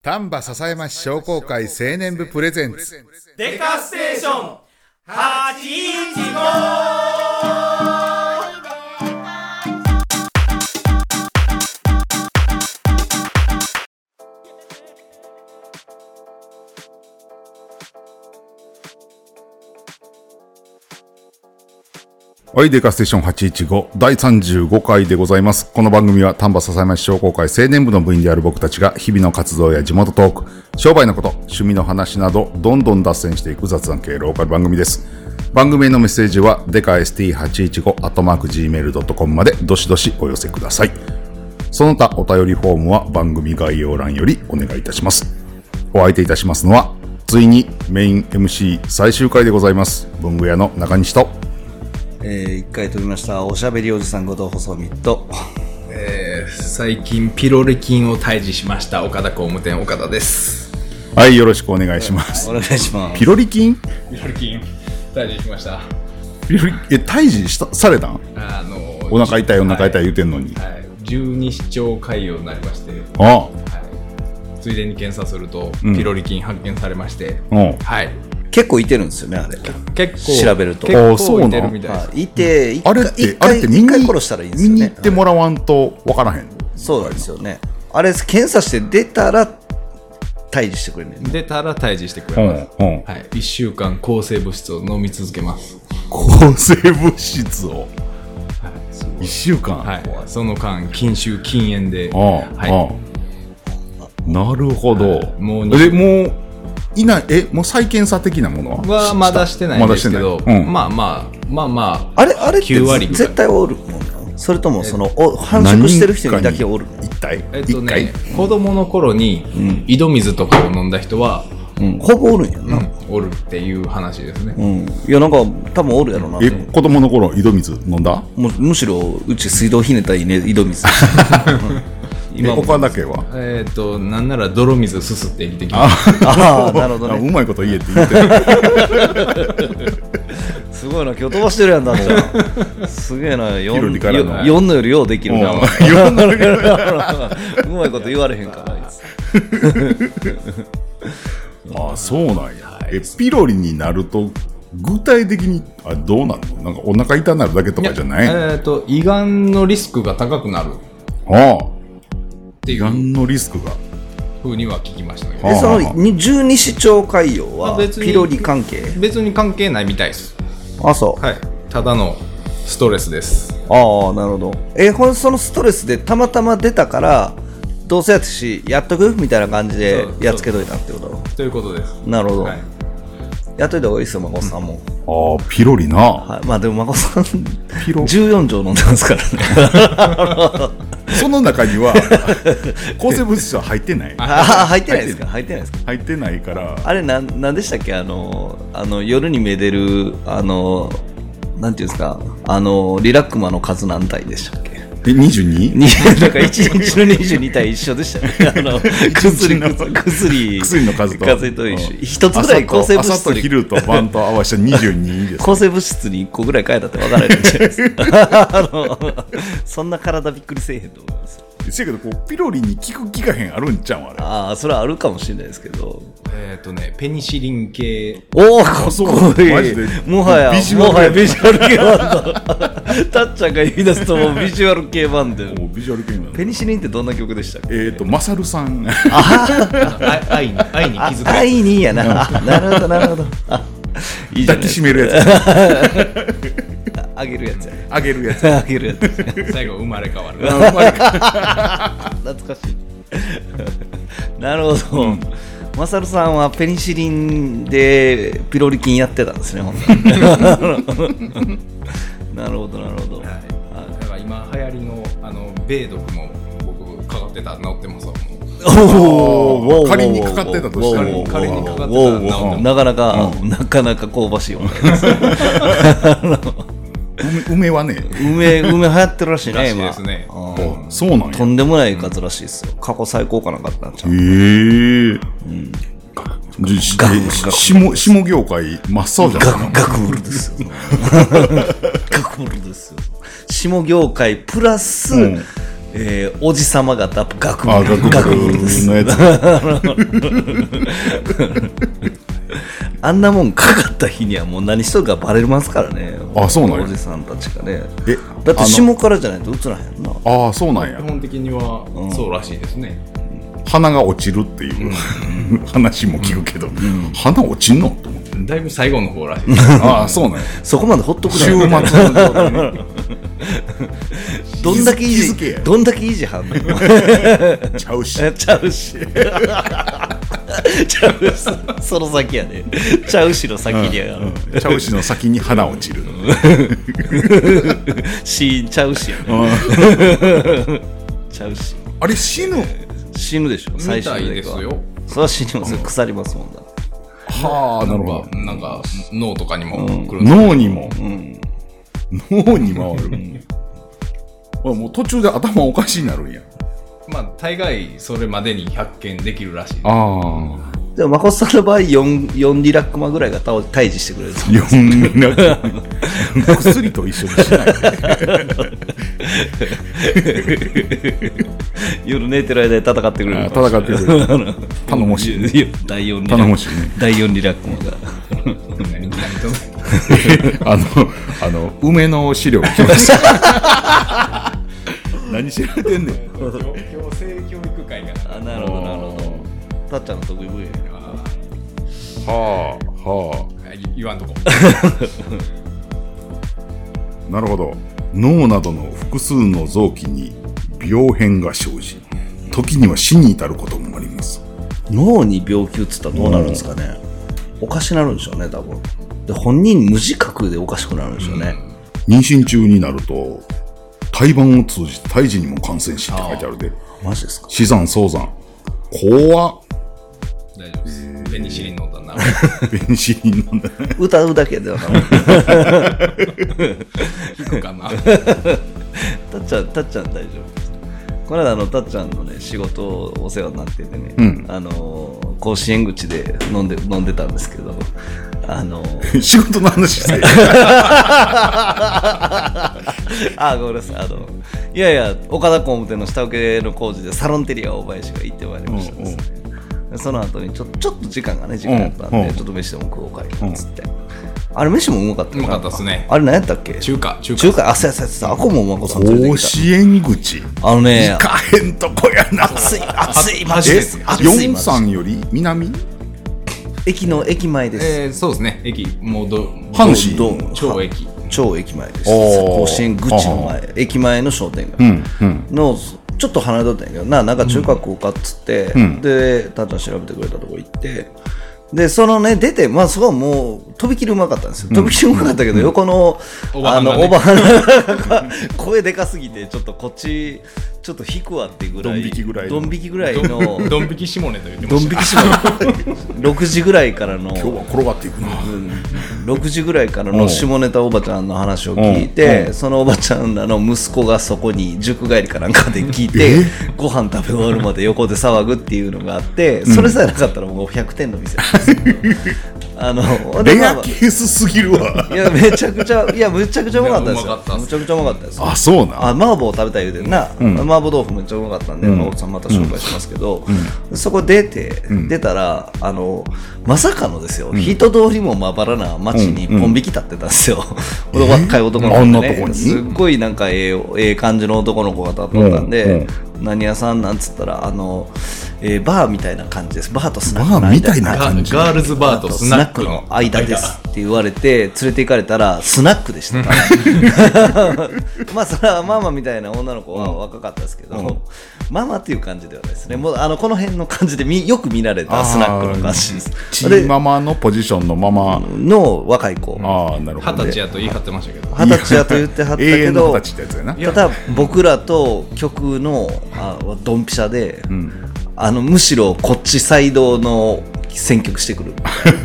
丹波篠山市商工会青年部プレゼンツデカステーション815。 はい、デカステーション815第35回でございます。この番組は丹波篠山市商工会青年部の部員である僕たちが日々の活動や地元トーク、商売のこと、趣味の話などどんどん脱線していく雑談系ローカル番組です。番組へのメッセージはデカ ST815@gmail.com までどしどしお寄せください。その他お便りフォームは番組概要欄よりお願いいたします。お相手いたしますのはついにメイン MC 最終回でございます。文具屋の中西と一回飛びましたおしゃべりおじさんこと細身と、 最近ピロリ菌を退治しました岡田工務店岡田です。 はい、よろしくお願いします。 お願いします。 ピロリ菌退治しました。 退治されたん？お腹痛いお腹痛い言うてんのに、 はい、十二指腸潰瘍になりまして、 はい、 ついでに検査すると、ピロリ菌発見されまして、はい、 結構いてるんですよね、あれ。 結構調べると結構いてるみたいです。 いて、 あれって一回殺したらいいんですよね。 見に行ってもらわんとわからへん。 そうなんですよね。あれ検査して出たら退治してくれるね。 出たら退治してくれます。はい、1週間抗生物質を飲み続けます。 抗生物質を、1週間、 はい、その間筋腫筋炎で、 なるほど、 はい、もうもう再検査的なものはまだしてないんですけど、まああれって 9割ぐらい絶対おるもんなの？それとも繁殖してる人にだけおるの？ 一体子供の頃に井戸水とかを飲んだ人は、 ほぼおるんやな、 おるっていう話ですね。 いや、なんか多分おるやろな。 子供の頃井戸水飲んだ？ むしろうち水道ひねったらいいね、井戸水。 他だけはなんなら泥水すすって生きてきます。なるほどね。 うまいこと言えって言ってる。 すごいな、今日飛ばしてるやんだ。すげえな、4のよりようできるな。うまいこと言われへんから、あいつ。 そうなんや。ピロリになると具体的にどうなるの？なんかお腹痛くなるだけとかじゃない？ 胃がんのリスクが高くなる。 胃がんのリスクが風には聞きましたね。 その十二指腸潰瘍はピロリ関係？ 別に関係ないみたいです。 そう。 はい。ただのストレスです。 なるほど。そのストレスでたまたま出たからどうせやってしやっとくみたいな感じでやっつけといたってこと？ ということです。 なるほど。やっといた方がいいですよ、孫さんも。 ピロリな。 まあでも孫さん14錠飲んでますからね。 その中には抗生物質は入ってない。 入ってないですか？入ってないですか？ 入ってないから。 あれなんでしたっけ？夜にめでるなんていうんですか、リラックマの数何体でしたっけ ？22？ なんか1日の22体一緒でしたね。薬の数と一緒。一つぐらい抗生物質朝と昼と晩と合わせた22です。 抗生物質に1個ぐらい変えたって分からないんじゃないですか。そんな体びっくりせえへんと思います。 せやけどピロリに効く効かへんあるんちゃうあれ？ それはあるかもしれないですけど。 ペニシリン系。 かっこいい。マジでもはやビジュアル系バンド。たっちゃんが言い出すともうビジュアル系バンド。 ビジュアル系バンド。 ペニシリンってどんな曲でしたっけ？ マサルさん。 愛に気づく。 愛にやな。なるほど。 いい抱きしめるやつ。 あげるやつや。 あげるやつ。 最後生まれ変わる。 懐かしい。なるほど。マサルさんはペニシリンでピロリ菌やってたんですね、ほんとに。なるほど。 だから今流行りの米毒も僕かかってたら治ってますわ。 仮にかかってたとしたら仮にかかってたら治ってます。 なかなか香ばしいよね。 梅はね、 梅流行ってるらしいね、今。 ですね。 そうなんや。 とんでもない数らしいですよ。過去最高かなかったんちゃう？ 下業界真っ青じゃないの？ ガクブルですよ。ガクブルですよ。下業界プラスおじさま方学部学部ですのやつ。 あんなもんかかった日にはもう何しとるかバレますからね。 あそうなんやおじさんたちがね。 え、 だって下からじゃないと映らへんな。 ああ、そうなんや基。本的にはそうらしいですね。 花が落ちるっていう話も聞くけど、花落ちんのと思って。 だいぶ最後の方らしいです。 ああ、そうなんや。 そこまでほっとく週末のな。 状態ね。 どんだけ維気づけや持どんだけ維持はんのちゃうし。 ちゃうしちゃうしその先やね。ちゃうしの先にやがる。 ちゃうしの先に花落ちる。 シーンちゃうしやね。ちゃうし。 あれ死ぬ。 死ぬでしょ、最みたい終的には。 ですよ。 それは死にますよ。腐りますもんだ。 はあ、なるほなんか脳とかにも来るど。脳にも。脳に回る。もう途中で頭おかしになるんや。 まあ大概それまでに100件できるらしい。 ああ。 でも、まこさんの場合、4リラックマぐらいが退治してくれる。 薬と一緒にしないで。 夜寝てる間に戦ってくれる。 戦ってくれる。頼もしいね。 第4リラック頼もしいね。 第4リラックマが。 梅の資料来ました。何調べてんねん。 強制教育会が。 あ、なるほど、なるほど。たっちゃんの得意分野や。 はあ、は言わんとこ。 あ。なるほど。脳などの複数の臓器に病変が生じ、時には死に至ることもあります。 脳に病気移ったらどうなるんですかね。おかしなるんでしょうね、多分。で、本人無自覚でおかしくなるんでしょうね。 妊娠中になると、胎盤を通じて胎児にも感染しって書いてあるで。 マジですか。 死産早産。怖っ。 大丈夫です。ペニシリン飲んだな。 ペニシリン飲んだ。 歌うだけではなく聞くかな。 たっちゃん大丈夫です。この間たっちゃんのね仕事お世話になっててね、甲子園口で飲んでたんですけど、 仕事の話して。 あ、ごめんなさい。いやいや、岡田工務店の下請けの工事でサロンテリア大林が行ってまいりましたですね。その後にちょっと時間がね、時間やったんで、ちょっと飯でも食おうかいっつって。あれ飯もうまかったよ。 うまかったっすね。 あれ何やったっけ？ 中華、 あ、そうや、あこもまこさん連れて甲きた。 子園口。 行かへんとこやな。 暑い、マジです。暑い、マジ四山より南？ 駅前です。 そうですね。駅、もう阪神超駅。 超駅前です。 おー甲子園口の前、駅前の商店街の、ちょっと離れとったんやけどなんか中華食うかっつって、でたっちゃん調べてくれたとこ行って、でそのね出て、まあそこはもうとびきりうまかったんですよ。とびきりうまかったけど、横のおばはんが声でかすぎてちょっとこっちちょっと引くわっていうぐらい、ドン引きぐらいのドン引き下ネと言ってまドンした。 引きしま6時ぐらいからの今日は転がっていくな。 6時ぐらいからの下ネタおばちゃんの話を聞いて、そのおばちゃんらの息子がそこに塾帰りかなんかで聞いて、ご飯食べ終わるまで横で騒ぐっていうのがあって、それさえなかったらもう100点の店なんですよ。 レアケースすぎるわ。 いやめちゃくちゃうまかったですよ。めちゃくちゃうまかったです。 あ、そうな。 麻婆食べたい言うてんな、麻婆豆腐めっちゃうまかったんで、奥さんまた紹介しますけど、そこ出たらまさかのですよ、人通りもまばらな街にポン引き立ってたんですよ。若い男の子あんなでね、 とこにすっごいなんかええ感じの男の子が立っとったんで、何屋さんなんつったらバーみたいな感じです。バーとスナックの間バーみたいな感じ。 ガールズバーとスナックの間ですって言われて連れて行かれたらスナックでした。まあそれはママみたいな女の子は若かったですけど、ママっていう感じではないですね。もうこの辺の感じでよく見られたスナックの感じです。 チーママのポジションのママの若い子。 ああ、なるほど。 20歳やと言い張ってましたけど。 20歳やと言ってはったけど、 永遠の20歳ってやつやな。 ただ僕らと曲のドンピシャで、むしろこっちサイドの選曲してくる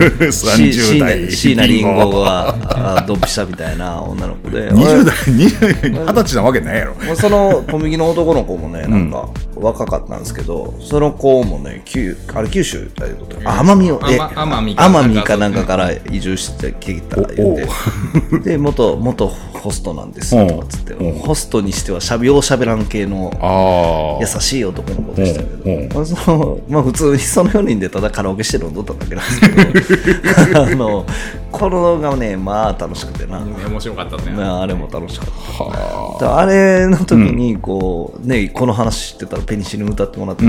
30代椎名林檎がドンピシャみたいな女の子で、 20歳なわけないやろ。 その小麦の男の子もね、なんか若かったんですけど、その子もね、あれ九州だいうこと、奄美かなんかから移住してきた言うて、で元ホストなんですよとかつって、ホストにしてはようしゃべらん系の優しい男の子でしたけど、まあ普通にその4人でただカラオケしてるの踊っただけなんですけどこのがね、まあ楽しくてな、 面白かったね。 あれも楽しかった。あれの時にこう、ね、この話知ってたらペニシリン歌ってもらってた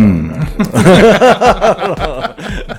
ら、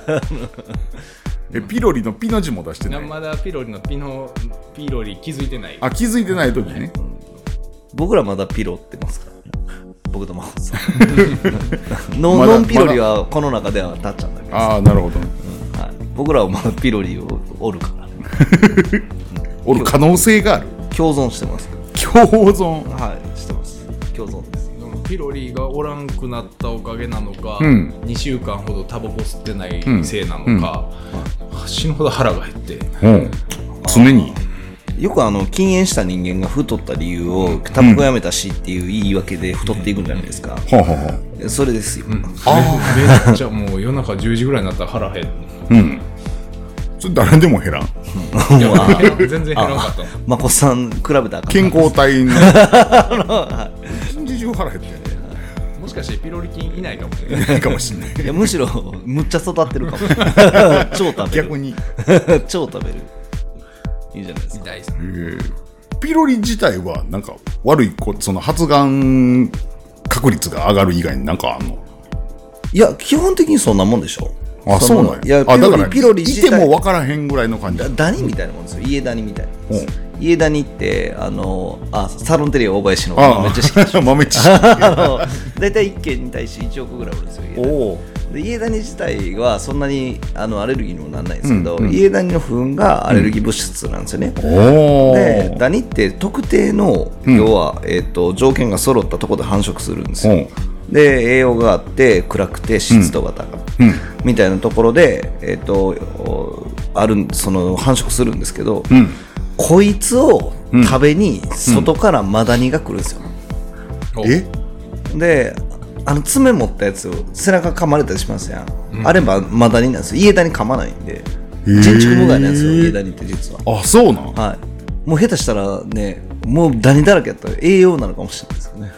ピロリのピの字も出してない。 まだピロリのピロリ気づいてない。 気づいてない時ね。 僕らまだピロってますからね。僕とマホさんノンピロリはこの中ではたっちゃんだけど。 なるほど、 はい、僕らはまだピロリをおるからおる可能性がある。 共存してます。 共存、 はいしてます。共存です。 ピロリがおらんくなったおかげなのか、2週間ほどタバコ吸ってないせいなのか、死ぬほど腹が減って、 常によく禁煙した人間が太った理由をタバコやめたしっていう言い訳で太っていくんじゃないですか。それですよ。 めっちゃもう夜中10時ぐらいになったら腹減る。 それ誰でも減らん。 全然減らんかった。 まこさん比べたら健康体の一日中腹減ってる。 もしかしてピロリ菌いないかもしれない。ないかもしれない。 いやむしろむっちゃ育ってるかも。超食べる。 逆に超食べる。いいじゃないですか。 大事。 ピロリ自体はなんか悪いその発がん確率が上がる以外になんかあんの？ いや基本的にそんなもんでしょ。 そうなんや。 いやだからピロリ自体いても分からへんぐらいの感じ。 ダニみたいなもんですよ。家ダニみたいなもんです。家ダニってサロンテレビ大林の豆知識でしょ。 豆知識。 大体1件に対して1億ぐらいあるんですよ。で家ダニ自体はそんなにアレルギーにもならないんですけど、家ダニの糞がアレルギー物質なんですよね。でダニって特定の、要は、条件が揃ったところで繁殖するんですよ。で栄養があって暗くて湿度が高い、みたいなところで、その繁殖するんですけど、こいつを食べに外からマダニが来るんですよ。で爪持ったやつを背中噛まれたりしますやん、あればマダニなんですよ。家ダニ噛まないんで人畜無害なんですよ、家ダニって実は。 そうなん。 はい、もう下手したらね、もうダニだらけやったら栄養なのかもしれないですよね。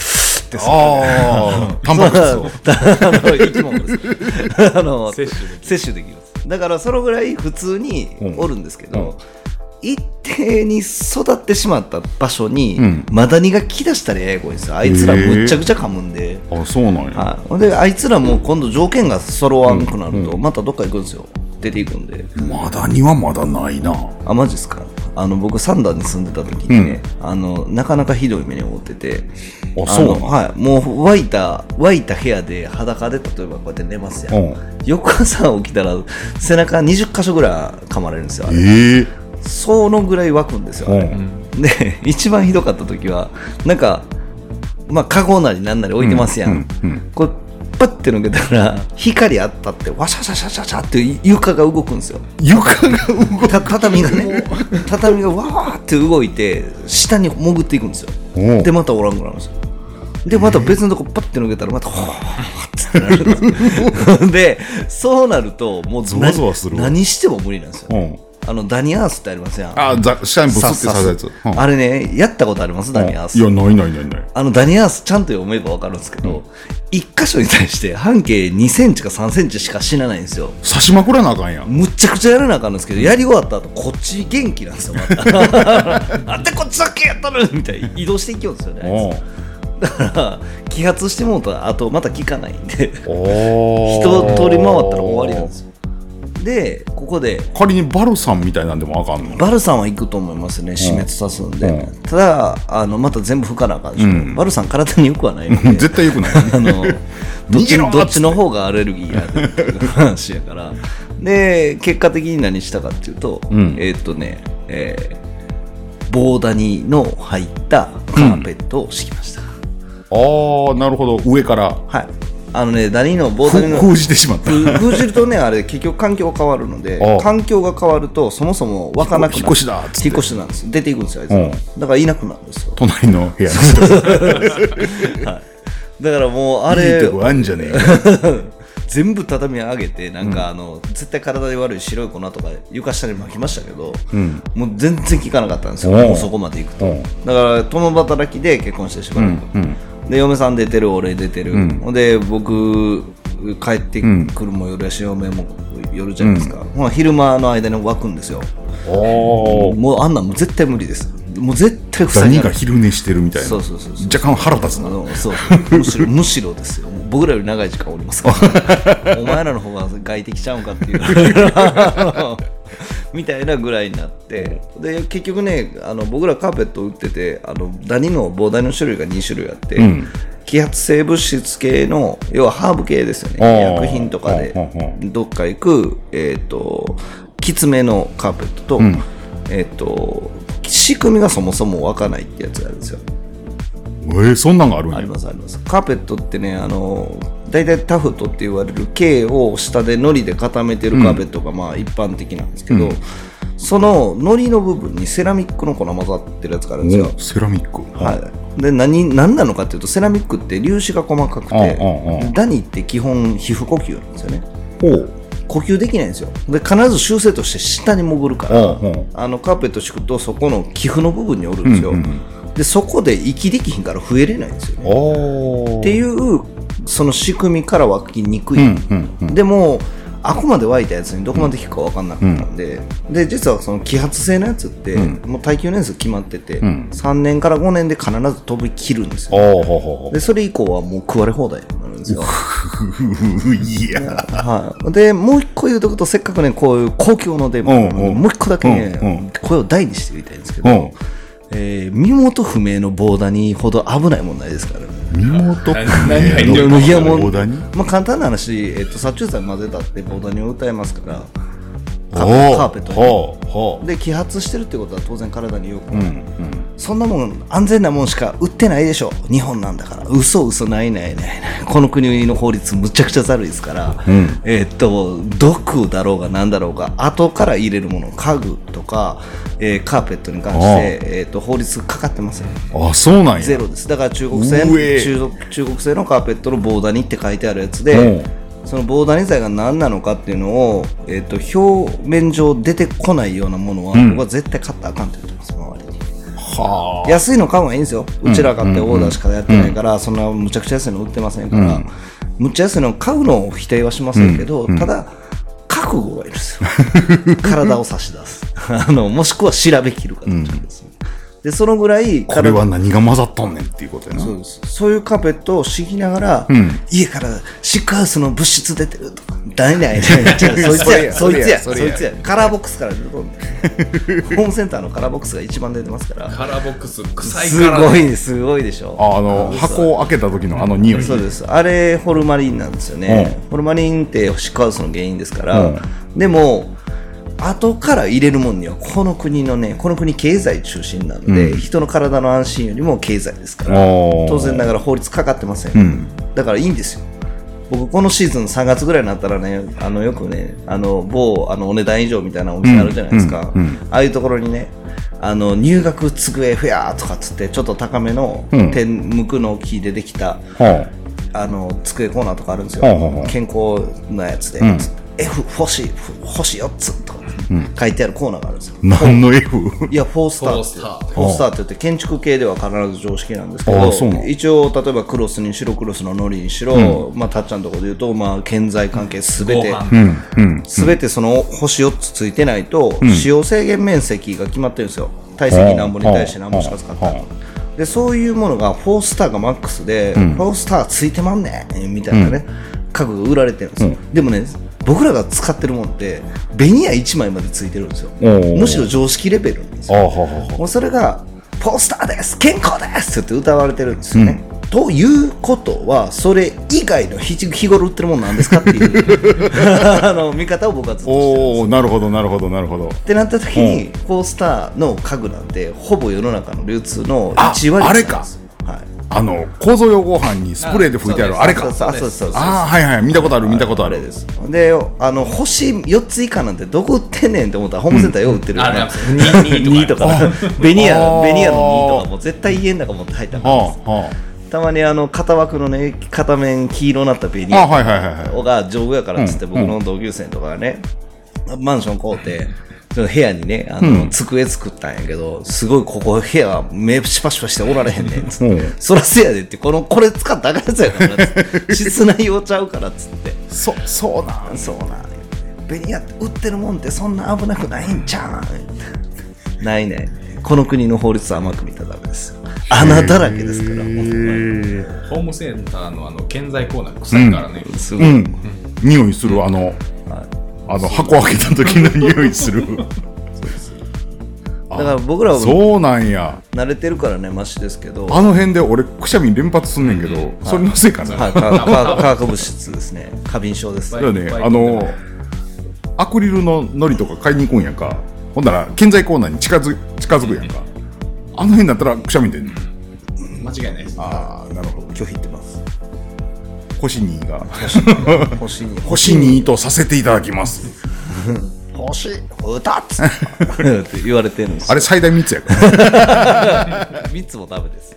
タンパク質を生き物です摂取できる。だからそのぐらい普通におるんですけど、一定に育ってしまった場所にマダニが来だしたらややこいんですよ。あいつらむっちゃくちゃ噛むんで。 そうなんや。 であいつらも今度条件が揃わんくなるとまたどっか行くんですよ。出ていくんで。 マダニはまだないな。 マジですか。僕サンダーに住んでた時にね、なかなかひどい目に遭ってて、もう沸いた部屋で裸で例えばこうやって寝ますやん。翌朝起きたら背中20箇所ぐらい噛まれるんですよ。そのぐらい湧くんですよ。で一番ひどかった時はなんかカゴなりなんなり置いてますやん。これパッて抜けたら光当たってワシャシャシャシャシャって床が動くんですよ。 床が動く。 畳がね畳がわーって動いて下に潜っていくんですよ。でまたおらんくなるんですよ。でまた別のとこパッて抜けたらまたほーってなるんです。でそうなるともう何しても無理なんですよ。ダニアースってありますやん。 下にブスってさせたやつ。 あれね、やったことあります？ダニアース。 いや、ない。 ダニアースちゃんと読めば分かるんですけど、1箇所に対して半径2センチか3センチしか死なないんですよ。 刺しまくらなあかんやん。 むっちゃくちゃやらなあかんんですけど、やり終わった後こっち元気なんですよ、また。あんたこっちだけやったのみたいな移動していきようんですよね。だから揮発してもうとあとまた効かないんで一通り回ったら終わりなんですよ。でここで仮にバルサンみたいなんでもあかんの？ バルサンは行くと思いますね。死滅さすんで。ただまた全部吹かなあかんでしょ。バルサン体によくはないので絶対よくないどっちの方がアレルギーやっていう話やからで結果的に何したかっていうと、棒ダニの入ったカーペットを敷きました。 なるほど。上から。 はい。ダニの棒ダニの封じてしまった。 封じるとね、あれ結局環境が変わるので、環境が変わるとそもそも湧かなくなる。 引っ越しだっつって。 引っ越しなんです。出ていくんですよ、あいつら。だからいなくなるんですよ。 隣の部屋に。 はい。 だからもうあいいれとこあんじゃねえか。 全部畳み上げてなんか絶対体に悪い白い粉とか床下に巻きましたけど、もう全然効かなかったんですよ、もうそこまで行くと。だから共働きで結婚してしばらく、で嫁さん出てる俺出てる、で僕帰ってくるも夜やし嫁も夜じゃないですか、昼間の間に湧くんですよ。もうあんなんもう絶対無理です。もう絶対塞ぎ何か昼寝してるみたいな。 そう若干腹立つな。 そうむしろですよ。僕らより長い時間おりますからお前らの方が外敵ちゃうんかっていうみたいなぐらいになって、で結局ね僕らカーペット売っててダニの防ダニの種類が2種類あって、揮発性物質系の要はハーブ系ですよね。薬品とかでどっか行くきつめのカーペットと、仕組みがそもそも湧かないってやつがあるんですよ。 そんなんがあるんや。 ありますあります。カーペットってねだいたいタフトって言われる毛を下で糊で固めてるカーペットがまあ一般的なんですけど、その糊の部分にセラミックの粉混ざってるやつがあるんですよ。 セラミック、 で何なのかっていうと、セラミックって粒子が細かくて、ダニって基本皮膚呼吸なんですよね。呼吸できないんですよ。で必ず習性として下に潜るから、カーペット敷くとそこの皮膚の部分におるんですよ。でそこで息できひんから増えれないんですよね。っていうその仕組みから湧きにくい、でもあくまで湧いたやつにどこまで効くか分かんなかったんで、で実はその揮発性のやつって、もう耐久年数決まってて、3年から5年で必ず飛び切るんですよ。でそれ以降はもう食われ放題になるんですよ。 いや、 でもう一個言うとくと、せっかくねこういう公共の電波、もう一個だけね、声を大にして言いたいんですけど、身元不明の棒ダニほど危ないもんないですからね。 身元不何明のいやもう棒ダニ、 簡単な話、殺虫剤混ぜたって棒ダニを歌えますから、カーペットにで揮発してるってことは当然体に良くない、そんなもん安全なもんしか売ってないでしょ、日本なんだから。嘘ないないない、この国の法律むちゃくちゃざるいですから、毒だろうがなんだろうが後から入れるもの、家具とか、カーペットに関して、法律かかってません。 そうなんや。 ゼロです。だから中国製のカーペットの棒ダニって書いてあるやつで、その防ダニ剤が何なのかっていうのを、表面上出てこないようなものは、僕は絶対買ったらあかんって言ってます、周りに。安いの買うのはいいんですよ。うちら買ってオーダーしかやってないから、そんなむちゃくちゃ安いの売ってませんから、むっちゃ安いの買うのを否定はしませんけど、ただ覚悟がいるんですよ。体を差し出すもしくは調べきるかどっちかですね。でそのぐらいこれは何が混ざっとんねんっていうことやな。 そういうカーペットを敷きながら、家からシックハウスの物質出てるとか、そいつやカラーボックスから出るとホームセンターのカラーボックスが一番出てますから。 カラーボックス臭いから、 すごいでしょ。 箱を開けた時の匂い。 そうです。あれホルマリンなんですよね。ホルマリンってシックハウスの原因ですから。でも後から入れるもんにはこの国経済中心なので、人の体の安心よりも経済ですから、当然ながら法律かかってません、だからいいんですよ。僕このシーズン3月ぐらいになったらね、よくね某お値段以上みたいなお店あるじゃないですか、ああいうところにね入学机フェアとかっつってちょっと高めの天無垢の木でできた、机コーナーとかあるんですよ、健康なやつで、F 星4つとか書いてあるコーナーがあるんですよ。 何の F？ いや4スターって言って建築系では必ず常識なんですけど、一応例えばクロスにしろクロスのノリにしろ、たっちゃんのところで言うと、建材関係すべてその星4つついてないと、使用制限面積が決まってるんですよ。体積何本に対して何本しか使ったら。でそういうものが4スターがマックスで、4スターついてまんねんみたいなね、家具が売られてるんですよ。でもね、僕らが使ってるものってベニヤ1枚までついてるんですよ。むしろ常識レベルなんですよ。もうそれがポスターです健康ですって歌われてるんですよね、ということはそれ以外の日頃売ってるものなんですかっていう見方を僕はずっとしてるんですよ。 なるほどってなった時にポスターの家具なんてほぼ世の中の流通の1割あれか、構造用ご飯にスプレーで拭いてあるあれか。見たことあるです。で星4つ以下なんてどこ売ってんねんって思ったらホームセンターよう売ってるから2とかベニヤの2とかも絶対家の中持って入ったからです。 たまに片枠のね片面黄色になったベニヤが丈夫やからっつって、僕の同級生とかがね、マンション買うて部屋にね机作ったんやけど、すごいここ部屋目シパシパしておられへんねんっつって、そらせやでって、これ使ったらあかんやつやからっつって室内用ちゃうからっつって、 そうなんベニヤって売ってるもんってそんな危なくないんちゃうんないね、この国の法律は甘く見たらダメですよ。穴だらけですから。ホームセンターの建材コーナー臭いからね、 すごい、 匂いする箱開けた時の匂いするだから僕らはそうなんや、 慣れてるからねマシですけど、 あの辺で俺くしゃみ連発すんねんけど、それのせいかな、 化学物質ですね、過敏症です。 だよね、アクリルの糊とか買いに行くんやんか、ほんなら建材コーナーに近づくやんか、あの辺だったらくしゃみ出んの。 間違いないです。 ああ、なるほど。 拒否ってます。 星2が星 2とさせていただきます星2つって言われてるんですよ。 あれ最大3つやから 3つもダメです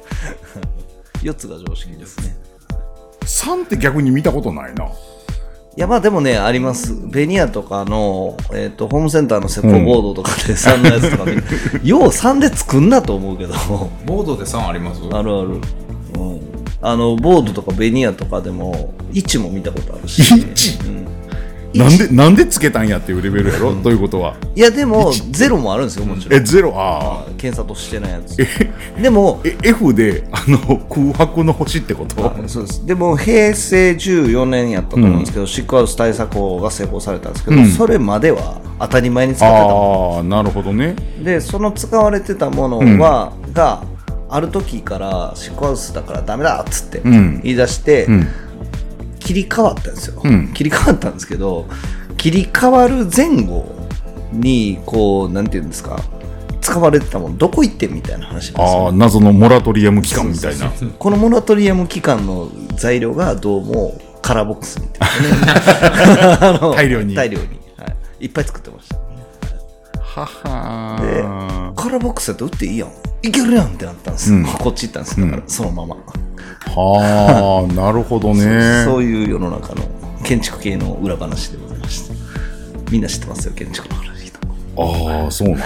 4つが常識ですね。 3って逆に見たことないな。 いやまあでもねあります。ベニヤとかの、ホームセンターの施工ボードとかで3のやつとかよう3で作んなと思うけどボードで3あります？ あるある、ボードとかベニヤとかでも1も見たことあるし。 1？なんでつけたんやっていうレベルやろ、ということは。 いやでもゼロもあるんですよ、もちろん。 ゼロ、ああ、 検査としてないやつ。でも F で空白の星ってこと？ そうです。でも平成14年やったと思うんですけど、シックハウス対策法が施行されたんですけど、それまでは当たり前に使ってたもの。 ああ、なるほどね。 でその使われてたものは、がある時からシックハウスだからダメだっつって言い出して、切り替わったんですよ、切り替わったんですけど、切り替わる前後にこうなんていうんですか、使われてたものどこ行ってみたいな話なんですよ。 謎のモラトリアム期間みたいな。 このモラトリアム期間の材料がどうもカラーボックスみたいな、ね、 大量に、 いっぱい作ってました。 ははでカラーボックスやって売っていいやん、いけるやんってなったんです、こっち行ったんですだから、そのまま。 はあなるほどね。 そういう世の中の建築系の裏話でございました。みんな知ってますよ、建築の話と。 ああそうなんや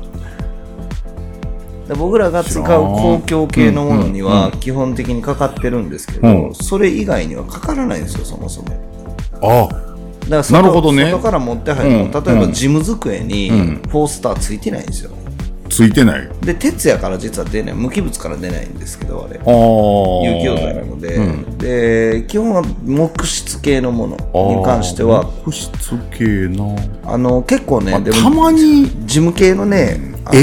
僕らが使う公共系のものには基本的にかかってるんですけど、それ以外にはかからないんですよ、そもそも。 ああだからなるほどね。 外から持って入るの、例えば事務机にポスターついてないんですよ。 ついてない。 で鉄やから実は出ない、無機物から出ないんですけど、あれ有機溶剤なので、で基本は木質系のものに関しては木質系な、 結構ね、でもたまに事務系のね、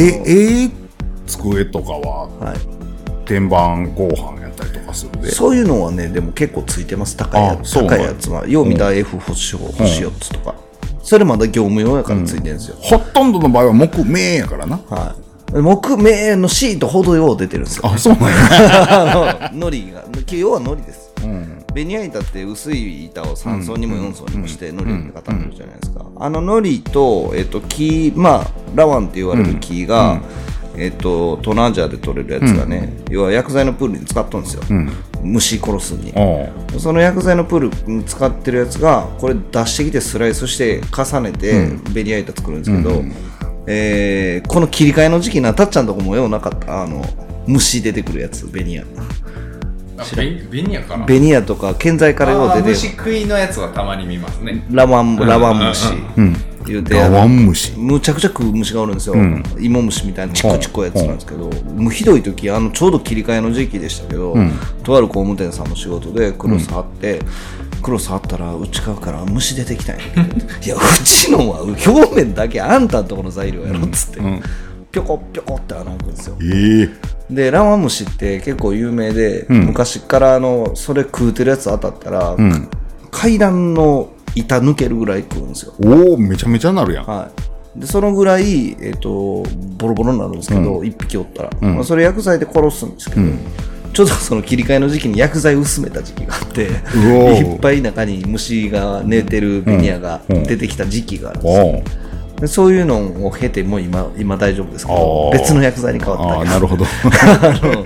机とかは、天板合板やったりとかするで、 そういうのはねでも結構ついてます。高いやつはよう見た F 星4つとか、それまだ業務用やからついてるんですよ。 ほとんどの場合は木目やからな。 木目のシートほどよう出てるんですよ。 あ、そうなんや。 のりが要はのりです。ベニヤ板って薄い板を3層にも4層にもしてのりで固めるじゃないですか。のりと木、ラワンって言われる木が、東南アジアで取れるやつがね、要は薬剤のプールに使っとるんですよ、虫殺すに。その薬剤のプールに使ってるやつがこれ出してきてスライスして重ねてベニヤ板作るんですけど、この切り替えの時期な、たっちゃんとこもようなかった、虫出てくるやつ、ベニヤ。 ベニヤかな。 ベニヤとか建材からよう出てる。 虫食いのやつはたまに見ますね。 ラワン虫言うて、 ラワン虫むちゃくちゃ食う虫がおるんですよ、芋虫みたいなチコチコやつなんですけど、もうひどい時ちょうど切り替えの時期でしたけど、とある工務店さんの仕事でクロス貼って、クロス貼ったらうち買うから虫出てきたんやいや、うちのは表面だけあんたんとこの材料やろっつって、ぴょこぴょこって穴開くんですよ。でラワン虫って結構有名で、昔からそれ食うてるやつ当たったら、階段の板抜けるぐらい食うんですよ。 おお、めちゃめちゃなるやん。 でそのぐらい、ボロボロになるんですけど、1匹おったら、それ薬剤で殺すんですけど、ちょうどその切り替えの時期に薬剤薄めた時期があっていっぱい中に虫が寝てるベニヤが出てきた時期があるんですよ。でそういうのを経てもう今大丈夫ですけど、別の薬剤に変わったり。 なるほど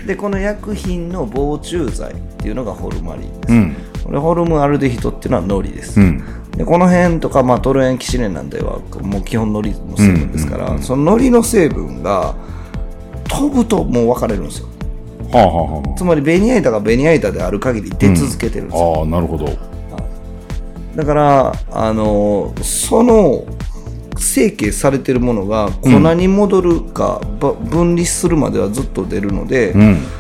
でこの薬品の防虫剤っていうのがホルマリンです、これホルムアルデヒドっていうのはノリです、でこの辺とか、トルエンキシレンなんではもう基本ノリの成分ですから、そのノリの成分が飛ぶともう分かれるんですよ。つまりベニヤ板がベニヤ板である限り出続けてるんですよ、 なるほど。 だからその成形されてるものが粉に戻るか、分離するまではずっと出るので、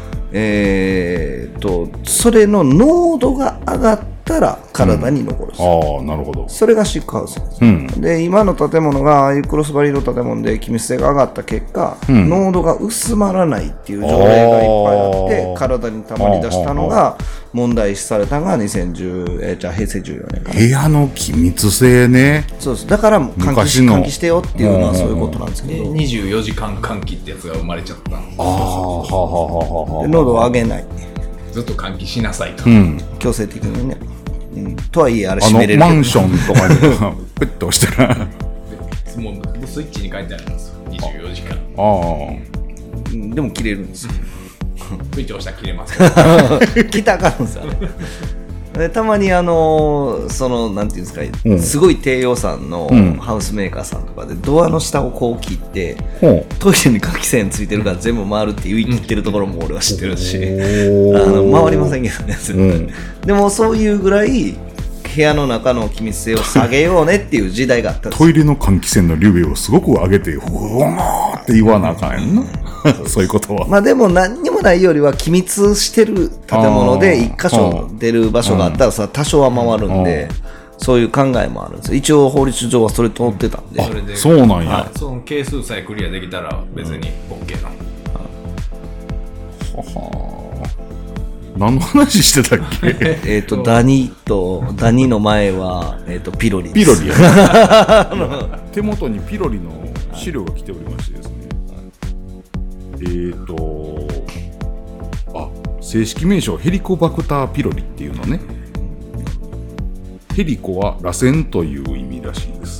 それの濃度が上がったら体に残るんですよ、 なるほど。 それがシックハウスなんです、で今の建物がああいうクロスバリの建物で気密性が上がった結果、濃度が薄まらないっていう条例がいっぱいあって体に溜まり出したのが問題視されたのが平成14年かな。 部屋の気密性ね。 そうです。だから換気してよっていうのはそういうことなんですけど、 24時間換気ってやつが生まれちゃったの。 で濃度を上げない、 ずっと換気しなさいと、 強制的にね、とはいえあれ閉めれるマンションとかにペッと押したらもうスイッチに書いてあるんですよ、24時間。 でも切れるんですよスイッチ押したら切れます切ったらあかんんですよでたまになんていうんですか、すごい低予算のハウスメーカーさんとかでドアの下をこう切って、トイレに換気扇ついてるから全部回るって言い切ってるところも俺は知ってるし、回りませんけどね、でもそういうぐらい部屋の中の気密性を下げようねっていう時代があったんです。 トイレの換気扇のレベルをすごく上げてうわーって言わなあかんやんなそういうことは。 でも何にもないよりは気密してる建物で一箇所出る場所があったらさ、多少は回るんで、そういう考えもあるんですよ。一応法律上はそれ通ってたんで。 それでそうなんや。 その係数さえクリアできたら別に OK なの。 何の話してたっけダニの前は、ピロリです。 ピロリや手元にピロリの資料が来ておりましてですね、正式名称ヘリコバクターピロリっていうのね。ヘリコは螺旋という意味らしいです。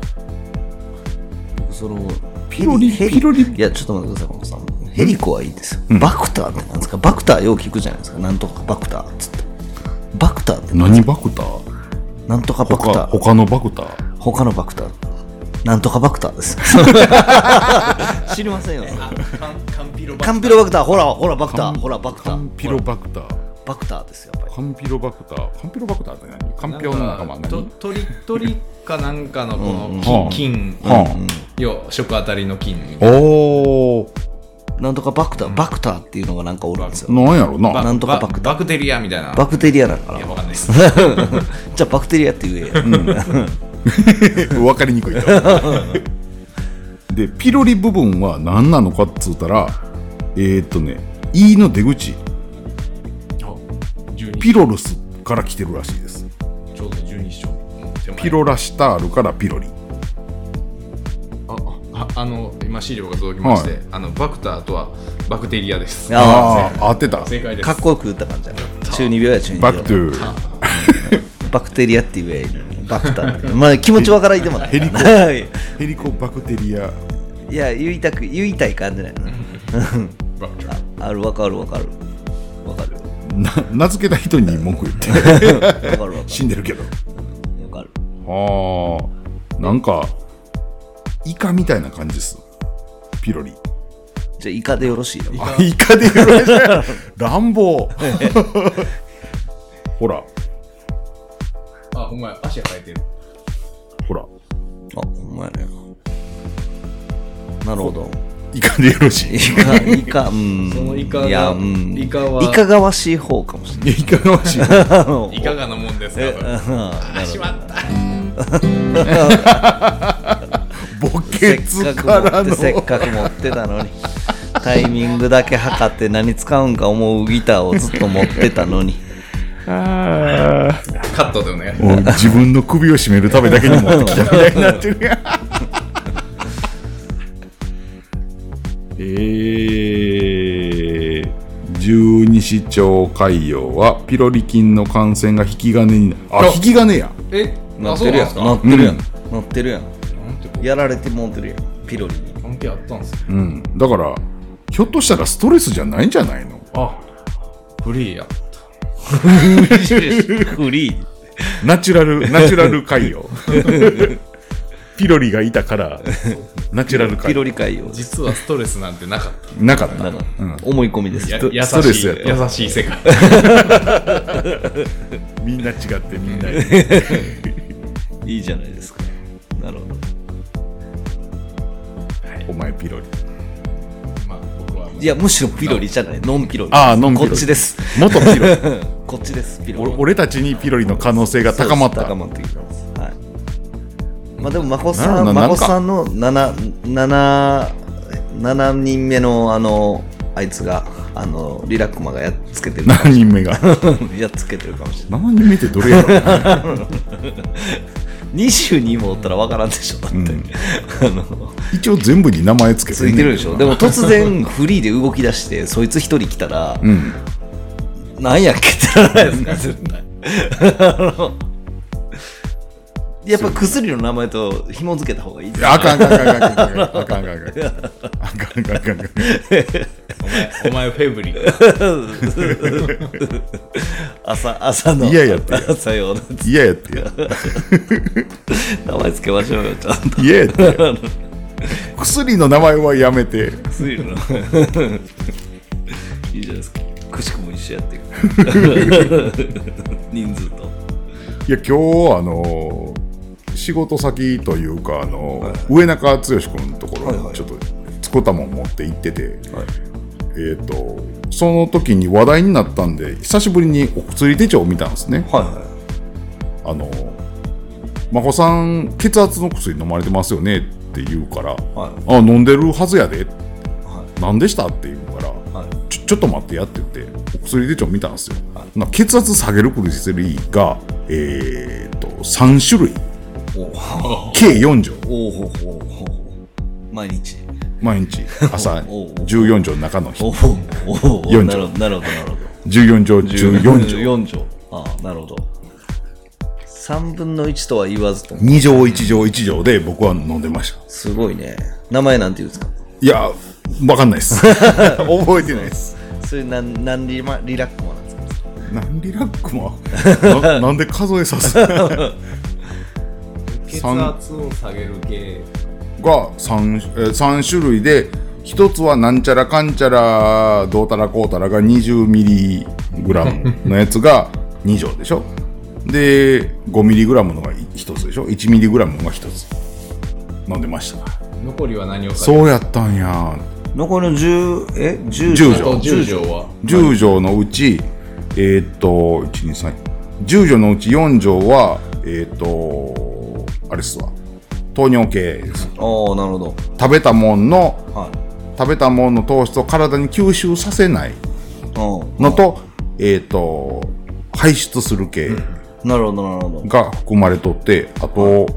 ピロリいやちょっと待ってください、このさんヘリコはいいですよ、バクターってなんですか。バクターよく聞くじゃないですか。なんとかバクターっつって。バクターって何バクター？ なんとかバクター。 他のバクター？ 他のバクター。なんとかバクターです。知りませんよ。カンピロバクター。ほらバクター。ほらバクター。 カンピロバクター。 バクターですよ。やっぱりカンピロバクター。カンピロバクターって何？カンピョウの仲間何？ 鳥かなんかのこの菌よ、食あたりの菌。 なんとかバクターっていうのがなんかおるんですよ。 なんやろな。 なんとかバクター。 バクテリアみたいな。 バクテリアなんかな。 いやわかんないです。 じゃあバクテリアって言えや。 分かりにくいでピロリ部分は何なのかっつうたらE の出口ピロルスから来てるらしいです。 ちょうど12章ピロラシタールからピロリ。 今資料が届きまして、バクターとはバクテリアです。 合ってた。 正解です。 かっこよく言った感じだね。中二病や中二病。 バクトゥーバクテリアって言えバクター。気持ちわからんでもない。 ヘリコバクテリア。 いや言いたい感じないな。わかる。 名付けた人に文句言ってわかる死んでるけど。 わかる。 なんかイカみたいな感じです。ピロリ。 じゃあイカでよろしいの？ イカでよろしい。乱暴。ほら。 ほんまや、足が生えてる。 ほら。 ほんまやね。なるほど。 イカでよろしい。 イカ、 そのイカが、イカは。 いかがわしい方かもしれない。 いかがわしい。 いかがなもんですか。しまった。 ボケツからのせっかく持ってたのにタイミングだけ測って何使うんか思うギターをずっと持ってたのにカットでお願いします。 自分の首を絞めるためだけに持ってきたみたいになってるやん。十二指腸潰瘍はピロリ菌の感染が引き金に引き金や。 なってるやん。なってるやん。やられてもうてるやん。ピロリに関係あったんですよ。 だからひょっとしたらストレスじゃないんじゃないの？ あ、フリーやった。 フリー。 ナチュラル海洋。ピロリがいたからナチュラル海洋。 ピロリ海洋。 実はストレスなんてなかった。 なかった。 思い込みです。 優ストレスやった優しい世界。 みんな違ってみんな。 いいじゃないですか。なるほど。 お前ピロリ。 まあ僕は。 いや、むしろピロリじゃない。ノンピロリ。 ああ、ノンピロリ。 こっちです。 元ピロリ。 こっちです。ピロリ。 俺たちにピロリの可能性が高まった。 高まってきてます。はい。まあでも、まこさんの7人目のあいつが、リラックマがやっつけてる。 何人目がやっつけてるかもしれない。 7人目ってどれやろ 22もおったら分からんでしょ。だって、 一応全部に名前つけてついてるでしょ。でも突然フリーで動き出してそいつ一人来たら、なんやっけってならないですか、絶対。やっぱ薬の名前と紐付けた方がいいですよ。 あかん。 お前フェブリー。 朝の嫌やってや。 朝用の嫌やってや。 名前つけましょうよ、ちゃんと。 嫌やってや。薬の名前はやめて。 薬のいいじゃないですか。くしくも一緒やってる。人数と。 いや、今日仕事先というか上中剛君のところにちょっとつこたもん持って行ってて、その時に話題になったんで久しぶりにお薬手帳を見たんですね。まこさん血圧の薬飲まれてますよねって言うから、あ、飲んでるはずやで、何でしたって言うから、ちょっと待ってやって言ってお薬手帳見たんですよ。血圧下げる薬が3種類計4錠。 毎日朝14錠の中の人 4錠。なるほど。 14錠14錠。 ああ、なるほど。3分の1とは言わずとも 2錠1錠1錠で僕は飲んでました。 すごいね。名前なんて言うんですか？ いや、わかんないです。覚えてないです。 それ何リラックマなんですか？ 何リラックマなんで数えさす血圧を下げる系が 3種類で、一つはなんちゃらかんちゃらどうたらこうたらが 20mg のやつが2錠でしょ。で 5mg のが1つでしょ。1mg が1つ飲んでました。 残りは何をそうやったんや。 残りの10錠は 10錠のうち123 10錠のうち4錠はあれっすわ、糖尿系です。 ああ、なるほど。 食べたもんの糖質を体に吸収させないのと、排出する系なるほどが含まれとって、あと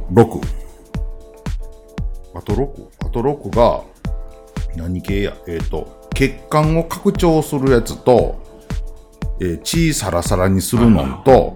6が何系や、血管を拡張するやつと、血サラサラにするのと、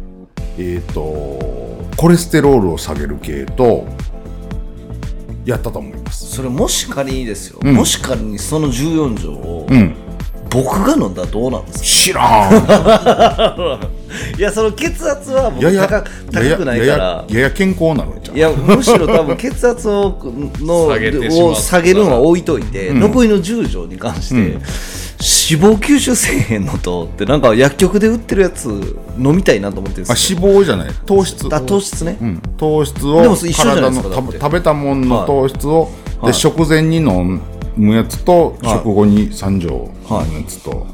コレステロールを下げる系とやったと思います。 それもし仮にですよ、もし仮にその14錠を、僕が飲んだらどうなんですか？ 知らん。 いや、その血圧は僕高くないからやや健康なのじゃん。 いや、むしろ多分血圧を下げるのは置いといて、残りの10錠に関して、脂肪吸収せえへんのとってなんか薬局で売ってるやつ飲みたいなと思ってるんですよ。 脂肪じゃない、糖質。 糖質ね、 糖質をでも一緒じゃないですか。 食べたものの糖質を、で食前に飲むやつと、食後に3錠飲むやつと、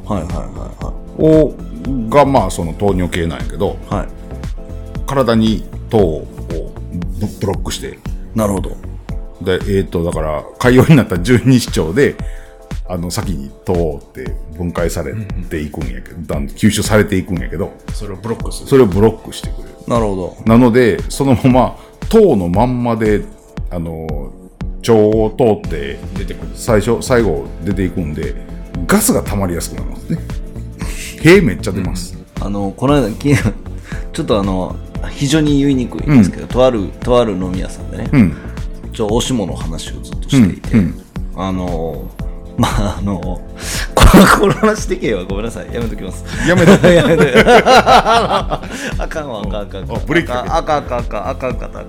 がまあその糖尿系なんやけど、体に糖をブロックして、 なるほど。 でだから潰瘍になった十二指腸で先に糖って分解されていくんやけど、吸収されていくんやけど、 それをブロックする。 それをブロックしてくれる。 なるほど。 なのでそのまま糖のまんまで腸を通って出てくる。 最後出ていくんで、ガスが溜まりやすくなるんですね。屁めっちゃ出ます。 この間ちょっと非常に言いにくいんですけど、とある飲み屋さんでね、おしもの話をずっとしていて、 まあこの話でけえわ、ごめんなさい、やめときます。 やめとやめとあかんわ、あかんブレーキかけてあかんかった。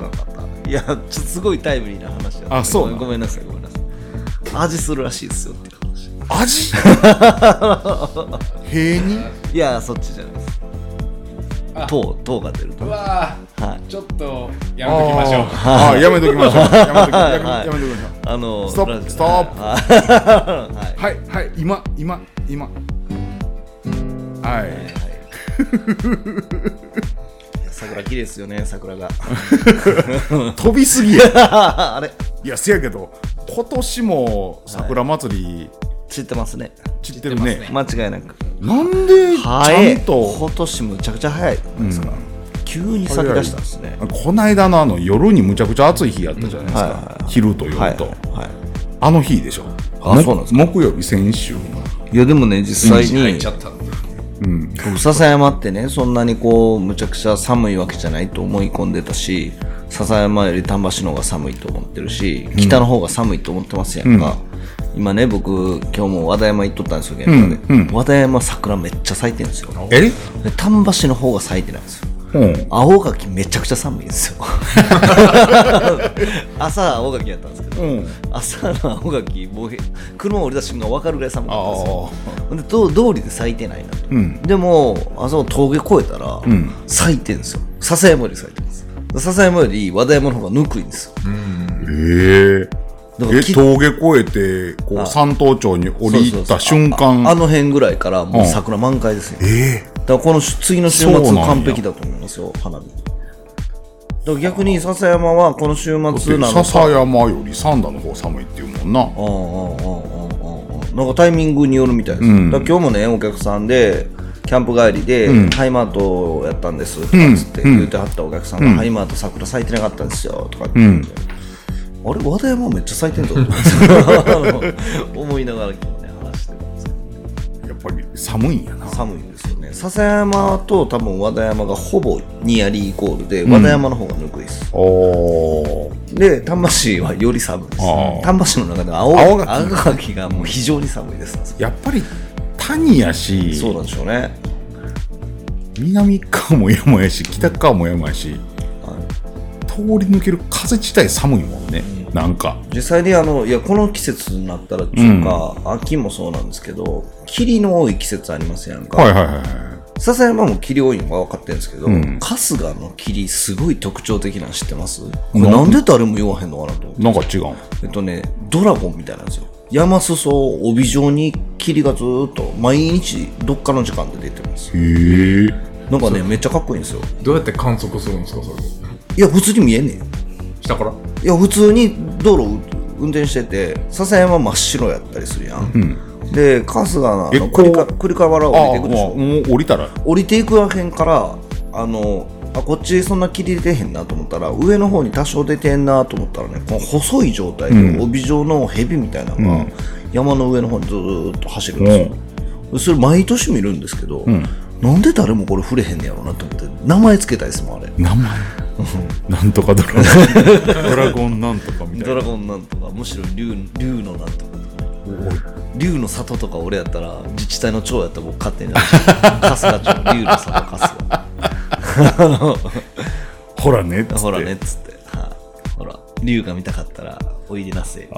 いや、すごいタイムリーな話だった。 あ、そうなの。 ごめんなさい。味するらしいですよっていう話。 味へにいや、そっちじゃないです。糖が出ると。 うわー、 はい、 ちょっとやめときましょう。 ああ、やめときましょう。やめときましょう。ストップ。はい、今。はい。 桜綺麗ですよね、桜が。 飛びすぎや。 あれいや、せやけど、今年も桜祭り、 散ってますね。 散ってるね。 間違いなく。 なんでちゃんと今年むちゃくちゃ早いですか、急に咲き出したんですね。 この間の夜にむちゃくちゃ暑い日やったじゃないですか、昼と夜と、あの日でしょ。 あ、そうなんですか。 木曜日、先週。 いやでもね、実際に笹山ってね、そんなにこうむちゃくちゃ寒いわけじゃないと思い込んでたし、笹山より丹波市の方が寒いと思ってるし、北の方が寒いと思ってますやんか、今ね、僕今日も和田山行っとったんですよ、現場で。和田山桜めっちゃ咲いてるんですよ。で丹波市の方が咲いてないんですよ。青柿めちゃくちゃ寒いんですよ。朝青柿やったんですけど、朝の青柿もう車降りた瞬間分かるぐらい寒かったんですよ。で通りで咲いてないなと、でもあそこ峠越えたら、咲いてるんですよ。笹山より咲いてます。笹山より和田山の方がぬくいんですよ。 峠越えてこう山東町に降りた瞬間、 あの辺ぐらいからもう桜満開ですよ。だからこの次の週末完璧だと思いますよ、花火。だから逆に笹山はこの週末なのか。 笹山より三田の方寒いっていうもんな。 なんかタイミングによるみたいです。だから今日もね、お客さんでキャンプ帰りで、ハイマートやったんですとかつって言ってはったお客さんが、ハイマート桜咲いてなかったんですよとかって言って、あれ和田山めっちゃ咲いてんぞと思いながら今日ね話してるんですけど、 やっぱり寒いんやな。 寒いんですよね。笹山と多分和田山がほぼニアリーイコールで、和田山の方がぬくいです。で丹波市はより寒いです。丹波市の中では青柿がもう非常に寒いです。 やっぱり谷やし、 そうなんでしょうね。 南側も山やし、北側も山やし、通り抜ける風自体寒いもんね、なんか実際でいやこの季節になったらっていうか、秋もそうなんですけど、霧の多い季節ありますやんか。笹山も霧多いのは分かってるんですけど、春日の霧すごい特徴的なの知ってます？これなんで誰も言わへんのかなと思って。 なんか違う。 ドラゴンみたいなんですよ。山裾帯状に霧がずーっと毎日どっかの時間で出てます。なんかね、めっちゃかっこいいんですよ。 どうやって観測するんですか、それ。 いや普通に見えんねん。 下から？ いや普通に道路運転してて、笹山真っ白やったりするやん、で春日の栗川原を降りていくでしょ。 もう降りたら降りていくらへんからこっちそんな霧出てへんなと思ったら、上の方に多少出てんなと思ったらね、この細い状態で帯状の蛇みたいなのが山の上の方にずーっと走るんですよ、それ毎年見るんですけど、なんで誰もこれ触れへんねやろうなと思って名前つけたいですもん、あれ。 名前なんとかドラゴンなんとかみたいな。 ドラゴンなんとか、むしろ竜のなんとか、竜の里とか俺やったら、自治体の長やったら僕勝手に春日町竜の里春日ほらねっつって、 ほらねっつって、ほら竜が見たかったらおいでなせ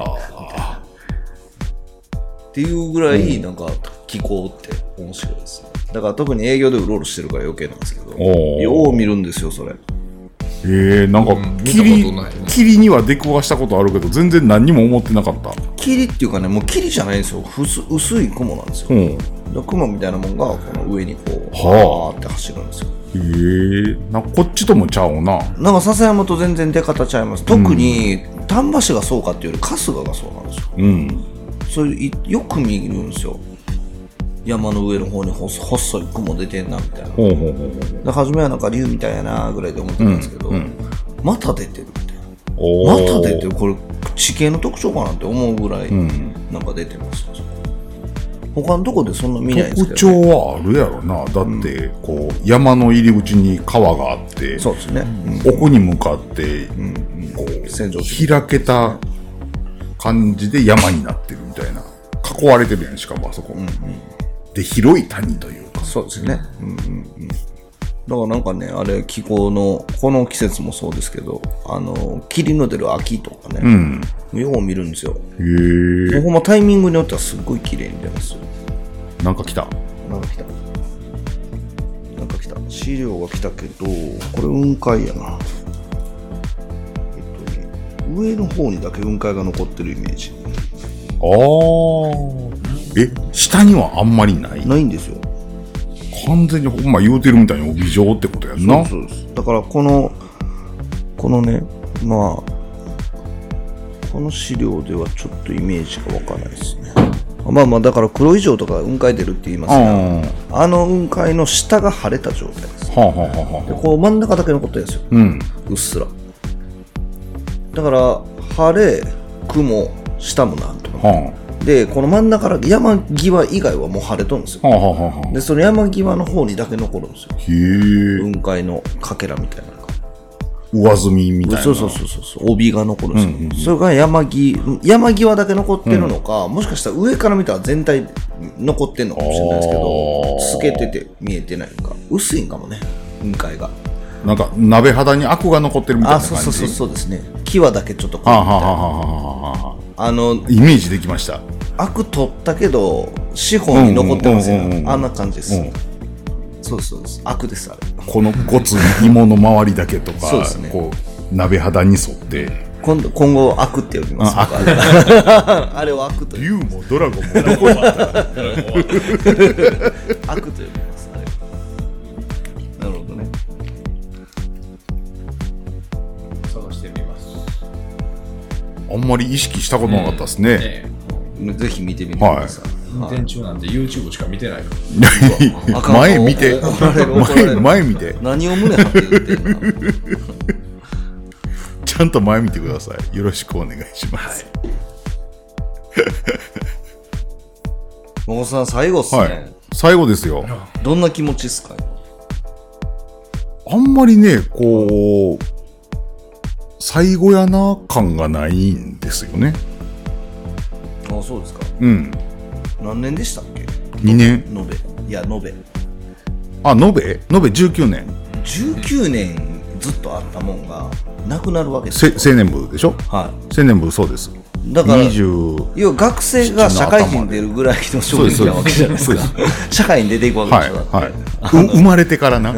っていうぐらい、なんか気候って面白いですね。だから特に営業でうろうろしてるから余計なんですけど、よう見るんですよそれ。 なんか霧には出くわしたことあるけど、全然何にも思ってなかった。 霧っていうかね、もう霧じゃないんですよ。薄い雲なんですよ。雲みたいなもんがこの上にこうはーって走るんですよ。 なんかこっちともちゃうな。 なんか笹山と全然出方ちゃいます。特に丹波市がそうかっていうより春日がそうなんですよ。それよく見るんですよ。山の上の方に細い雲出てんなみたいな。で初めはなんか竜みたいやなぐらいで思ってたんですけど、また出てるみたいな。また出てる、これ地形の特徴かなって思うぐらいなんか出てますよ。他のとこでそんな見ないんですけど、 特徴はあるやろな。だってこう山の入り口に川があって、 そうですね、 奥に向かってこう開けた感じで山になってるみたいな。 囲われてるやん、しかもあそこ。で、広い谷というか。 そうですね。だからなんかね、あれ、気候の、この季節もそうですけど、霧の出る秋とかね、よう見るんですよ。 へえ。 もうほんまタイミングによってはすっごい綺麗に出ますよ。 なんか来た。 なんか来た。資料が来たけど、これ雲海やな。上の方にだけ雲海が残ってるイメージ。 下にはあんまりない。 ないんですよ。 完全にほんま言うてるみたいに帯状ってことやんな。 そうです。だからこのね、まあ、この資料ではちょっとイメージがわからないですね。まあだから黒以上とか雲海出るって言いますが、雲海の下が晴れた状態です。でこう真ん中だけ残ってるんですよ。うっすら。だから晴れ、雲、下もなんとか。でこの真ん中から山際以外はもう晴れとるんですよ。でその山際の方にだけ残るんですよ。雲海のかけらみたいな。 上積みみたいな。 そう帯が残るんですよ。それが山際だけ残ってるのか、もしかしたら上から見たら全体残ってるのかもしれないですけど、透けてて見えてないのか、薄いんかもね、雲海が。 なんか鍋肌にアクが残ってるみたいな感じ。 そうですね。際だけちょっとこうみたいな。 イメージできました。 アク取ったけど四方に残ってますよ。あんな感じです。そうです。アクですあれ。 このごつい芋の周りだけとか、 そうですね、 こう鍋肌に沿って今後アクって呼びます。あれをアクと竜もドラゴンもどこにあったらアクと呼びますあれ。なるほどね。 探してみます。 あんまり意識したことなかったですね。 ぜひ見てみてください。 運転中なんて YouTube しか見てないから。 前見て。前見て。 何を胸張って言ってんの。 ちゃんと前見てください。よろしくお願いします。 もこさん最後っすね。 最後ですよ。 どんな気持ちっすか。 あんまりね、こう最後やな感がないんですよね。 あ、そうですか。何年でしたっけ。 2年。 延べ。延べ 19年。 19年ずっとあったもんがなくなるわけですよ。 青年部でしょ。青年部、そうです。 だから要は学生が社会人出るぐらいの衝撃なわけじゃないですか。社会に出ていくわけでしょ。 生まれてからな。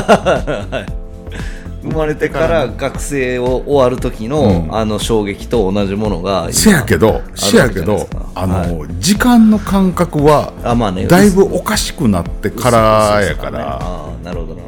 生まれてから学生を終わる時の、衝撃と同じものがせやけど時間の感覚はだいぶおかしくなってからやから。 なるほど。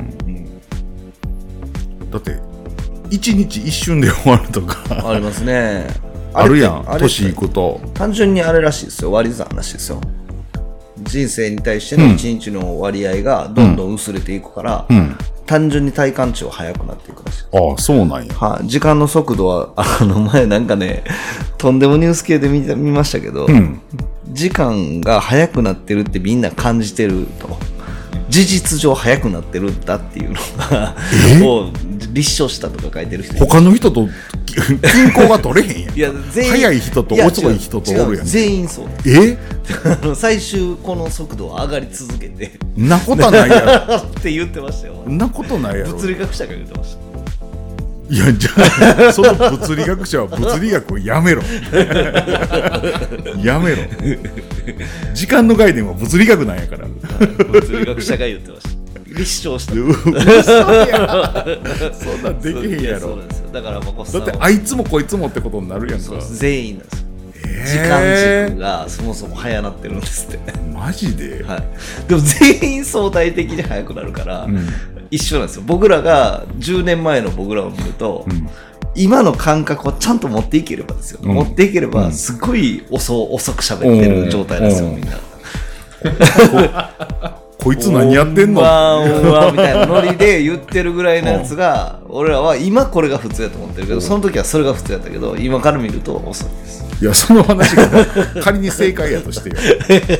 だって一日一瞬で終わるとかありますね。 あるやん。年いくと単純にあれらしいですよ。割り算らしいですよ。人生に対しての一日の割合がどんどん薄れていくから、単純に体感値は速くなっていくらしい。 ああ、そうなんや。 時間の速度は前なんかね、とんでもニュース系で見ましたけど、時間が速くなってるってみんな感じてると。事実上速くなってるんだっていうのがを立証したとか書いてる人。 他の人と均衡が取れへんやん。 いや、 速い人と遅い人とおるやん。 全員そう。最終この速度は上がり続けて。 なことはないやろ。 って言ってましたよ。 なことないやろ。 物理学者が言ってました。 いや、じゃあその物理学者は物理学をやめろ。やめろ。時間の概念は物理学なんやから。 物理学者が言ってました。立証した。 嘘や。そんなんできへんやろ。 そうなんですよ。だからもうだってあいつもこいつもってことになるやんか。 全員なんですよ。時間軸がそもそも早なってるんですって。 マジで。 でも全員相対的に早くなるから、一緒なんですよ。僕らが10年前の僕らを見ると、今の感覚をちゃんと持っていければですよ。持っていければすごい遅く喋ってる状態なんですよ、みんな。 こいつ何やってんのみたいなノリで言ってるぐらいのやつが、俺らは今これが普通やと思ってるけど、その時はそれが普通やったけど、今から見ると遅いです。 いや、その話が仮に正解やとしてよ。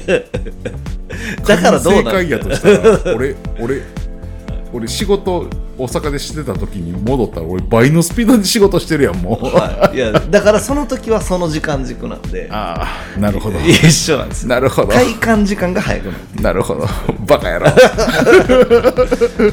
だからどうなの？ 正解やとしたら、俺仕事大阪でしてた時に戻ったら俺倍のスピードで仕事してるやんもう。 はい、いやだからその時はその時間軸なんでああなるほど一緒なんですよ。 なるほど体感時間が早くなるなるほどバカやろそうなんですいや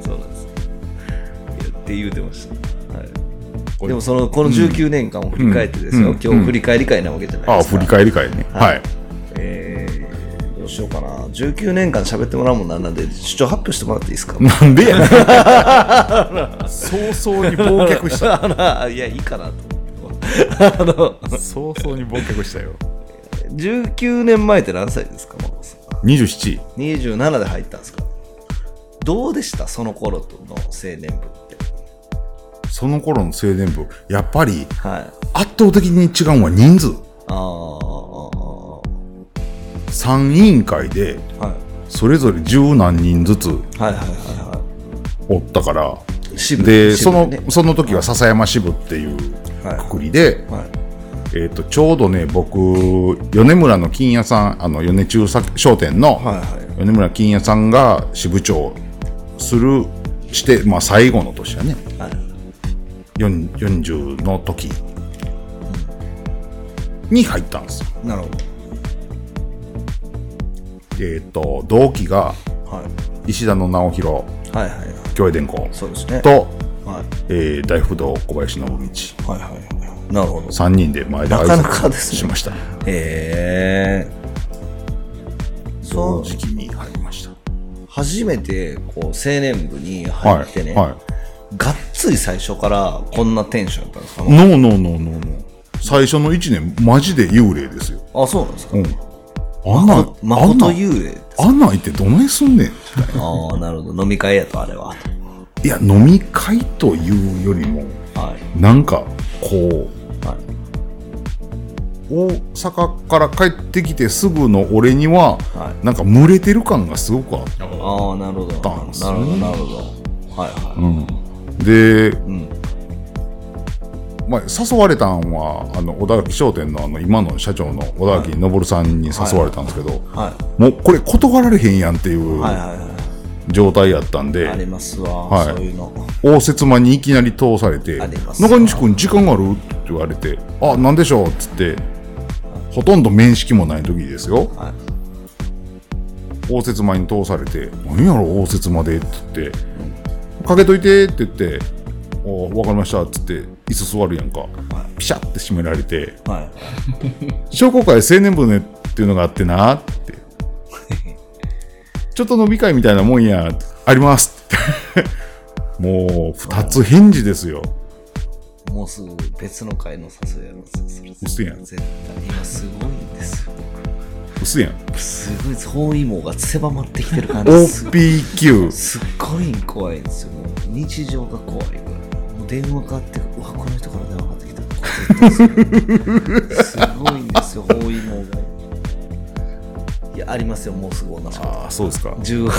って言うてました、はい、でもこの19年間を振り返ってですよ、今日振り返り会なわけじゃないですか。 ああ振り返り会ねはい、 どうしようかな。19年間喋ってもらうもんなんで主張発表してもらっていいですか。 なんでやねん早々に忘却したいやいいかなと思って早々に忘却したよ。 19年前って何歳ですか。 27 27で入ったんですか。どうでしたその頃との青年部って。 その頃の青年部やっぱりはい圧倒的に違うのは人数。3委員会でそれぞれ十何人ずつおったから、でその時は笹山支部っていうくくりで、ちょうどね僕米村の金屋さん米中商店の米村金屋さんが支部長して、まあ、最後の年やね、40の時に入ったんですよ。 なるほど。 同期が石田の直弘、共栄電工と、大不動小林信道、 なるほど。 3人で前で挨拶しました。同時期に入りました。 初めてこう青年部に入ってね、がっつり最初からこんなテンションだったんですか。 ノー最初の1年マジで幽霊ですよ。 あ、そうなんですか。 誠幽霊。 あんなんいってどないすんねん。 ああ、なるほど。飲み会やとあれは。 いや飲み会というよりも、なんかこう、大阪から帰ってきてすぐの俺には、なんか群れてる感がすごくあったんですよ。 なるほど。 で、まあ、誘われたんは小田垣商店の今の社長の小田垣昇さんに誘われたんですけど、もうこれ断られへんやんっていう状態やったんで、 ありますわ、そういうの。 応接間にいきなり通されて、中西君時間があるって言われて、あ、なんでしょうっつって、ほとんど面識もない時ですよ、応接間に通されて、何やろ応接間でって言って、かけといてって言って、分かりましたっつって椅子座るやんか、ピシャって閉められて、商工会青年部ねっていうのがあってなってちょっと飲み会みたいなもんやありますってもう2つ返事ですよ。 もうすぐ別の会の誘いやりますよ。 うっせやん。 絶対今すごいんですよ。 うっせやん。 すごい包囲網が狭まってきてる感じです。 OPQ すっごい怖いんですよ。もう日常が怖いからもう電話かかってうわこの人から電話かかってきたすごいんですよ包囲網が。いやありますよ。もうすぐ同じこと。 ああそうですか。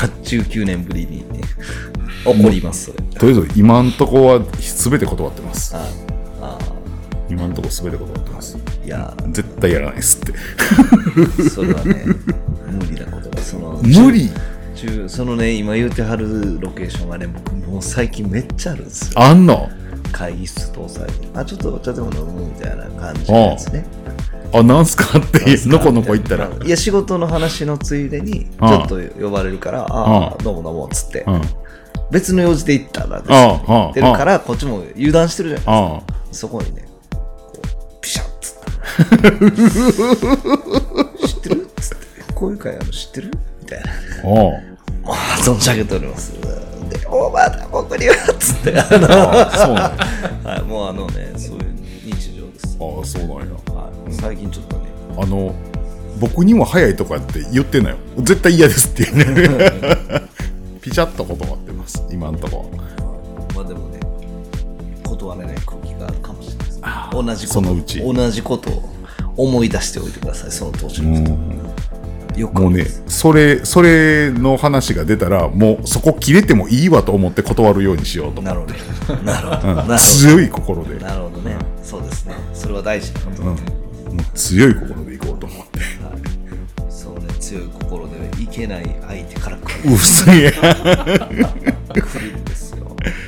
19年ぶりに、ね、起こりますそれ。 とりあえず今んとこは全て断ってます。今んとこ全て断ってます。 いや絶対やらないですってそれはね無理なことだ。 無理。 そのね今言うてはるロケーションがね僕もう最近めっちゃあるんですよ。 あんの？ 会議室搭載ちょっとお茶でも飲むみたいな感じのやつね。 なんすかってのこのこ言ったら、 いや仕事の話のついでにちょっと呼ばれるからどうもどうもっつって、別の用事で行ったらですねってるからこっちも油断してるじゃないですか。そこにねこうピシャッつって知ってるっつってこういう会知ってるみたいな存じ上げております。でオーバーだ僕にはっつってそうなんやもうそういう日常です。 そうなんや。 最近ちょっとね僕にも早いとかって言ってないよ。絶対嫌ですっていうねピチャッと断ってます今んとこ。 まあでもね断れない空気があるかもしれないです。同じことを思い出しておいてください。その当時のよくもうねそれの話が出たらもうそこ切れてもいいわと思って断るようにしようと思って。 なるほど強い心で。 なるほどね、そうですね。それは大事なことで、 強い心でいこうと思って、 そうね。強い心でいけない相手から来るうっせえ来るんですよ。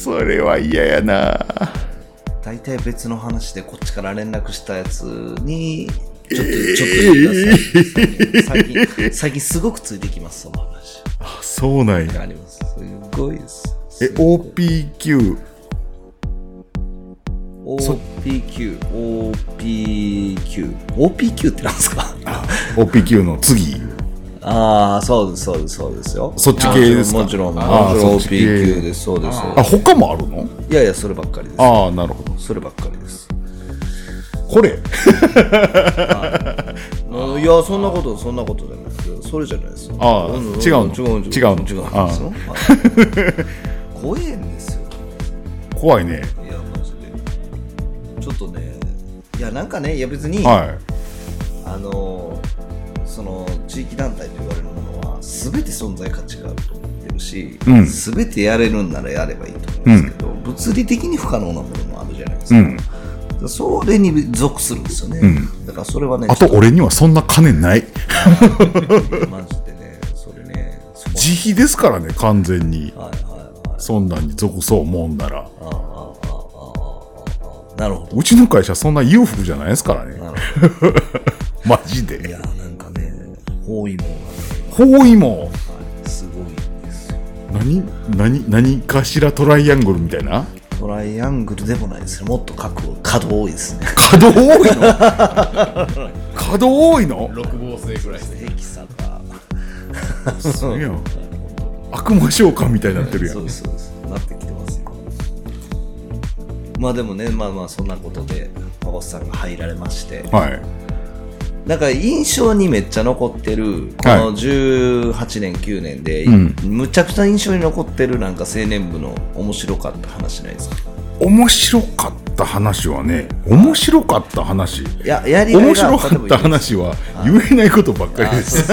それは嫌やな。 大体別の話でこっちから連絡したやつにちょっと言ってください。最近すごくついてきます、その話。 あ、そうなんや。 あります。すごいです。 OPQ OPQ ってなんですか？ OPQ の次。 ああ、そうですよ。 そっち系ですか？ もちろんあーそっち系 OPQ です。そうです。 あ、他もあるの？ いやいや、そればっかりです。 ああ、なるほど。 そればっかりです。 これいや、そんなことじゃないですよ。それじゃないですよ。 ああ、違うの。 違うんですよ。怖いんですよ。 怖いね。 いや、マジで。ちょっとね、いや、なんかね、いや別に、 はその地域団体と言われるものは全て存在価値があると思ってるし、 うん全てやれるんならやればいいと思うんですけど、物理的に不可能なものもあるじゃないですい。 か。それに属するんですよね。だからそれはね、 あと俺にはそんな金ない。 マジでね、それね、 自費ですからね、完全に。 はい。 そんなんに属そうもんなら。 なるほど。 うちの会社そんな裕福じゃないですからね。 なるほど。 マジいで。 や、なんかね、包囲網包囲網。 がすごいんですよ。 何かしらトライアングルみたいな。 トライアングルでもないですね。もっと角多いですね。 角多いの？角多いの 6号星ぐらいでヘキサが。 そうやん。悪魔召喚みたいになってるやん。 そうです。なってきてますよ。まあでもね、まあそんなことで、パパさんが入られまして。 はい。 なんか印象にめっちゃ残ってる、この18年、9年で、むちゃくちゃ印象に残ってるなんか青年部の面白かった話ないですか？ 面白かった話はね、面白かった話。 いや、やりがい面があ白かった話は言えないことばっかりです。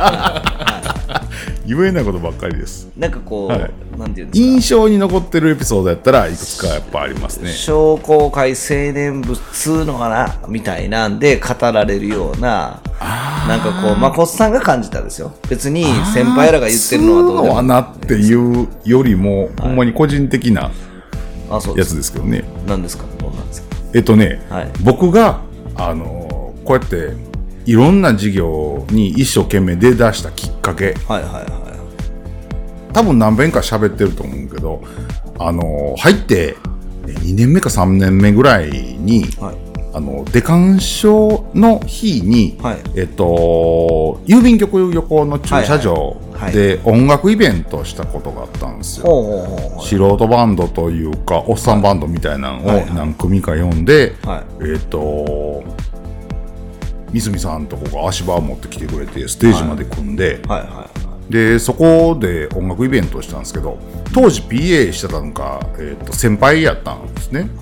言えないことばっかりです。 なんかこう、 はいなんていうんですか、 印象に残ってるエピソードやったらいくつかやっぱありますね。 商工会青年部っつうのかなみたいなんで語られるような、なんかこう、まこっさんが感じたんですよ。別に先輩らが言ってるのはどうでも普通のはなっていうよりも、ほんまに個人的なやそうです。 つですけどね。 何ですか？どうなんですか？はい僕がこうやっていろんな事業に一生懸命出だしたきっかけ、 はい多分何遍か喋ってると思うけど、入って2年目か3年目ぐらいに、デカン賞の日に、 はい郵便局横の駐車場はいで音楽イベントをしたことがあったんですよ。 ほう素人バンドというかおっさんバンドみたいなのを何組か呼んで、みすみさんとこが足場を持ってきてくれてステージまで組んで、でそこで音楽イベントをしたんですけど、当時 PA してたのが、先輩やったんですね。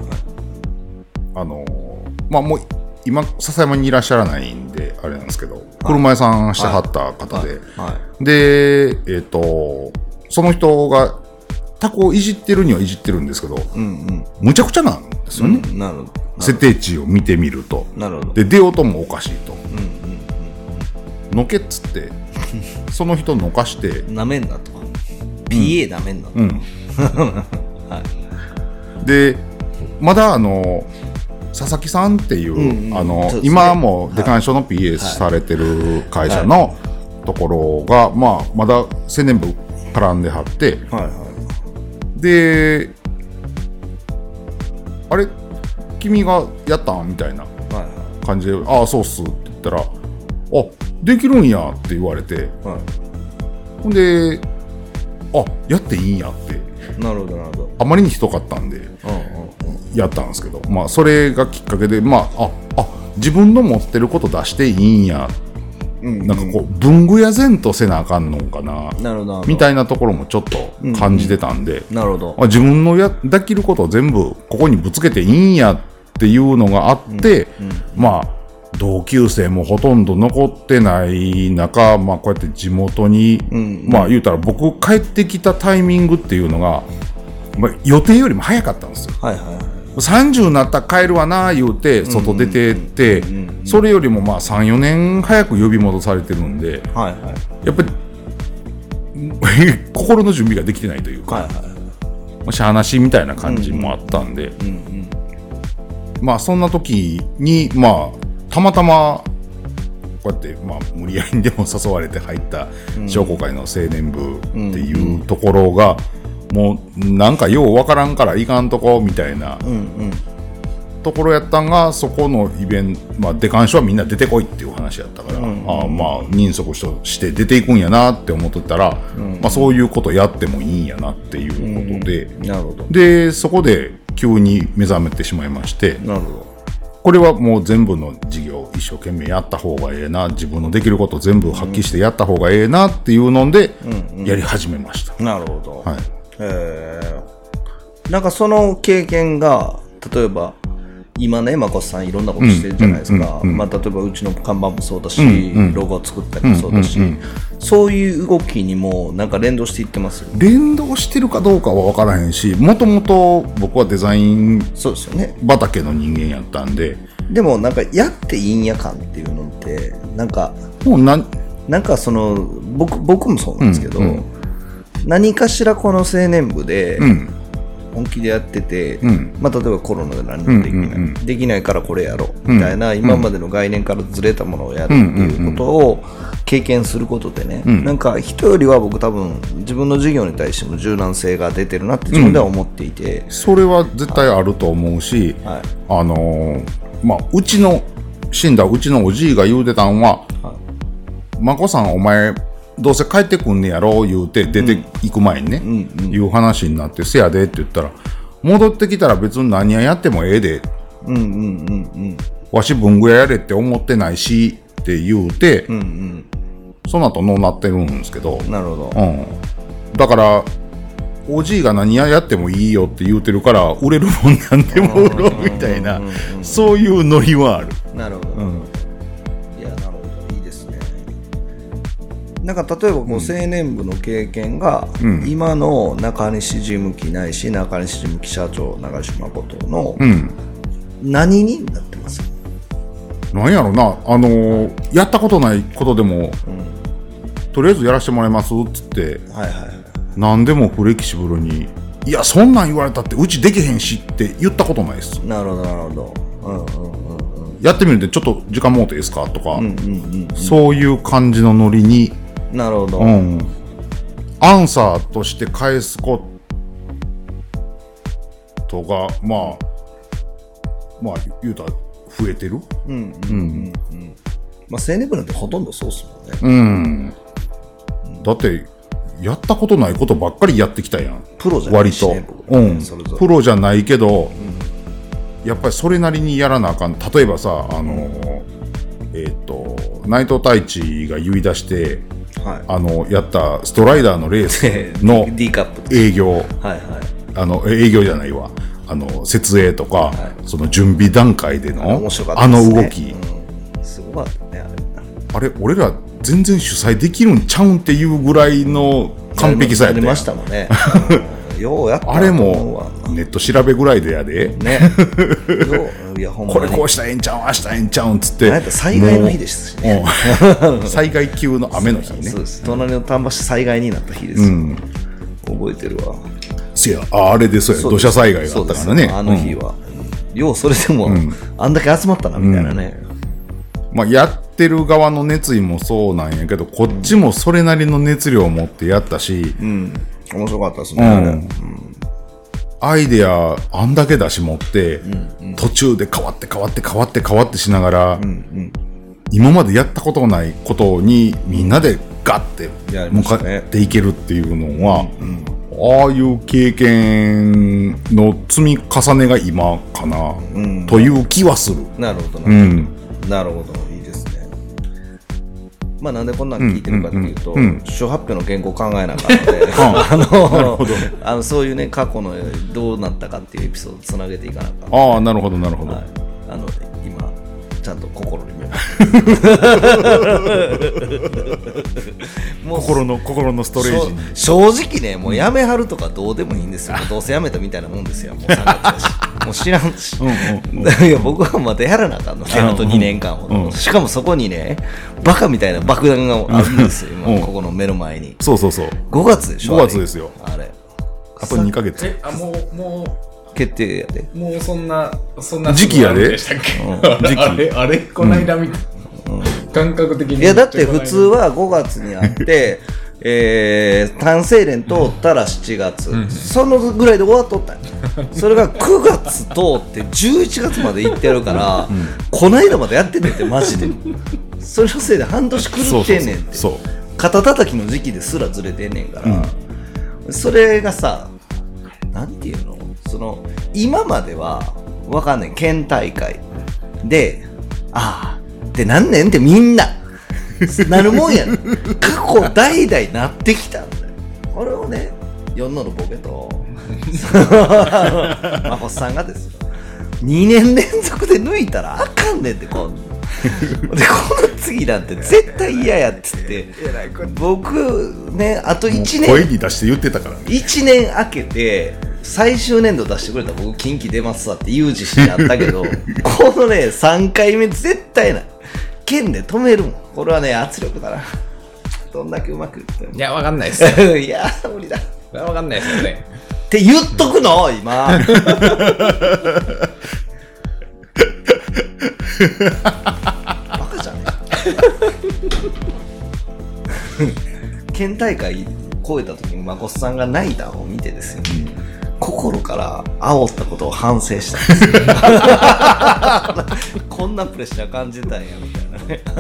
まあもう今笹山にいらっしゃらないんであれなんですけど、車屋さんしてはった方で、でその人がタコをいじってるにはいじってるんですけど、むちゃくちゃなんですよね、 なるほど。 設定値を見てみると。 なるほど。 で出ようともおかしいと、のけっつってその人のかしてなめんなと。PA なめんなと。 でまだ佐々木さんっていう、 そうですね今もデカン賞の PA されてる会社のところが、まあ、まだ青年部絡んではって、であれ君がやったんみたいな感じで、ああそうっすって言ったら、あできるんやって言われて、ほんでやっていいんやって、 なるほどなるほど。 あまりにひどかったんで、やったんですけど、まあそれがきっかけで、まあ自分の持ってること出していいんや、なんかこう文具屋前とせなあかんのかな、みたいなところもちょっと感じてたんで、 なるほど。 自分のできることを全部ここにぶつけていいんやっていうのがあって、まあ同級生もほとんど残ってない中、まあこうやって地元に、まあ言うたら僕帰ってきたタイミングっていうのが、まあ、予定よりも早かったんですよ。30になったら帰るわな言うて外出てって、それよりもまあ 3,4 年早く呼び戻されてるんで、やっぱり心の準備ができてないというか、 しゃあなしみたいな感じもあったんで、まあそんな時にまあたまたまこうやってまあ無理やりにでも誘われて入った商工会の青年部っていうところがもうなんかようわからんからいかんとこみたいなところやったんが、そこのイベント、まあデカンシはみんな出てこいっていう話やったから、まあ人足として出ていくんやなって思ってたら、まあそういうことやってもいいんやなっていうことで、 なるほど。 でそこで急に目覚めてしまいまして、 なるほど。 これはもう全部の事業一生懸命やった方がええな、自分のできること全部発揮してやった方がええなっていうのでやり始めました。 なるほど。 はい。 なんかその経験が例えば今ね、まこさんいろんなことしてるじゃないですか。まあ、例えばうちの看板もそうだし、ロゴを作ったりもそうだし、そういう動きにもなんか連動していってますよね。 連動してるかどうかは分からへんし、もともと僕はデザインそうですよね。 畑の人間やったんで、 でもなんかやっていいんや感っていうのってなんかもうなんかその僕もそうなんですけど、何かしらこの青年部で、本気でやってて、まあ、例えばコロナで何もできない、できないからこれやろうみたいな、今までの概念からずれたものをやるっていうことを経験することでね、なんか人よりは僕多分自分の事業に対しても柔軟性が出てるなって自分では思っていて、 それは絶対あると思うし、まあうちの死んだうちのおじいが言うてたんは、まこさんお前どうせ帰ってくんねやろ言うて出ていく前にね、いう話になって、せやでって言ったら、戻ってきたら別に何やってもええで、わし文具屋やれって思ってないしって言うて、その後のうなってるんですけど、 なるほど、 だからおじいが何やってもいいよって言うてるから売れるもんなんでも売ろうみたいな、そういうノリはある。 なるほど、いやなるほど、いいですね。なんか例えばこう青年部の経験が、今の中西事務機ないし中西事務機社長長嶋誠の何になってます？ なんやろな、やったことないことでも、とりあえずやらせてもらいますっつって、何でもフレキシブルに、いやそんなん言われたってうちできへんしって言ったことないです。 なるほどなるほど、 やってみるんでちょっと時間もうていいですかとか、そういう感じのノリに、 なるほど、 アンサーとして返すことがまあ言うたら増えてる。 まあ青年部なんてほとんどそうっすもんね。 だってやったことないことばっかりやってきたやん。 プロじゃないしね、 割と、プロじゃないけど、やっぱりそれなりにやらなあかん。例えばさ、内藤太一が言い出して、やったストライダーのレースの D カップ営業、営業じゃないわ、設営とか、その準備段階での動き、 すごかったねあれ俺ら全然主催できるんちゃうんっていうぐらいの完璧さやったやん。 やりましたもんね。ようやったあれもネット調べぐらいでやで、 ね、いやほんまにこれこうしたらええんちゃうんあしたらええんちゃうんっつって、 災害の日でしたしね。 災害級の雨の日ね。 そうです。隣の丹波市災害になった日ですよ、覚えてるわ。 せや、あれでそうや、土砂災害があったからね、 あの日は、ようそれでも、あんだけ集まったなみたいなね。 まあやってる側の熱意もそうなんやけど、こっちもそれなりの熱量を持ってやったし、 面白かったですね、 アイデアあんだけ出し持って、途中で変わってしながら、今までやったことないことにみんなでガッて向かっていけるっていうのは、ああいう経験の積み重ねが今かな、という気はする。 なるほどなるほど、いいですね。まあなんでこんなん聞いてるかっていうと、書発表の原稿考えなかったので、そういうね過去のどうなったかっていうエピソードつなげていかなかった。 ああ、なるほどなるほど。 今ちゃんと心にメモ心のストレージに。 正直ね、もうやめはるとかどうでもいいんですよ。どうせやめたみたいなもんですよ。もう3月だしもう知らんし、いや僕はまたやらなあかんので、あと2年間ほど、しかもそこにねバカみたいな爆弾があるんですよ、今ここの目の前に。 そう 5月でしょ。 5月ですよ。 あれあと2ヶ月。 も決定やで。 うそんな時期やでしたっけ、 時期あれこないだみたいな、感覚的に。 いやだって普通は5月にあって単成連通ったら7月、そのぐらいで終わっとったんよ。それが9月通って11月まで行ってるから、こないだまでやっててってマジでそれのせいで半年狂ってんねんって。 そう肩叩きの時期ですらずれてんねんから、それがさ、なんていうの、その今まではわかんない県大会でああってなんねんってみんななるもんやねん。過去代々なってきたんだよ。これをね、四野のボケとまこさんがですよ、2年連続で抜いたらあかんねんってこんで、この次なんて絶対嫌やって言って僕ね、あと1年声に出して言ってたからね。 1年空けて最終年度出してくれたら僕近畿出ますわって言う自信あったけどこのね3回目絶対ない県で止めるもん。これはね圧力だな。どんだけうまく言ってもいやわかんないっすいや無理だわかんないっすよねって言っとくの今バカじゃね県大会超えた時にまこさんが泣いたのを見てですよ、心から煽ったことを反省したんですよこんなプレッシャー感じたんやみたいなね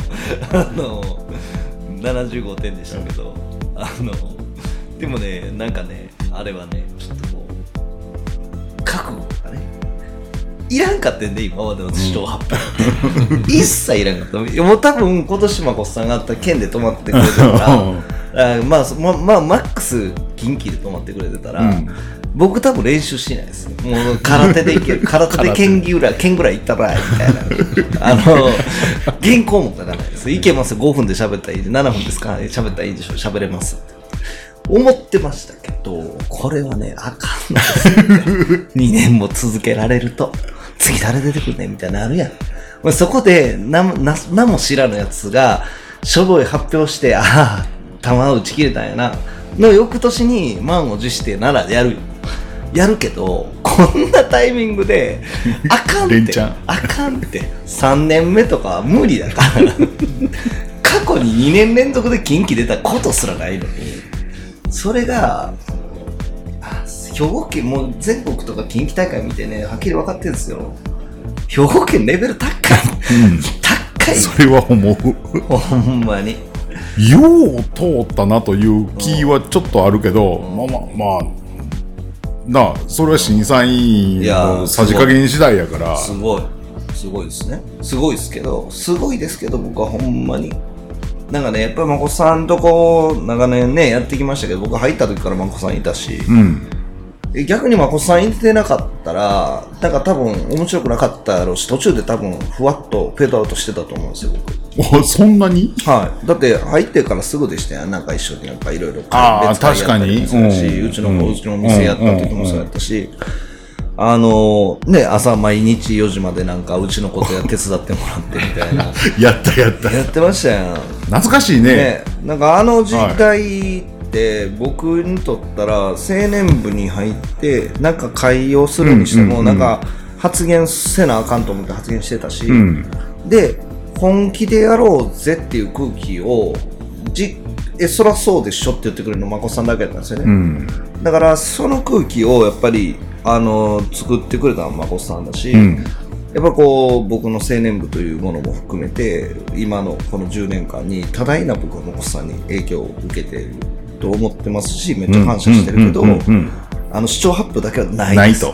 75点でしたけどでもね、なんかね、あれはね、ちょっとこう覚悟がねいらんかってんで、今までの視聴発表一切いらんかった。もう多分今年まこさんがあった県で泊まってくれてたらまあマックス近畿で泊まってくれてたら、僕多分練習しないです。もう空手でいける。空手で県ぐらい行ったらみたいな原稿も書かないです。いけます。5分で喋ったらいいで、7分ですか喋ったらいいでしょ、喋れます思ってましたけど、これはねあかんのですよ、ね、2年も続けられると次誰出てくるねみたいなのあるやん。そこで何も知らぬやつがしょぼい発表して、ああ球を打ち切れたんやなの翌年に満を持してならやるけど、こんなタイミングであかんってあかんって3年目とかは無理だから過去に2年連続で近畿出たことすらないのに、それが兵庫県、もう全国とか近畿大会見てね、はっきり分かってるんですよ。兵庫県レベル高い、高い。 それは思う。 ほんまによう通ったなという気はちょっとあるけど、まあなあ、それは審査員のさじ加減次第やから。 すごいですね。すごいですけど、僕はほんまになんかね、やっぱりまこさんとこう長年ねやってきましたけど、僕入った時からまこさんいたし、逆にまこさんいてなかったらなんか多分面白くなかったやろうし、途中で多分ふわっとフェードアウトしてたと思うんですよ僕。 そんなに？ はい。だって入ってからすぐでしたよ。なんか一緒になんかいろいろ確かに、 うちの店やった時もそうやったし、ね、朝毎日4時までなんかうちのことや手伝ってもらってみたいなやったやってましたやん。 懐かしい ね。 なんか時代って僕にとったら青年部に入ってなんか会をするにしてもなんか発言せなあかんと思って発言してたし、で本気でやろうぜっていう空気をそらそうでしょって言ってくれるのまこさんだけだったんですよね、だからその空気をやっぱり作ってくれたのはまこさんだし、やっぱこう僕の青年部というものも含めて今のこの10年間に多大な僕はまこさんに影響を受けていると思ってますし、めっちゃ感謝してるけど、視聴発表だけはないです。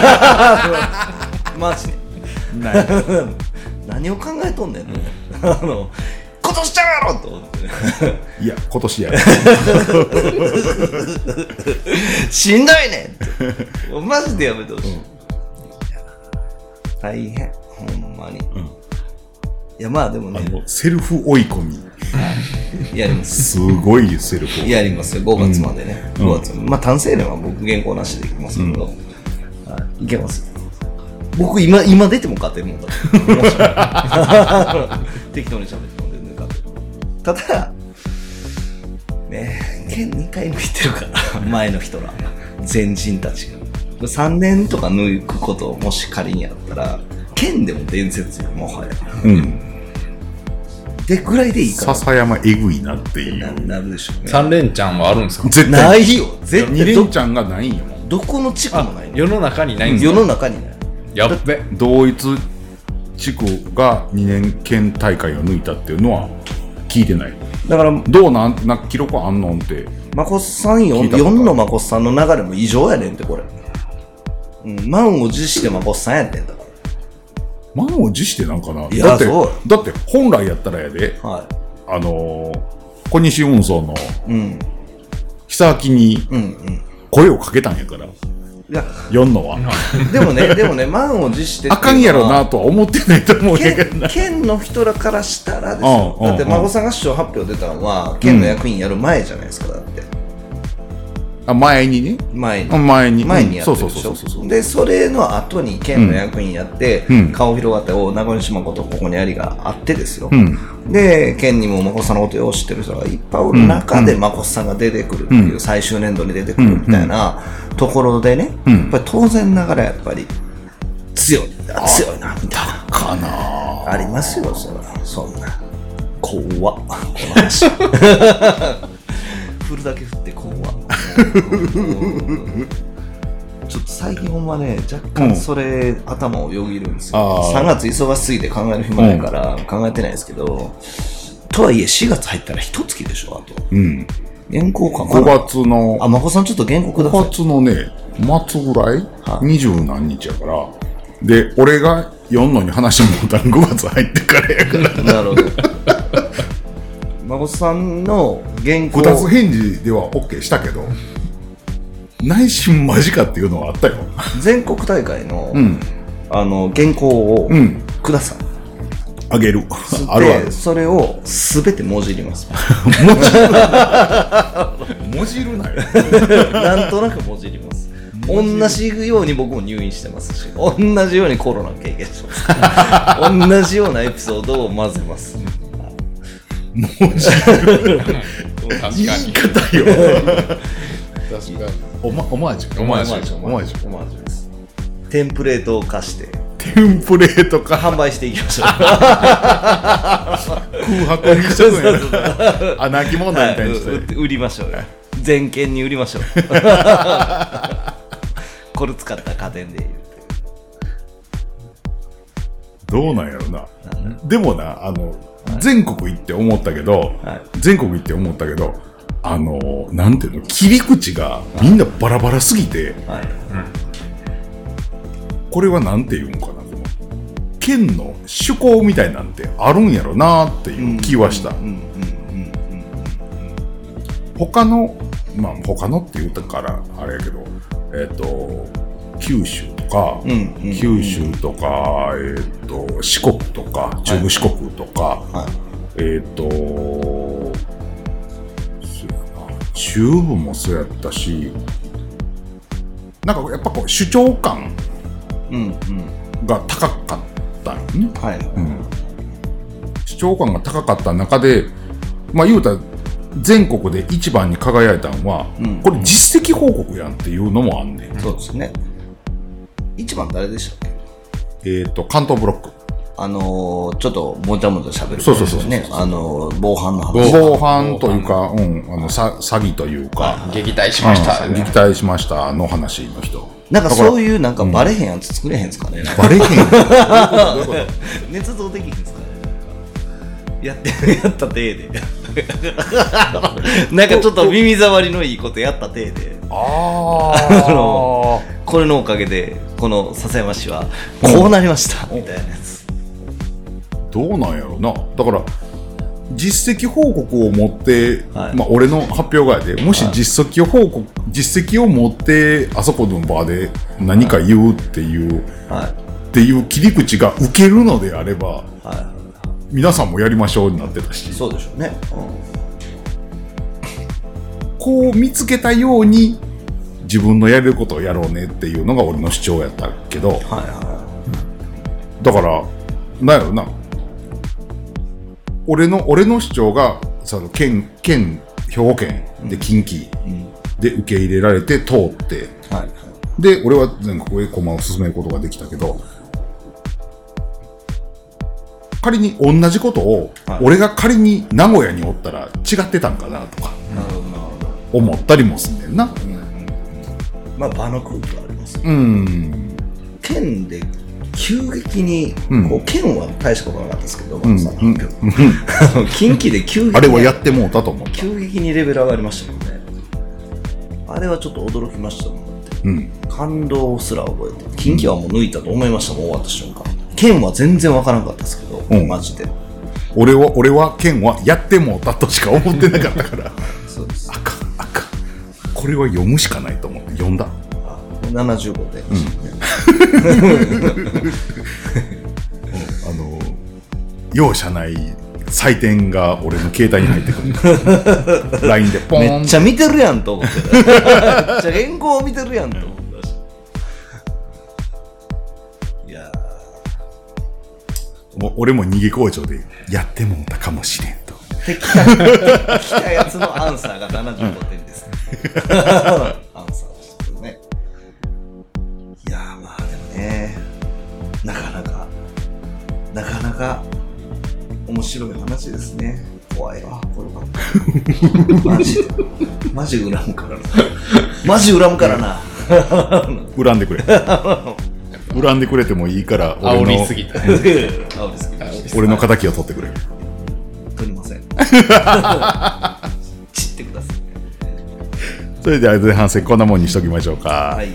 マジでない何を考えとんねん今年ちゃうやろと思っていや今年やしんどいねんってマジでやめてほしい、大変ほんまに、いやまあでもねセルフ追い込みやりますすごいセルフやりますよ5月までね、5月まあ単成年は僕原稿なしでいきますけど、いけますよ僕今出ても勝てるもんだって適当に喋っても全然勝てる。ただね県2回抜いてるから前の人ら前人たちが。3年とか抜くことをもし仮にやったら、剣でも伝説よ、もはや。 うん。 でぐらいでいいから。 笹山えぐいなっていう。 なるでしょうね。 3連チャンはあるんですか？ 絶対ないよ。絶 2 対連チャンがないんよ。 どこの地区もないの。 世の中にないんですか？ 世の中にない。 やっべ。 同一地区が2年県大会を抜いたっていうのは聞いてない。 だから、 どうなん記録あんのんって。 マコスさん聞いたことある 4のマコスさんの流れも異常やねんって、これ。うん、満を持してマコスさんやってんだから。 満を持してなんかな。 いやだってそう本来やったらやで、 は小西運送のい。うん。 久明にうんうん。 声をかけたんやから、 いや、 4のは。 でもね、満を持してっていうのはあかんやろなとは思ってないと思うんやけどな。 県の人らからしたらですよ。だって孫さんが市長発表出たのは県の役員やる前じゃないですか。だってあ、前にね。 前にやってるでしょ。でそれの後に県の役員やって、顔広がって名古屋島ことここにありがあってですよ。で県にも孫さんのことを知ってる人がいっぱいおる中で孫さんが出てくるっていう、最終年度に出てくるみたいなところでね、やっぱり当然ながらやっぱり強いなみたいなかなありますよ。そんな怖っこの話振るだけ振って怖っちょっと最近ほんまね若干それ、頭をよぎるんですよ。3月忙しすぎて考える暇ないから考えてないですけど、とはいえ4月入ったら1月でしょ。あと原稿書かない。 5月のあ、まこさんちょっと原稿ください。 5月のね末ぐらい、20何日やから。で俺が4のに話もうたん5月入ってからやからなるほど。まこさんの原稿 2つ返事では OK したけど、内心マジかっていうのがあったよ。 全国大会の、原稿をください。 あげる。あるある。 それをすべてもじります。 もじるなよ。 なんとなくもじります。同じように僕も入院してますし、同じようにコロナ経験してます。同じようなエピソードを混ぜます。 もじる。言い方よ。 確かに。 オマージュです。テンプレートを貸してテンプレートか販売していきましょう。 空白にしとくんやな。あ、泣き問題みたいにして、 売りましょうよ。全県に売りましょう。これ使った家電で言う。 どうなんやろな。でもな、全国行って思ったけど、なんていうの、切り口がみんなバラバラすぎて、これはなんていうんかな、県の趣向みたいなんてあるんやろなっていう気はした。他のって言ったからあれやけど、九州とか、四国とか、中部四国とか、中部もそうやったし、なんかやっぱこう主張感が高かったよね。主張感が高かった中で、まあ言うたら全国で一番に輝いたのは、これ実績報告やんっていうのもあんねん。 そうですね。一番誰でしたっけ？ 関東ブロック。 ちょっともちゃもちゃ喋る。 そう防犯の話。 防犯というか、詐欺というか、 撃退しました。 撃退しましたの話の人。 なんかそういうなんかバレへんやつ作れへんですかね。 バレへん。 捏造できへんですかね。やった体で。なんかちょっと耳障りのいいことやった体で。これのおかげでこの笹山市はこうなりましたみたいなやつ。 どうなんやろな。だから実績報告を持って、俺の発表がやで、もし実績を持ってあそこの場で何か言うっていう、っていう切り口が受けるのであれば、皆さんもやりましょうになってたし、 そうでしょうね。 こう見つけたように自分のやれることをやろうねっていうのが俺の主張やったけど、だからなんやろな、俺の主張がその県兵庫県で近畿で受け入れられて通って、 はい。 で俺は全国へ駒を進めることができたけど、仮に同じことを、俺が仮に名古屋におったら違ってたんかなとか思ったりもすんねんな。 まあ場の空気はあります。県で急激に、こう県は大したことなかったですけど、近畿で急激にあれはやってもうたと思った。 急激にレベル上がりましたもんね。あれはちょっと驚きましたもん。感動すら覚えて、近畿はもう抜いたと思いましたもん、終わった瞬間。県は全然わからなかったですけど、マジで。俺は県はやってもうたとしか思ってなかったから。 そうです。 あかん。これは読むしかないと思って読んだ。 75で。 容赦ない採点が俺の携帯に入ってくる。LINE でポーン。 めっちゃ見てるやんと思って。めっちゃ原稿を見てるやんと思って。 俺も逃げ工場でやってもうたかもしれんと。 来たやつのアンサーが75点ですね。アンサーでしたけどね。いやーまあでもね、なかなか面白い話ですね。怖いわ、これは。マジ恨むからな。マジ恨むからな。 恨んでくれ。恨んでくれてもいいから煽りすぎた。 俺の敵を取ってくれ。 取りません。散ってください。 それでは前半戦こんなもんにしときましょうか。はい。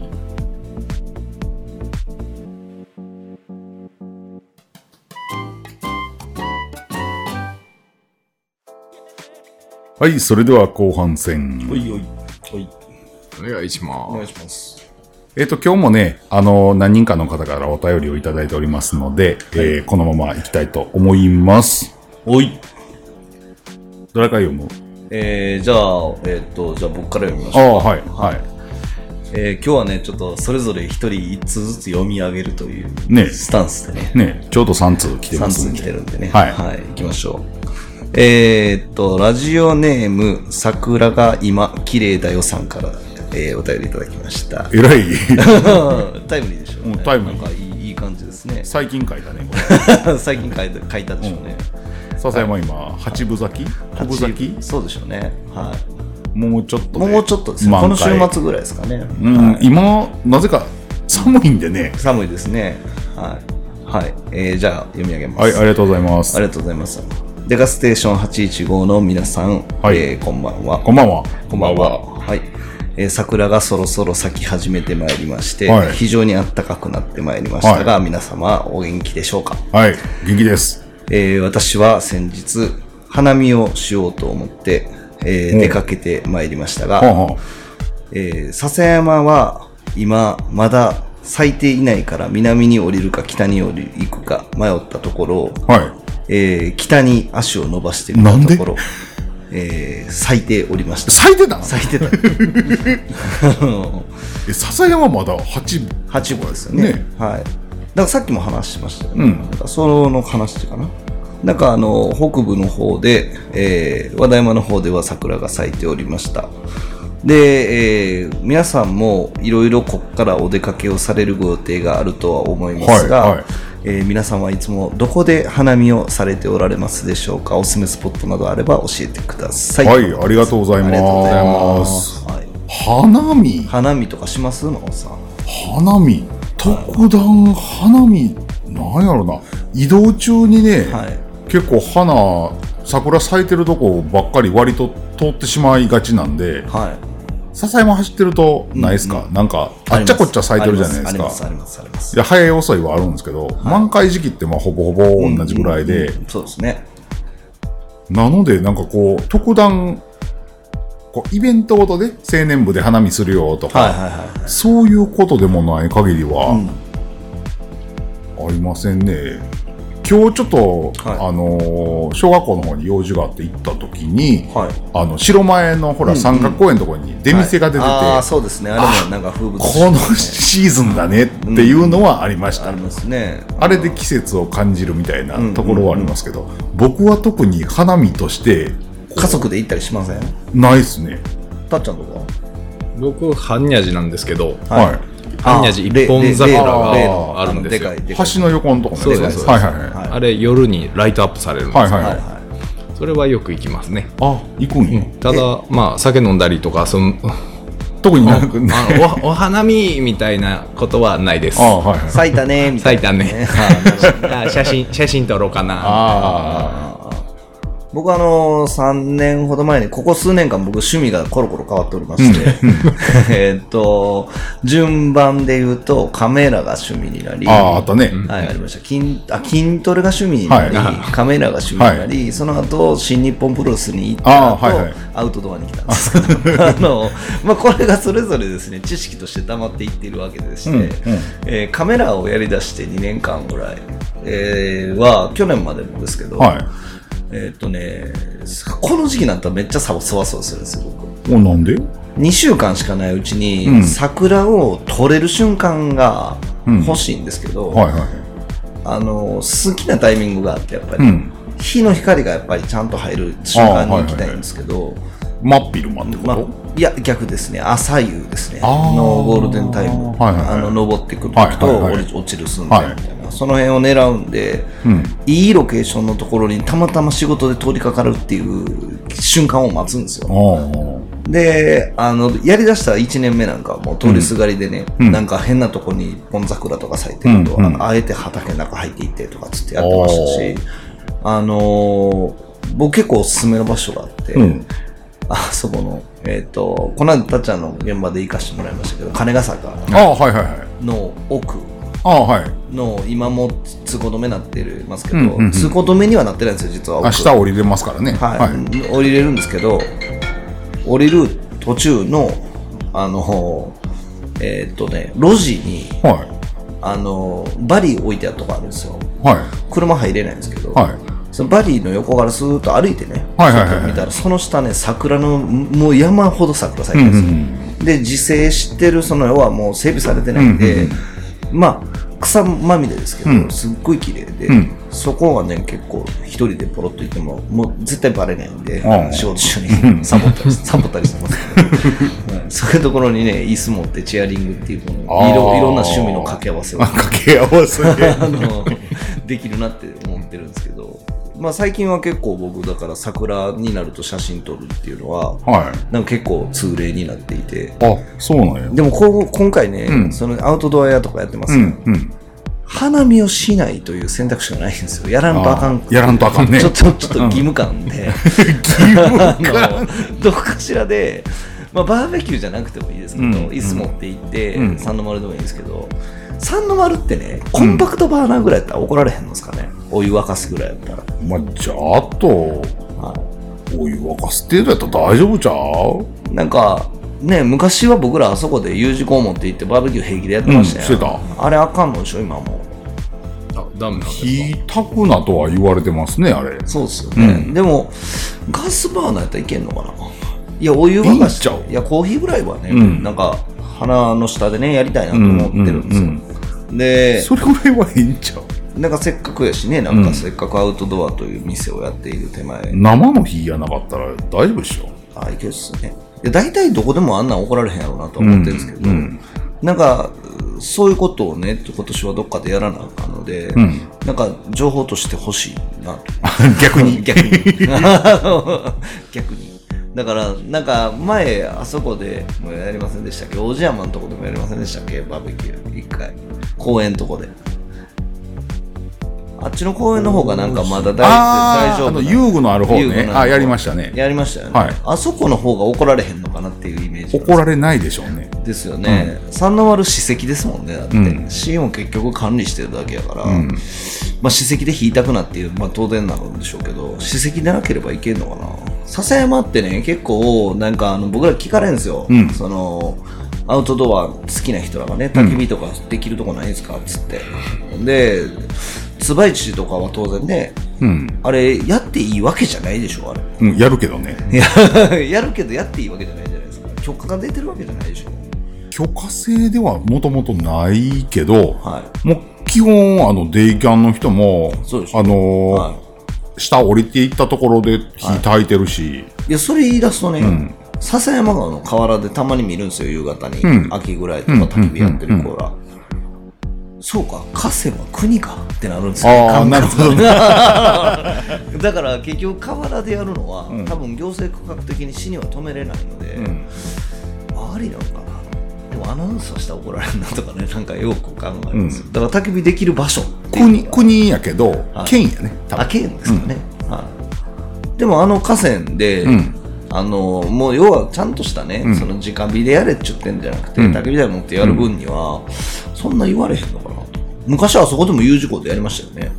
はい、それでは後半戦。 お願いします。 お願いします。 今日もね、何人かの方からお便りをいただいておりますので、このまま行きたいと思います。 おい。 どれから読む？ じゃあ僕から読みましょうか。 はい。 今日はね、ちょっとそれぞれ一人一通ずつ読み上げるというスタンスでね。 ちょうど3通来てますんで。3通来てるんでね。 はい。 行きましょう。ラジオネーム、桜が今、綺麗だよさんから、お便りいただきました。 えらい。 タイムリーでしょうね。 タイムリー。 なんかいい感じですね。 最近書いたね、 これ。最近書いたでしょうね。 笹山今、8分咲き？ 9分咲き？ そうでしょうね。はい。 もうちょっとですね。この週末ぐらいですかね。 今、なぜか寒いんでね。 寒いですね。はい。じゃあ、読み上げます。 はい、ありがとうございます。 ありがとうございます。デカステーション815の皆さん、こんばんは。 こんばんは。 はい。桜がそろそろ咲き始めてまいりまして、非常に暖かくなってまいりましたが、皆様お元気でしょうか？ はい、元気です。 私は先日、花見をしようと思って、出かけてまいりましたが、笹山は今まだ咲いていないから南に降りるか北に降り行くか迷ったところ、北に足を伸ばしてみたところ、咲いておりました。 咲いてた咲いてた。 笹山まだ8 分ですよね。はい。だからさっきも話しましたよね。その話かな。なんか北部の方で、和田山の方では桜が咲いておりました。で、皆さんもいろいろここからお出かけをされるご予定があるとは思いますが、皆さんはいつもどこで花見をされておられますでしょうか？おすすめスポットなどあれば教えてください。 はい、ありがとうございます。花見とかします？真央さん。花見、特段花見、なんやろな、移動中にね、結構桜咲いてるとこばっかり割と通ってしまいがちなんで、笹山走ってるとないですか？なんかあっちゃこっちゃ咲いてるじゃないですか。 あります。 いや、早い遅いはあるんですけど、満開時期ってまあほぼほぼ同じぐらいで、 そうですね。 なのでなんかこう特段こうイベントごとで青年部で花見するよとか、そういうことでもない限りはありませんね。今日ちょっと、小学校の方に用事があって行った時に、白前のほら三角公園のところに出店が出てて、 そうですね。あれもなんか風物詩、 このシーズンだねっていうのはありました。 ありますね。 あれで季節を感じるみたいなところはありますけど、僕は特に花見として家族で行ったりしません？ ないですね。 たっちゃんとか僕般若寺なんですけど、 はい。 般若寺一本桜があるんですよ。 でかい橋の横のとこね。 そうですそうですはいはいはい。 あれ夜にライトアップされるんですよ。 はいはいはい。 それはよく行きますね。 あ、行くんや。 ただまあ酒飲んだりとか特になくお花見みたいなことはないです。 はいはい。 咲いたねみたいな。 咲いたね。写真撮ろうかな。 僕3年ほど前に、ここ数年間僕趣味がコロコロ変わっておりまして順番で言うとカメラが趣味になり、 あったね。 はい、ありました。筋トレが趣味になり、カメラが趣味になり、その後新日本プロレスに行った後、アウトドアに来たんですけどまあこれがそれぞれですね、知識として溜まっていっているわけでして、カメラをやりだして2年間ぐらい、は去年までもですけど、この時期になったらめっちゃそわそわするんですよ、僕。 なんで 2週間しかないうちに、桜を撮れる瞬間が欲しいんですけど、好きなタイミングがあって、やっぱり、日の光がやっぱりちゃんと入る瞬間に行きたいんですけど、 真っ昼間ってこと？ いや、逆ですね。朝夕ですね。のゴールデンタイム。登ってくるときと落ちる寸前みたいな。その辺を狙うんで、いいロケーションのところにたまたま仕事で通りかかるっていう瞬間を待つんですよ。で、やりだした1年目なんかもう通りすがりでね、なんか変なとこに本桜とか咲いてると、あえて畑の中入っていってとかつってやってましたし、僕結構おすすめの場所があって、あそこの、この間たっちゃんの現場で行かしてもらいましたけど、金ヶ坂の奥の、今も通行止めになってますけど、通行止めにはなってないんですよ、実は。 明日降りれますからね。 降りれるんですけど、降りる途中の、路地に、バリ置いてあるとこあるんですよ。車入れないんですけど、そのバリーの横からスーッと歩いてね、見たらその下ね、桜のもう山ほど桜咲いてるんですよ。で、自生してるその絵はもう整備されてないんで、まあ草まみれですけど、すっごい綺麗で、そこはね、結構一人でポロッと行ってももう絶対バレないんで、仕事中にサボったりしてますけど、そういうところにね、椅子持ってチェアリングっていうのいろんな趣味の掛け合わせをできるなって思ってるんですけど、まあ最近は結構僕だから桜になると写真撮るっていうのは、なんか結構通例になっていて、 そうなんや。 でも今回ね、そのアウトドア屋とかやってますけど、花見をしないという選択肢がないんですよ。やらんとあかん。 やらんとあかんね。 ちょっと義務感でどっかしらで、まあバーベキューじゃなくてもいいですけど、椅子持って行って三の丸でもいいですけど、三の丸ってね、コンパクトバーナーぐらいやったら怒られへんのですかね。お湯沸かすぐらいやったら。 まあ、じゃあと、お湯沸かす程度やったら大丈夫ちゃう？ なんか、ね、昔は僕らあそこで U 字工持って行ってバーベキュー平気でやってましたよ。 してた。 あれあかんのでしょ、今も。 ダメなんですか？ 火たくなとは言われてますね、あれ。 そうですよね。でも、ガスバーナーやったらいけんのかな？いや、お湯沸かしちゃう。いや、コーヒーぐらいはね、なんか、鼻の下でね、やりたいなと思ってるんですよ。で、 それぐらいはいいんちゃう？ なんかせっかくやしね、なんかせっかくアウトドアという店をやっている手前。 生の火やなかったら大丈夫でしょ？ いけるっすね。大体どこでもあんなん怒られへんやろうなと思ってるんですけど、なんか、そういうことをね、今年はどっかでやらなあかんので、なんか情報として欲しいなと。 逆に逆に。だから、なんか前、あそこでもやりませんでしたっけ？王子山のとこでもやりませんでしたっけ？バーベキュー。一回。公園のとこで。あっちの公園の方がなんかまだ大丈夫な。 遊具のある方ね。やりましたね。 やりましたよね。あそこの方が怒られへんのかなっていうイメージ。 怒られないでしょうね。 ですよね。三の丸史跡ですもんね。だって。市も結局管理してるだけやから。まあ史跡で引いたくなっていう、まあ当然なのでしょうけど、史跡でなければいけんのかな。笹山ってね、結構、なんか僕ら聞かれるんですよ。その、アウトドア好きな人らがね、焚き火とかできるとこないですかっつって。で、椿市とかは当然ね、あれやっていいわけじゃないでしょ、あれ。 やるけどね。 やるけどやっていいわけじゃないじゃないですか。許可が出てるわけじゃないでしょ。 許可制ではもともとないけど、もう基本デイキャンの人も下降りていったところで火焚いてるし。 いや、それ言い出すとね、 笹山川の河原でたまに見るんですよ、夕方に。秋ぐらいとか焚き火やってる子ら。そうか、河川は国かってなるんですよ。 ああ、なるほどね。 だから結局河原でやるのは、多分行政区画的に市には止めれないので、ありなのかな。でもアナウンスはしたら怒られるなとかね、なんかよく考えるんですよ。だから焚き火できる場所っていうのが国やけど、県やね。多分県ですかね。でも河川で、もう要はちゃんとしたね、その直火でやれって言ってんじゃなくて、焚き火台持ってやる分には、そんな言われへんのかなと。昔はそこでも U 字工でやりましたよね。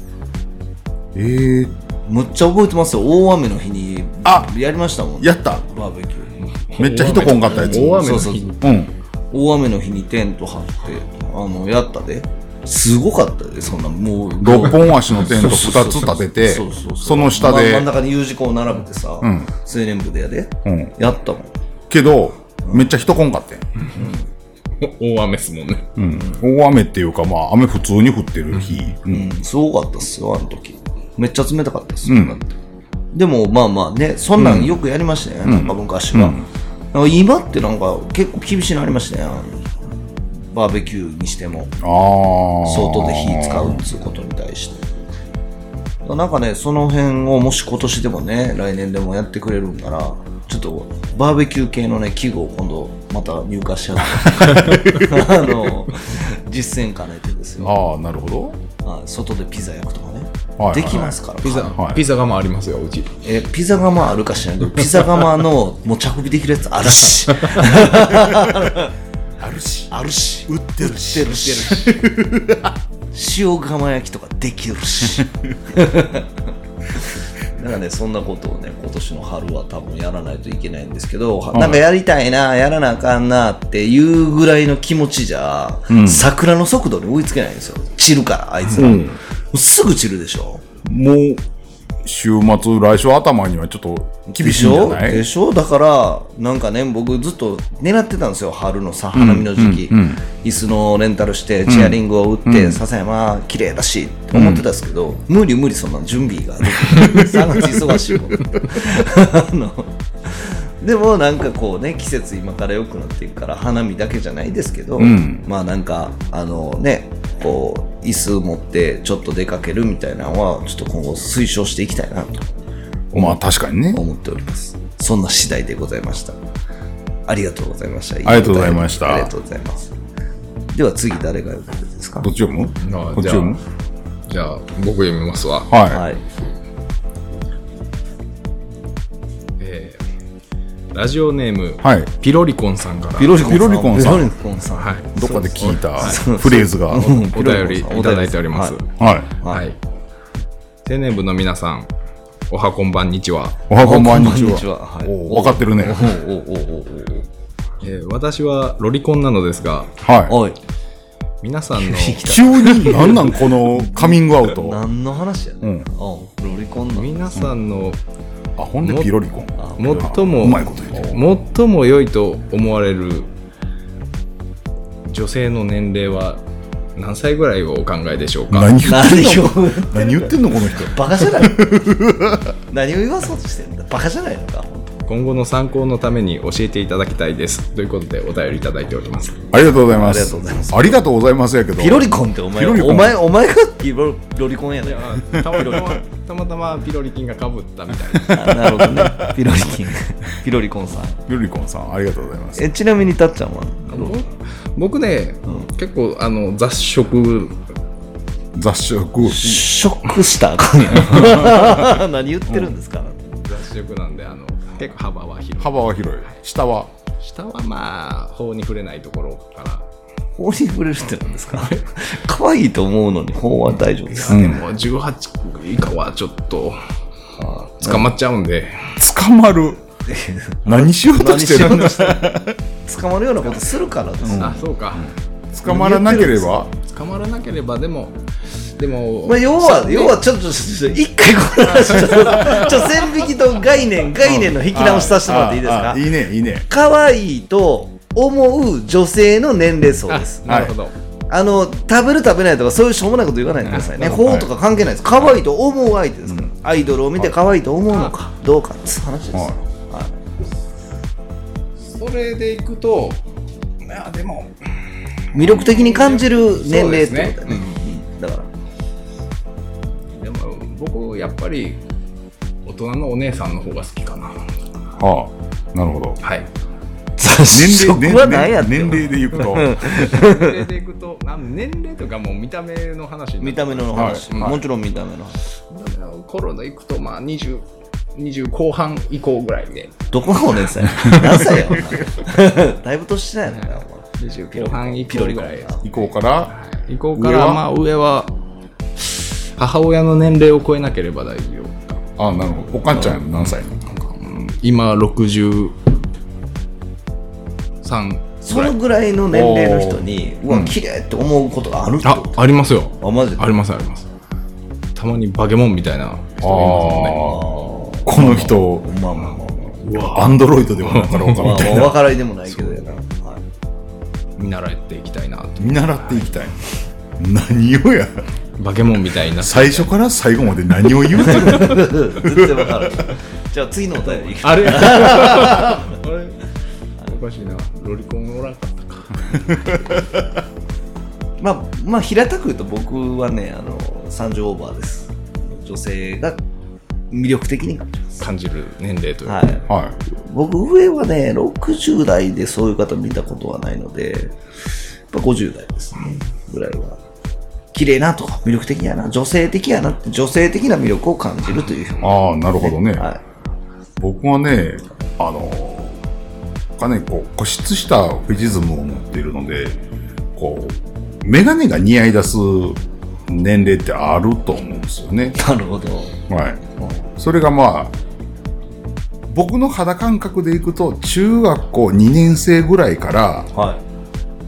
むっちゃ覚えてますよ。大雨の日にやりましたもんね。 やった。 バーベキュー。 めっちゃ人こんかったやつ。 大雨の日に。 大雨の日にテント張ってやったで。すごかったで、そんなもう 6本足のテント2つ立てて、その下で真ん中に U 字工を並べてさ、青年部でやで、やったもん。 けどめっちゃ人こんかってん。 大雨っすもんね。 大雨っていうか、まあ雨普通に降ってる日。 すごかったっすよ、あの時。めっちゃ冷たかったっすよ。だってでもまあまあね、そんなんよくやりましたね、なんか昔は。今ってなんか結構厳しいのありましたね。バーベキューにしても外で火使うっつうことに対して。なんかね、その辺をもし今年でもね、来年でもやってくれるんなら、ちょっとバーベキュー系のね、器具を今度また入荷しちゃう実践兼ねてですよ。 なるほど。外でピザ焼くとかね、できますから。 ピザ窯ありますよ、うち。 ピザ窯あるかしらんけど、ピザ窯の持ち運びできるやつあるしあるし売ってるし塩釜焼きとかできるしなんかね、そんなことをね、今年の春は多分やらないといけないんですけど、なんかやりたいな、やらなあかんなっていうぐらいの気持ちじゃ、桜の速度に追いつけないんですよ。散るから、あいつら。すぐ散るでしょ。 もう週末、来週頭にはちょっと厳しいんじゃないでしょ。だからなんかね、僕ずっと狙ってたんですよ、春のさ、花見の時期、椅子のレンタルしてチェアリングを打って、笹山綺麗だしって思ってたんですけど、無理そんな準備が3月忙しいもんでもなんかこうね、季節今から良くなっていくから、花見だけじゃないですけど、まあなんかね、こう椅子持ってちょっと出かけるみたいなのはちょっと今後推奨していきたいなと、 まあ確かにね、 思っております。そんな次第でございました。ありがとうございました。 ありがとうございました。 ありがとうございます。では次誰が読むですか？ どっち読む？こっち読む？ じゃあ僕読みますわ。 はい。 ラジオネーム、ピロリコンさんから。 ピロリコンさん。 はい。 どっかで聞いたフレーズがお便りいただいております。はい。青年部の皆さん、おはこんばんにちは。 おはこんばんにちは。分かってるね。 私はロリコンなのですが、皆さんの急に何なんこのカミングアウト。 何の話やね。ロリコンの皆さんのほんでピロリコン。 最も良いと思われる女性の年齢は何歳ぐらいをお考えでしょうか？ 何言ってんのこの人。 バカじゃない。何を言わそうとしてんだ。バカじゃないのか。 今後の参考のために教えていただきたいですということでお便りいただいております。 ありがとうございます。ありがとうござざいますやけど。 ピロリコンってお前がピロリコンやね。 たまたまピロリキンが被ったみたいな。 なるほどね。ピロリキン、ピロリコンさん。 ピロリコンさん、ありがとうございます。 ちなみにたっちゃんは僕ね、結構雑食した今夜。何言ってるんですか？ 雑食なんで結構幅は広い。 下はまあ法に触れないところから。 法に触れるってなんですか？可愛いと思うのに法は大丈夫です。 でも18以下はちょっと捕まっちゃうんで。 捕まる？何しようとしてるんですか？ 捕まるようなことするからです。 そうか。 捕まらなければでもまあ、要はちょっと一回この話線引きと概念の引き直しさせてもらっていいですか？ いいね。 可愛いと思う女性の年齢層です。 なるほど。 食べる食べないとかそういうしょうもないこと言わないでくださいね。法とか関係ないです。可愛いと思う相手ですから。アイドルを見て可愛いと思うのかどうかって話です。 それでいくと、いやでも魅力的に感じる年齢ってことだよね。だからでも僕やっぱり大人のお姉さんの方が好きかな。 はあ、なるほど。 はい。 年は何やって年齢でいくと年齢でいくと、年齢とかもう見た目の話にな見た目の話、 はいもちろん見た目の話。 頃でいくとまあ20後半以降ぐらいで、 どこがお姉さんや何歳やだいぶ年下やな、 20後半以降ぐらい以降から以降からまあ上は母親の年齢を超えなければ大丈夫。 あ、なるほど。おかんちゃん何歳なの？ 今63 そのぐらいの年齢の人にうわ綺麗って思うことがあるってこと？ ありますよ。 マジで？ あります。たまにバケモンみたいな人いますもんね。 この人アンドロイドではなかろうかみたいな。 分からいでもないけどやな。 見習っていきたいなと。 見習っていきたい。何をや。 バケモンみたいな。 最初から最後まで何を言うてるの？ 絶対分からん。じゃあ次のお便り。 あれおかしいな。ロリコンおらんかったか。 まあ平たく言うと僕はね30オーバーです。女性が魅力的に感じます。 感じる年齢というか、 はいはい。 僕上はね60代でそういう方見たことはないので、やっぱ50代ですねぐらいは綺麗なとか魅力的やな、女性的やなって女性的な魅力を感じるという、 ああ、なるほどね。 はい、 僕はねこう固執したフェチズムを持っているので、こうメガネが似合い出す年齢ってあると思うんですよね。 なるほど。 はい。それがまあ僕の肌感覚でいくと中学校2年生ぐらいから、 はい、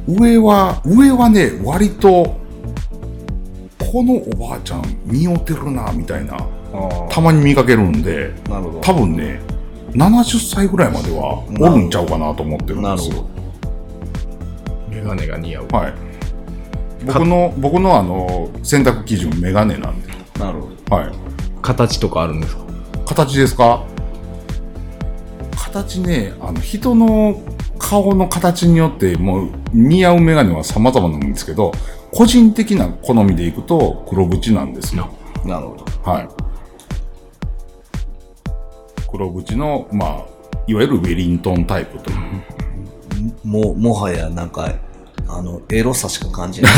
上はね割とこのおばあちゃん見よてるなみたいなたまに見かけるんで、 なるほど。 多分ね70歳ぐらいまではおるんちゃうかなと思ってるんですよ。 メガネが似合う。 はい。僕の選択基準メガネなんで。 なるほど。 はい。 形とかあるんですか？ 形ですか？形ね、人の顔の形によってもう似合うメガネは様々なんですけど、個人的な好みでいくと黒縁なんですよ。 なるほど。 はい。黒縁のまあいわゆるウェリントンタイプという。 もはやなんかエロさしか感じない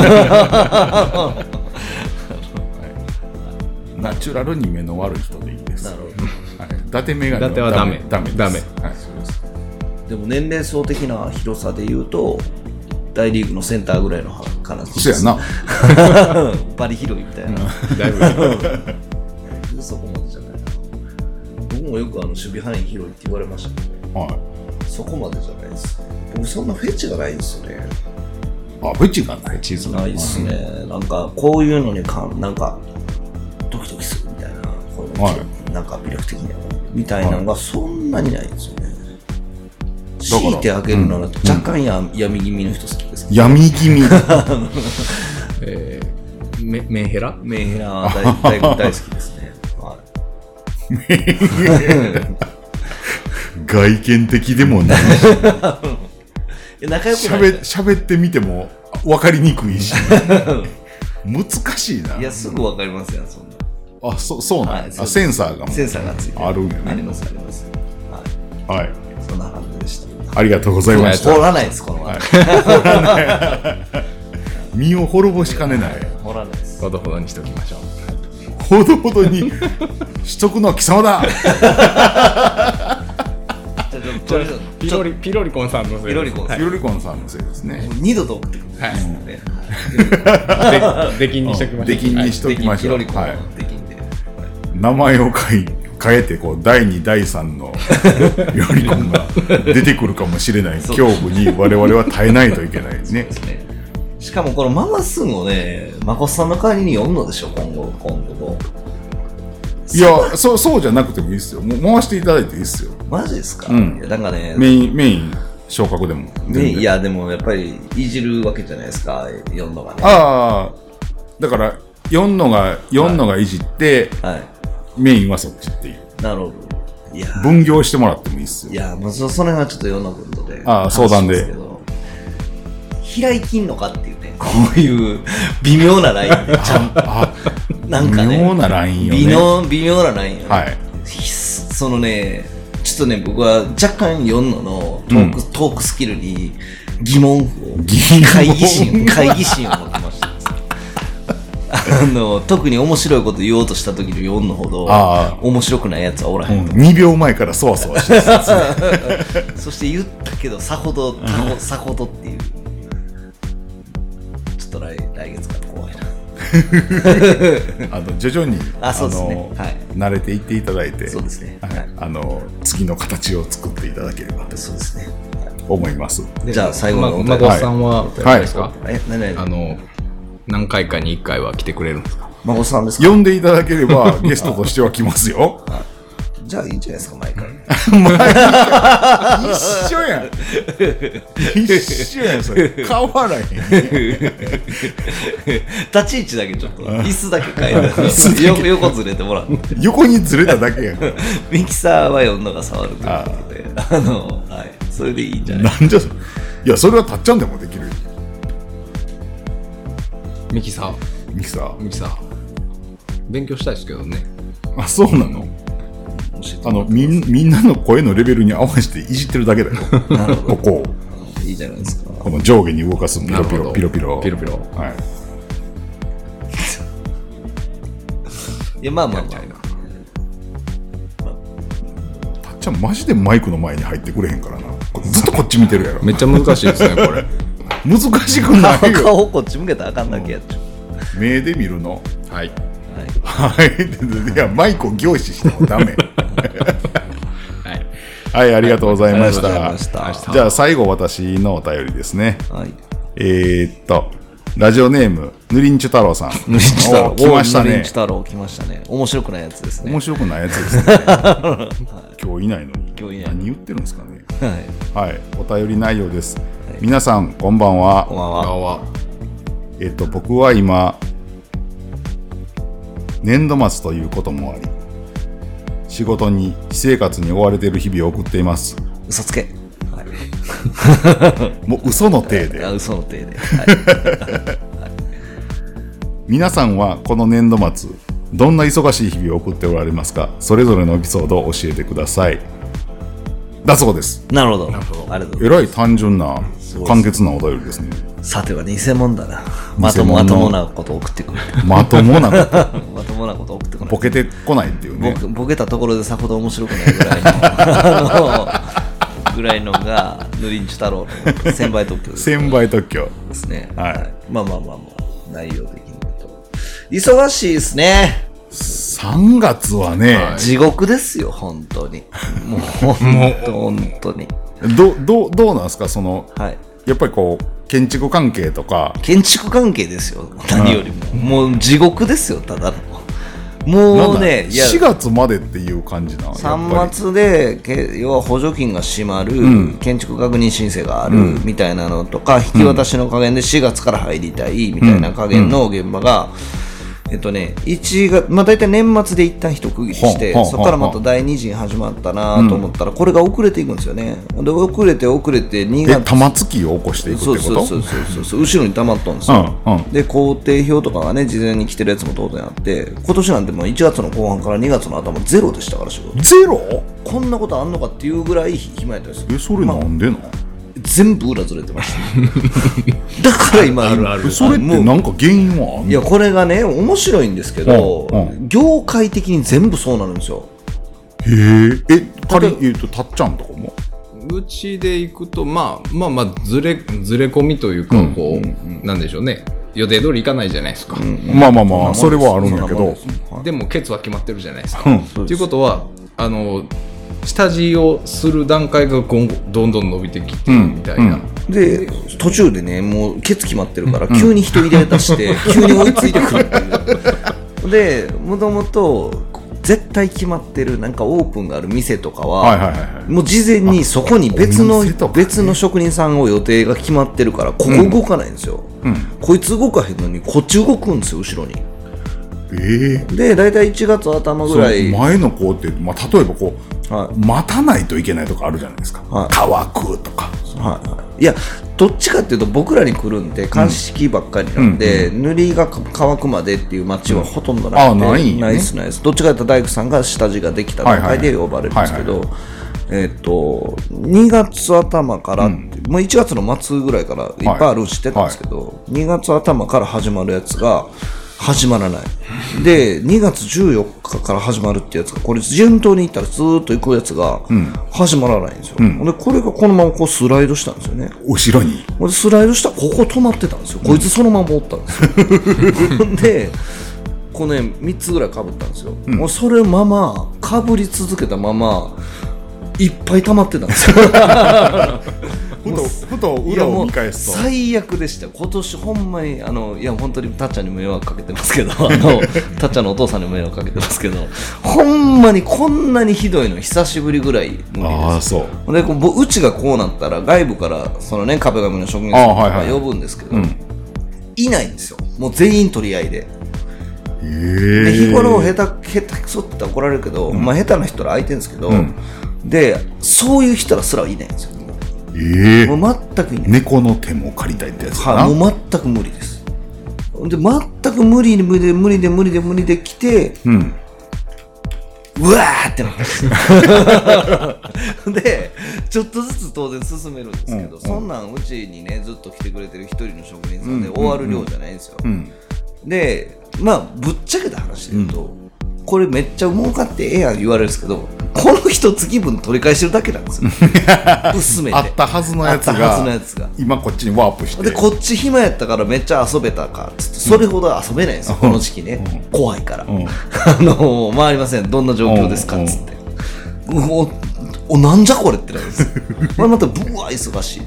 ナチュラルに目の悪い人でいいです。 なるほど。 はい、伊達メガネ伊達はダメダメです。 ダメ。 はい、そうです。 でも年齢層的な広さで言うと大リーグのセンターぐらいの形そうやな。 バリ広いみたいな。 だいぶそこまでじゃないな。僕もよく守備範囲広いって言われましたけど、 はい。 そこまでじゃないです。僕そんなフェチがないんですよね。 あ、フェチがない。 地図ないですね。なんかこういうのになんかドキドキするみたいな、こういうの、 はい、 なんか魅力的なみたいなのがそんなにないんですよね。 から強いてあげるなら若干闇気味の人好きです。 闇気味。 メンヘラ？ メンヘラ大好きですね。はい、 外見的でもないし仲良くない喋ってみても分かりにくいし難しいな。 いやすぐ分かりますよそんな。 あ、そうなん、 はい、 センサーがセンサーがついてあるんやね。 ありますあります。はい、 はい、 そんな感じでした。 ありがとうございました。 掘らないですこの話、 身を滅ぼしかねない。 掘らないです。 ほどほどにしときましょう。 ほどほどにしとくのは貴様だ。 ピロリコンさんのせいです。 ピロリコンさん、 ピロリコンさんのせいですね。 二度と送ってくるんですね。出禁にしときましょう。 出禁にしときましょう。 ピロリコンは出禁で、 名前を変えてこう第2第3のピロリコンが出てくるかもしれない恐怖に我々は耐えないといけないですね。 しかもこのママスンをね、まこさんの代わりに読むのでしょ今後も。 いや、そうじゃなくてもいいですよ。もう回していただいていいですよ。 マジですか？ うん、 いやなんかね、 メイン昇格でも。 いやでもやっぱりいじるわけじゃないですか、読んのがね。 ああ、だから読んのがいじって、 はい、 メインはそっちっていう。 なるほど。 いや分業してもらってもいいっすよ。 いやもうその辺はちょっと世のことで相談で開いきんのかっていうね、こういう微妙なラインでちゃんとなんかね微妙なラインよね。 微妙なラインよね、 はい。 そのねちょっとね僕は若干4のトークスキルに疑問符を会議心を持ってました特に面白いこと言おうとした時の4のほど面白くないやつはおらへん、 2秒前からそわそわしてるそして言ったけどさほどっていうちょっと来月から怖いな徐々にそうですね、 慣れていっていただいて、 そうですね、 次の形を作っていただければとそうですね、 思います。 じゃあ最後の馬子さんは誰ですか？ 何何回かに1回は来てくれるんですか？ 孫さんですか？ 呼んでいただければゲストとしては来ますよ。 じゃあいいんじゃないですか、毎回。 一緒やん。一緒やん、それ。変わらへん。 立ち位置だけちょっと、椅子だけ変える。横ずれてもらう。 横にずれただけやん。 ミキサーは呼んだが触るということで、はい、それでいいんじゃない？ なんじゃそれ。いや、それはたっちゃんでもできる。 ミキサー勉強したいですけどね。 あ、そうなの？みんなの声のレベルに合わせていじってるだけだよ。 なるほど。 ここをいいじゃないですか。 この上下に動かすピロピロピロピロ。はい。 いや、まあ。 たっちゃんマジでマイクの前に入ってくれへんからな。ずっとこっち見てるやろ。 めっちゃ難しいですねこれ。 難しくないよ。 顔こっち向けたらあかんだけやっちゃう。 目で見るの。 はいはい。いや、マイクを凝視してもダメ。はい、ありがとうございました。じゃあ最後私のお便りですね。 はい。 ラジオネームぬりんちゅ太郎さん。 ぬりんちゅ太郎来ましたね。 ぬりんちゅ太郎来ましたね。面白くないやつですね。 面白くないやつですね。今日いないのに。何言ってるんですかね。はい。お便り内容です。皆さんこんばんは。 こんばんは。 僕は今年度末ということもあり、仕事に私生活に追われている日々を送っています。 嘘つけ。 もう嘘の体で。 嘘の体で。 皆さんはこの年度末どんな忙しい日々を送っておられますか？それぞれのエピソードを教えてください。だそうです。 なるほど。ありがとうございます。 えらい単純な簡潔なお便りですね。 さては偽物だな。まともなこと送ってくる。 まともなこと。 まともなこと送ってこない。 ボケてこないっていうね。 ボケたところでさほど面白くないぐらいのがぬりんちゅ太郎の1000倍特許です。 1000倍特許ですね。 はい。 まあ内容的に言うと忙しいですね。 3月はね、 地獄ですよ本当に。もう本当に。 どうなんですかその、 はい。 やっぱりこう建築関係とか。 建築関係ですよ。何よりも、もう地獄ですよただの。もうね、 4月までっていう感じな。 3月で要は補助金が締まる、建築確認申請があるみたいなのとか、引き渡しの加減で4月から入りたいみたいな加減の現場が、1月、大体年末で一旦一区切りして、そこからまた第2次始まったなと思ったら、これが遅れていくんですよね。で遅れて2月玉突きを起こしていくってこと？ そう後ろに溜まっとんですよ。で工程表とかがね事前に来てるやつも当然あって、今年なんてもう1月の後半から2月の頭ゼロでしたから仕事。 ゼロ？ こんなことあんのかっていうぐらい暇やったんです。 それなんでな？ 全部裏ずれてましただから今それってなんか原因はあんの？ いやこれがね面白いんですけど、業界的に全部そうなるんですよ。 へえ。仮に言うとたっちゃんとかもうちで行くとまあずれ込みというかこう、なんでしょうね、予定通り行かないじゃないですか。 まあそれはあるんやけど、 でもケツは決まってるじゃないですか。ということは下地をする段階が今後どんどん伸びてきてるみたいな、 で途中でねもうケツ決まってるから急に人入れ出して急に追いついてくるっていうでもともと絶対決まってるなんかオープンがある店とかはもう事前にそこに別の職人さんを予定が決まってるからここ動かないんですよ、こいつ動かへんのにこっち動くんですよ後ろに。で大体1月頭ぐらい前の子って、例えばこうはい、 待たないといけないとかあるじゃないですか、はい、乾くとか、 はいはい、いやどっちかっていうと僕らに来るんで鑑識ばっかりなんで、塗りが乾くまでっていう街はほとんどなくて、ないですないです。どっちかというと大工さんが下地ができた段階で呼ばれるんですけど、2月頭から、もう1月の末ぐらいからいっぱいあるの知ってたんですけど、2月頭から始まるやつが始まらない。で、2月14日から始まるってやつが、これ順当にいったらずーっと行くやつが始まらないんですよ。で、これがこのままこうスライドしたんですよね。 後ろに。 でスライドしたらここ止まってたんですよ。こいつそのままおったんですよ。で、このね、3つぐらい被ったんですよ。もうそれまま、被り続けたまま、いっぱい溜まってたんですよ。 ふと裏を見返すと最悪でした。今年ほんまにいや本当にたっちゃんに迷惑かけてますけどたっちゃんのお父さんに迷惑かけてますけど、ほんまにこんなにひどいの久しぶりぐらい無理です。 あ、そうでうちがこうなったら外部からそのね壁紙の職人さんとか呼ぶんですけど、いないんですよ。もう全員取り合いで。で日頃下手くそって言ったら怒られるけど、まあ下手な人ら相手ですけど、でそういう人らすらいないんですよ。もう全くいない。 猫の手も借りたいってやつかな。 もう全く無理です。で全く無理で来て、うわーってなったんですでちょっとずつ当然進めるんですけど、そんなんうちにねずっと来てくれてる一人の職人さんで終わる量じゃないんですよ。でまあぶっちゃけた話で言うと、これめっちゃ儲かってええやん言われるんですけど、この一月分取り返してるだけなんですよ。薄めてあったはずのやつが今こっちにワープして、 でこっち暇やったからめっちゃ遊べたかっつって、それほど遊べないんですよ、この時期ね、怖いから、回りません、どんな状況ですかっつって、なんじゃこれってなるんですこれまたブワー忙しいって、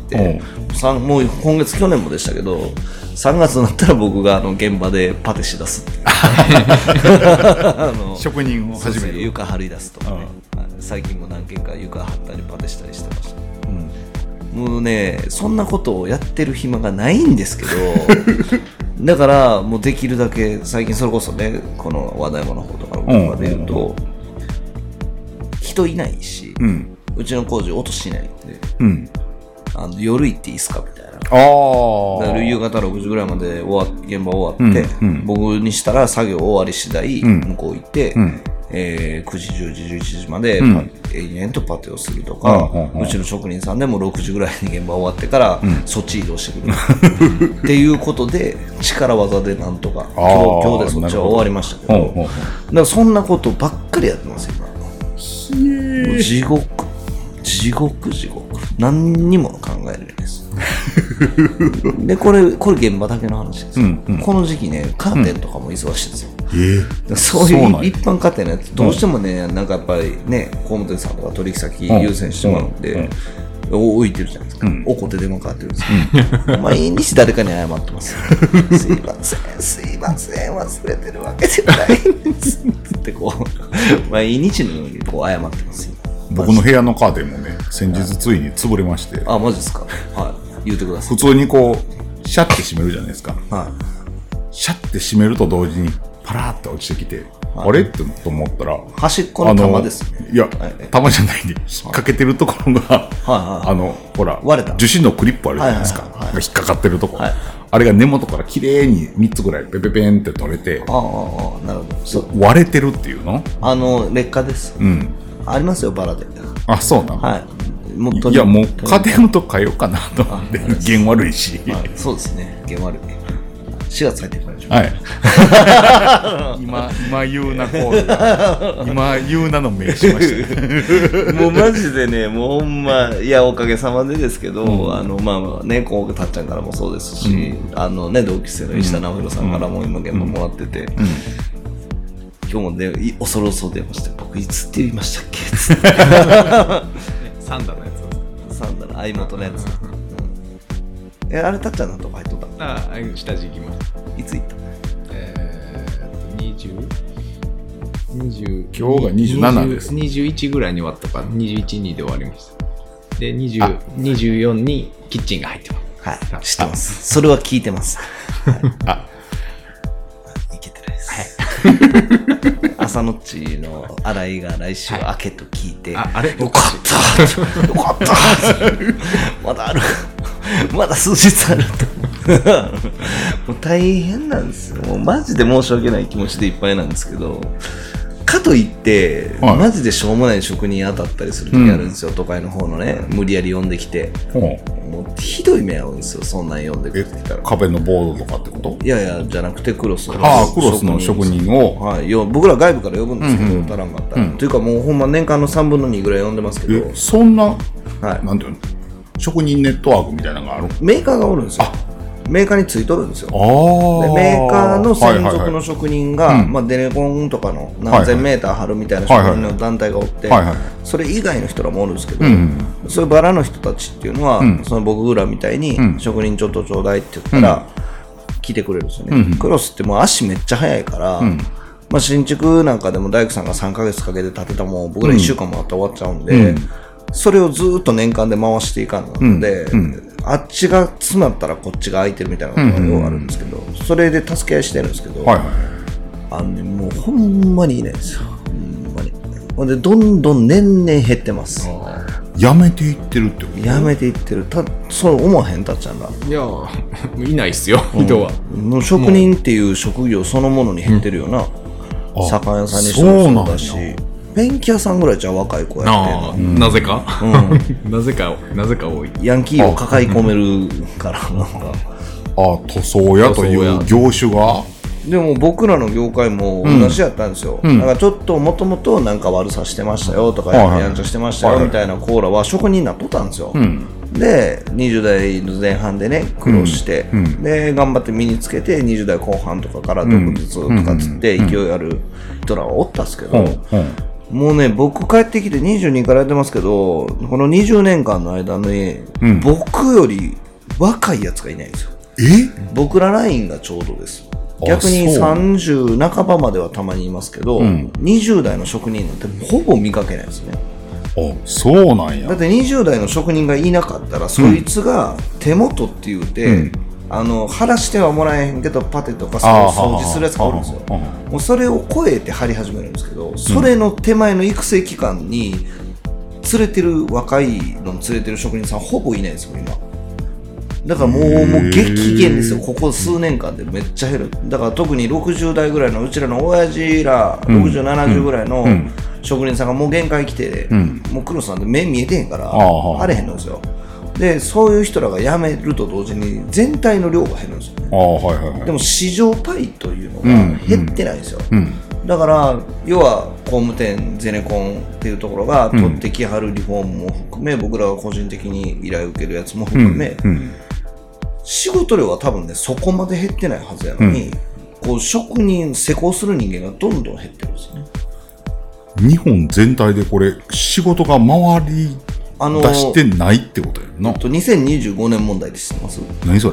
もう今月去年もでしたけど、3月になったら僕が現場でパテしだすって職人を始める、 床張り出すとかね、最近も何件か床張ったりパテしたりしてました、もうねそんなことをやってる暇がないんですけどだからもうできるだけ最近それこそねこの和田山の方とかの現場で言うと、人いないし、うちの工事音しないんで、夜行っていいっすかみたいな。だから夕方6時ぐらいまで現場終わって、僕にしたら作業終わり次第、向こう行って、9時10時11時まで延々とパテをするとか、うちの職人さんでも6時ぐらいに現場終わってから、そっち移動してくるっていうことで力技でなんとか今日でそっちは終わりましたけど、だからそんなことばっかりやってますよ今。地獄何にも考えられないですでこれ現場だけの話ですよ、この時期ねカーテンとかも忙しいんですよ、そういう一般家庭のやつどうしてもね、なんかやっぱりね工務店さんとか取引先優先してもらうんで、置いてるじゃないですか、怒って電話かかってるんですよ毎日誰かに謝ってますすいません忘れてるわけじゃないんですってこう毎日のようにこう謝ってますよ。 僕の部屋のカーテンもね先日ついに潰れまして、 あ、マジですか、言うてください。 普通にこうシャッて閉めるじゃないですか、シャッて閉めると同時にパラーって落ちてきて、あれってと思ったら端っこの玉ですね。 いや、玉じゃないんで引っ掛けてるところがほら割れた樹脂のクリップあるじゃないですか、が引っかかってるところ、あれが根元から綺麗に3つぐらいペペペンって取れて、 なるほど、 割れてるっていうの劣化です、ありますよバラで。 あ、そうなの、 いやもう家電と変えようかなと思って弦悪いし、 そうですね、弦悪い4月入ってくるでしょ、 今言うなコールが今言うなの名しましたもうマジでね、もうほんまいやおかげさまでですけど、まあねこうたっちゃんからもそうですし、同期生の石田直弘さんからも今現場もらってて、今日もね恐ろそう電話して、僕いつって言いましたっけつってサンダのやつ、 サンダの相元のやつ、あれたっちゃんのとこ入っとった？ 下地行きます。 いつ行った？ 今日が27です。 21ぐらいに終わったか、21、2で終わりました。で、24にキッチンが入ってます。 はい、知ってます。それは聞いてます。いけてないです。 朝のっちの新井が来週明けと聞いて、 あれよかったよかったまだあるまだ数日あるともう大変なんですよ。もうマジで申し訳ない気持ちでいっぱいなんですけど、かといって、 はいマジでしょうもない職人当たったりする時あるんですよ、都会の方のね。無理やり呼んできて、もうひどい目合うんですよ、そんなん呼んでくれてきたら。 壁のボードとかってこと？ いやいやじゃなくてクロスクロスの職人を、 はい、僕ら外部から呼ぶんですけど、足らんかったら、というかもうほんま年間の3分の2ぐらい呼んでますけど、 そんな、 はい、 なんていうの、職人ネットワークみたいなのがある？ メーカーがおるんですよ。メーカーについとるんですよ。であメーカーの専属のはい職人が、まあ、デネコンとかの何千メーター張るみたいな職人の団体がおって、 はいはいそれ以外の人らもおるんですけど、 うんそういうバラの人たちっていうのは、その僕らみたいに、職人ちょっとちょうだいって言ったら、来てくれるんですよね。クロスってもう足めっちゃ速いから、まあ、新築なんかでも大工さんが3ヶ月かけて建てたもん僕ら1週間もあったら終わっちゃうんで、それをずっと年間で回していかんので、あっちが詰まったらこっちが空いてるみたいなことがようあるんですけど、それで助け合いしてるんですけど、 はいはいね、もうほんまにいないんですよ。ほんまに。ほんでどんどん年々減ってます。 やめていってるってこと？ やめていってる。そう思わへんたっちゃんら。 いやいないっすよ、人は。 もう職人っていう職業そのものに減ってるよな。酒屋さんにしてもそうだし、ペンキ屋さんぐらいじゃ若い子やってんの。 なぜか、なぜか多い。 ヤンキーを抱え込めるからなんか。 塗装屋という業種が？ でも僕らの業界も同じやったんですよ。なんかちょっともともとなんか悪さしてましたよとか、やんちゃしてましたよみたいなコーラは職人になっとったんですよ。で20代の前半でね苦労して、で頑張って身につけて20代後半とかから独立とかつって勢いある人らはおったんですけど、もうね僕帰ってきて22からやってますけど、この20年間の間に、僕より若いやつがいないんですよ。僕らラインがちょうどです。逆に30半ばまではたまにいますけど、20代の職人なんてほぼ見かけないですね。 そうなんや。 だって20代の職人がいなかったら、そいつが手元って言うて、晴らしてはもらえへんけどパテとかそういう掃除するやつがおるんですよ。もうそれを超えて張り始めるんですけど、それの手前の育成期間に連れてる若いの連れてる職人さんほぼいないんですよ今。だからもう激減ですよ。ここ数年間でめっちゃ減る。だから特に60代ぐらいのうちらの親父ら、60、70ぐらいの職人さんがもう限界来て、もうクロスなんで目見えてへんからあれへんのですよ。でそういう人らが辞めると同時に全体の量が減るんですよね。でも市場パイというのが減ってないんですよ。だから要は工務店ゼネコンっていうところが取ってきはるリフォームも含め、僕らが個人的に依頼を受けるやつも含め、仕事量は多分ねそこまで減ってないはずやのに、こう職人施工する人間がどんどん減ってるんですよね。 日本全体でこれ仕事が回り出してないってことやな。 2025年問題って知ってます？ 何それ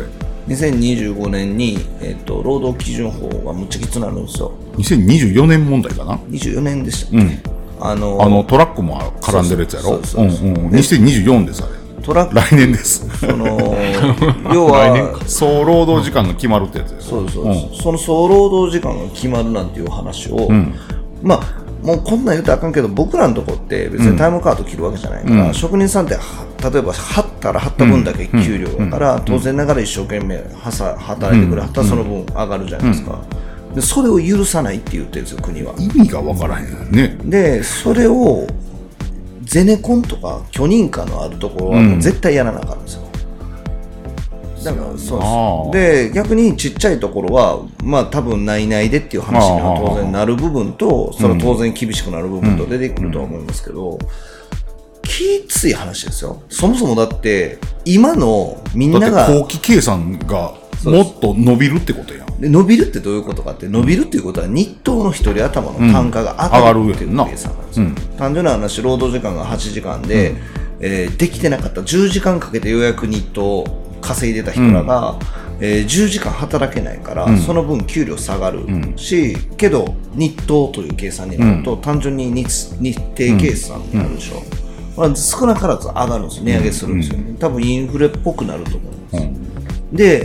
？2025年に、労働基準法がむっちゃきつなるんですよ。 2024年問題かな。 24年でしたっけ、 トラックも絡んでるやつやろ。2024ですあれ。 トラック来年です。 要は総労働時間が決まるってやつやろ。 そうです。その総労働時間が決まるなんていう話を、まあもうこんなん言うとあかんけど、僕らのとこって別にタイムカード切るわけじゃないから、職人さんって例えば張ったら張った分だけ給料だから、当然ながら一生懸命働いてくれはったらその分上がるじゃないですか。でそれを許さないって言ってるんですよ国は。 意味がわからへんよね。でそれをゼネコンとか許認可のあるところはもう絶対やらなあかんんですよ。だからそうです。で逆にちっちゃいところはまあ多分ないないでっていう話には当然なる部分と、それは当然厳しくなる部分と出てくるとは思いますけど、きつい話ですよ。そもそもだって今のみんながだって後期計算がもっと伸びるってことやん。 で伸びるってどういうことかって、伸びるっていうことは日当の一人頭の単価が上がるっていう計算なんですよ。単純な話、労働時間が8時間で、できてなかった10時間かけてようやく日当を稼いでた人らが、10時間働けないから、その分給料下がるし、けど日当という計算になると、単純に日程計算になるでしょ。少なからず上がるんですよ。値上げするんですよね。多分インフレっぽくなると思うんです。で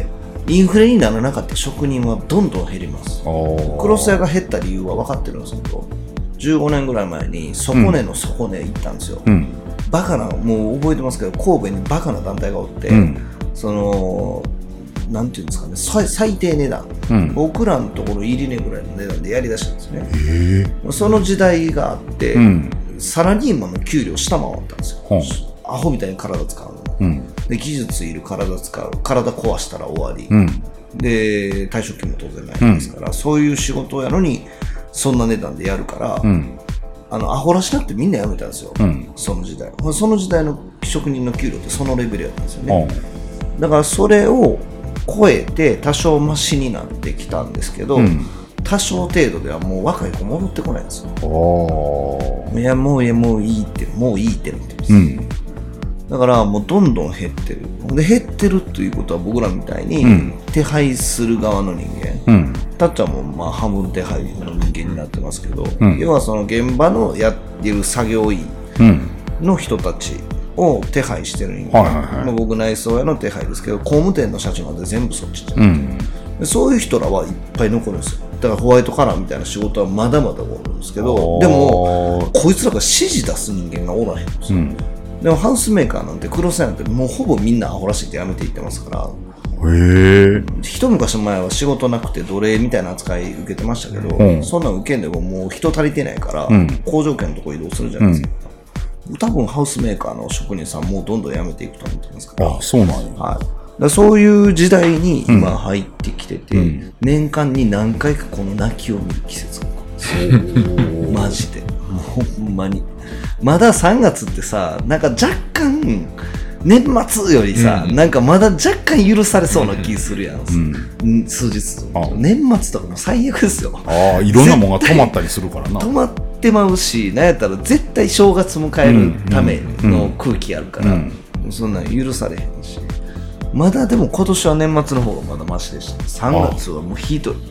インフレにならなかった職人はどんどん減ります。クロス屋が減った理由は分かってるんですけど、15年ぐらい前に底根の底根行ったんですよ、バカな、もう覚えてますけど、神戸にバカな団体がおって、そのなんていうんですかね、最低値段、僕らのところ入り値ぐらいの値段でやりだしたんですね。その時代があって、サラリーマンの給料下回ったんですよ、アホみたいに体使うの、で技術いる、体使う、体壊したら終わり、で退職金も当然ないですから、そういう仕事やのにそんな値段でやるから、アホらしなってみんな辞めたんですよ、その時代。その時代の職人の給料ってそのレベルやったんですよね。だからそれを超えて多少マシになってきたんですけど、多少程度ではもう若い子戻ってこないんですよ。いやもういいってなってます、だからもうどんどん減ってる。で減ってるということは、僕らみたいに手配する側の人間、たっちゃんもまあ半分手配の人間になってますけど、要はその現場のやってる作業員の人たちを手配してる人間、僕内装屋の手配ですけど、工務店の社長なんて全部そっちじゃなくて、そういう人らはいっぱい残るんですよ。だからホワイトカラーみたいな仕事はまだまだおるんですけど、でもこいつらが指示出す人間がおらへんんですよ、でもハウスメーカーなんてクロス屋なんてもうほぼみんなアホらしいってやめていってますから、一昔前は仕事なくて奴隷みたいな扱い受けてましたけど、そんなん受けんでももう人足りてないから、工場圏のとこ移動するじゃないですか、多分ハウスメーカーの職人さんもうどんどん辞めていくと思ってますから。 そうなんや。 だそういう時代に今入ってきてて、年間に何回かこの泣きを見る季節がマジでもうほんまに。まだ3月ってさ、なんか若干年末よりさ、なんかまだ若干許されそうな気するやん、数日年末とかも最悪ですよ。 いろんなものが止まったりするからな。 止まってまうし、なんやったら絶対正月迎えるための空気あるから、そんなん許されへんし。まだでも今年は年末の方がまだマシでした。3月はもうひどい。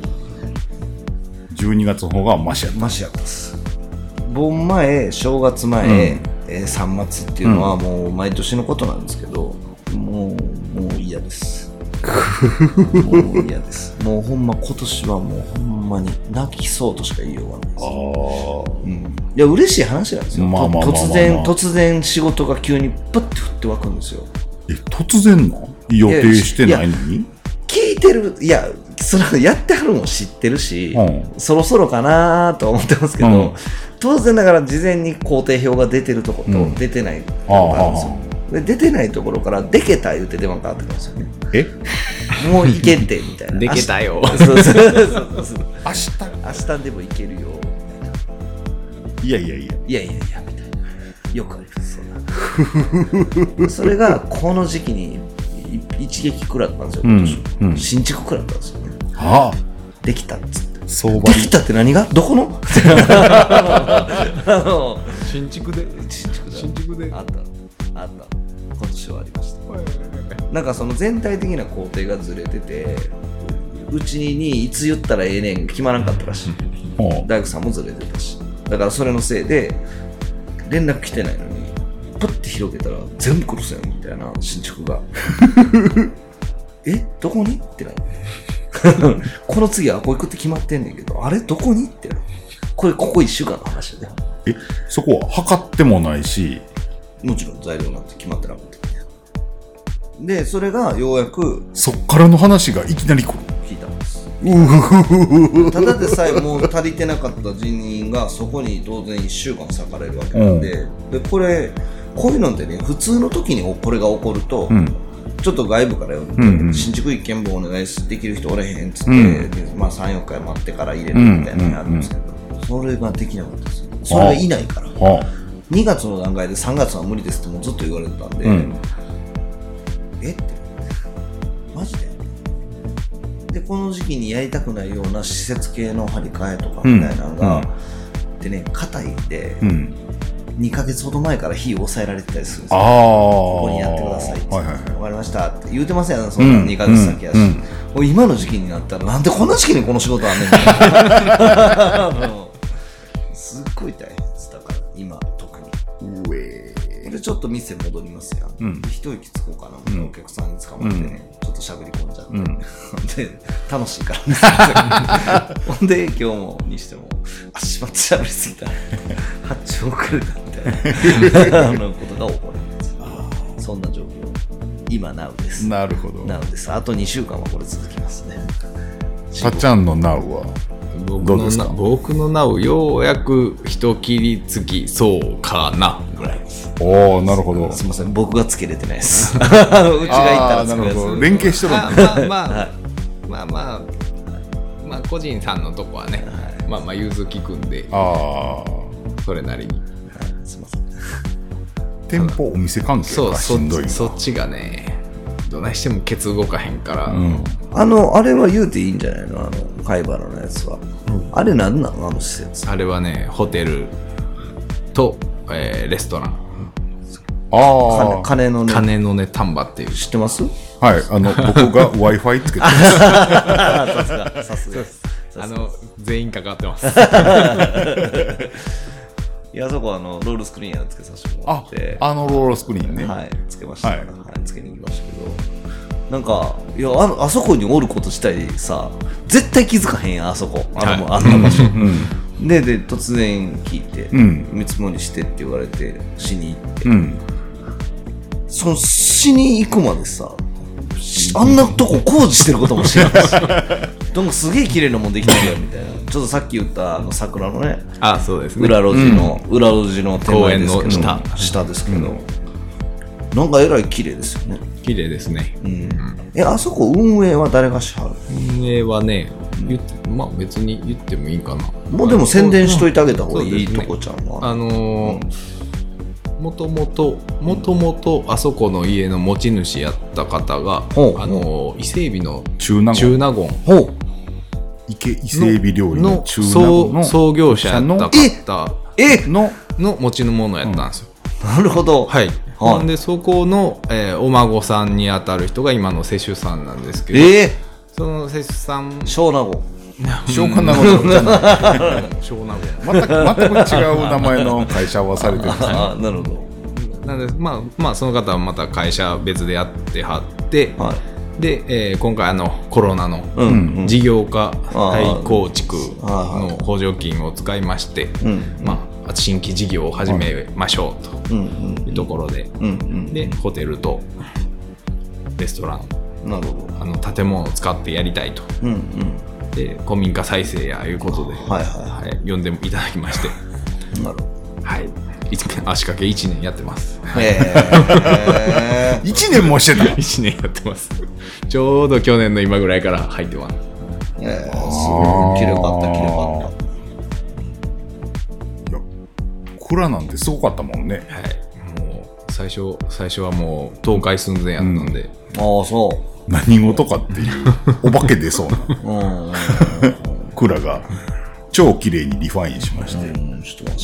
12月の方がマシやったっす。盆前、正月前、3月っていうのはもう毎年のことなんですけど、もう嫌です。もう嫌です。もうほんま今年はもうほんまに泣きそうとしか言いようがないです。いや嬉しい話なんですよ。突然仕事が急にパッて降って湧くんですよ。 突然の予定してないのに聞いてる。いやそれやってはるのも知ってるし、そろそろかなと思ってますけど、当然ながら事前に工程表が出てるところと出てないところがあるんですよ。で出てないところからでけた言うて電話かかってくるんですよね。もういけってみたいな。 でけたよ。 明日でもいけるよみたいな。いやみたいな。よくあります。それがこの時期に一撃食らったんですよ、今年。新築食らったんですよね。できたっつって。できたって何がどこの新築であった今年はありました。なんかその全体的な工程がずれてて、うちにいつ言ったらええねん決まらんかったらしい。大工さんもずれてたし、だからそれのせいで連絡来てないのにパッて広げたら全部殺せよみたいな新築がどこにってなるこの次はここ行くって決まってんねんけど、あれどこにってなる。ここ1週間の話で、 そこは測ってもないし、 もちろん材料なんて決まってなかったで、それがようやくそっからの話がいきなり来る。 聞いたんです。ただでさえもう足りてなかった人員がそこに当然1週間割かれるわけなんで、でこういうのってね、普通の時にこれが起こると、ちょっと外部から新築1件分お願いできる人おれへんっつって、まあ 3,4 回待ってから入れるみたいなのがあるんですけど、それができなかったです。それがいないから、2月の段階で3月は無理ですってもうずっと言われてたんで、ってマジでこの時期にやりたくないような施設系の張り替えとかみたいなのが、でね、硬いんで、2ヶ月ほど前から火を抑えられてたりするんですよ。ここにやってくださいって、わかりましたって言うてませんよ、そんな2ヶ月先やし、もう今の時期になったらなんでこんな時期にこの仕事あんねんみたいなすっごい大変です。だから今特にでちょっと店戻りますやん、一息つこうかな、お客さんに捕まってね、ちょっと喋り込んじゃって、で楽しいからねほんで今日もにしてもしまって喋りすぎた発注遅れたみたいなことが起こるんです。そんな状況今なうです。 なるほど。 なうです。あと2週間はこれ続きますね。 たっちゃんのなうはどうですか？ 僕のなうようやく一切りつきそうかなぐらいです。 おお、なるほど。 すみません、僕がつけれてないです。うちが行ったらつけれず。 連携してるんです。まあ個人さんのとこはね、まあ融通きくんで、それなりに。 すみません。 店舗お店関係がしんどい。 そっちがね、どないしてもケツ動かへんから。 あれは言うていいんじゃないの？貝原のやつは。あれなんなの？あの施設。 あれはね、ホテルと、レストラン。 金のね丹波っていう。知ってます？ はい、僕が Wi-Fi つけてます。 さすが。 全員かかってます。 いや、そこはロールスクリーンやつけさせてもらって。 ロールスクリーンね。 はい、つけました。つけに行きましたけど。なんか、いや、あそこにおること自体さ、絶対気づかへんやん、あそこ。あんな場所。で、突然聞いて、見積もりしてって言われて、しに行って。しに行くまでさ、あんなとこ工事してることも知らんし。なんかすげえ綺麗なもんできてるよみたいな。ちょっとさっき言った桜のね、 そうですね。 裏路地の手前ですけど、下ですけど、なんかえらい綺麗ですよね。 綺麗ですね。 あそこ運営は誰がしはる？ 運営はね、まあ別に言ってもいいかな。 もうでも宣伝しといてあげた方がいいとこちゃんは。 もともとあそこの家の持ち主やった方が伊勢海老の中納言伊勢海老料理の創業者やった方の持ちのものやったんですよ。 なるほど。 はい。なんでそこのお孫さんにあたる人が今の施主さんなんですけど、その施主さん小納言小納言じゃない全く違う名前の会社はされてるんですね。 なるほど。 なんでまあその方はまた会社別でやってはって、で、今回コロナの事業化再構築の補助金を使いまして、新規事業を始めましょうというところで、でホテルとレストラン、建物を使ってやりたいと。で古民家再生やいうことで、呼んでいただきまして、 なるほど。 足掛け1年やってます。 1年もしてた。 1年やってます。ちょうど去年の今ぐらいから入ってます。 すごいきれかった。 いや、蔵なんてすごかったもんね。 もう最初はもう倒壊寸前やったんで。 そう。 何事かっていうお化け出そうな蔵が超綺麗にリファインしまして、 知ってます。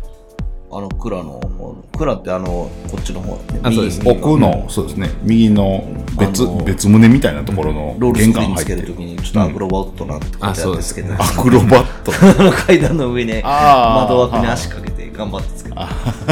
蔵ってこっちの方、 そうですね、奥のそうですね、右の別棟みたいなところの玄関入ってるロールスクリーンつけるときにちょっとアクロバットなんてことやってつけて、 アクロバット階段の上に窓枠に足かけて頑張ってつけてな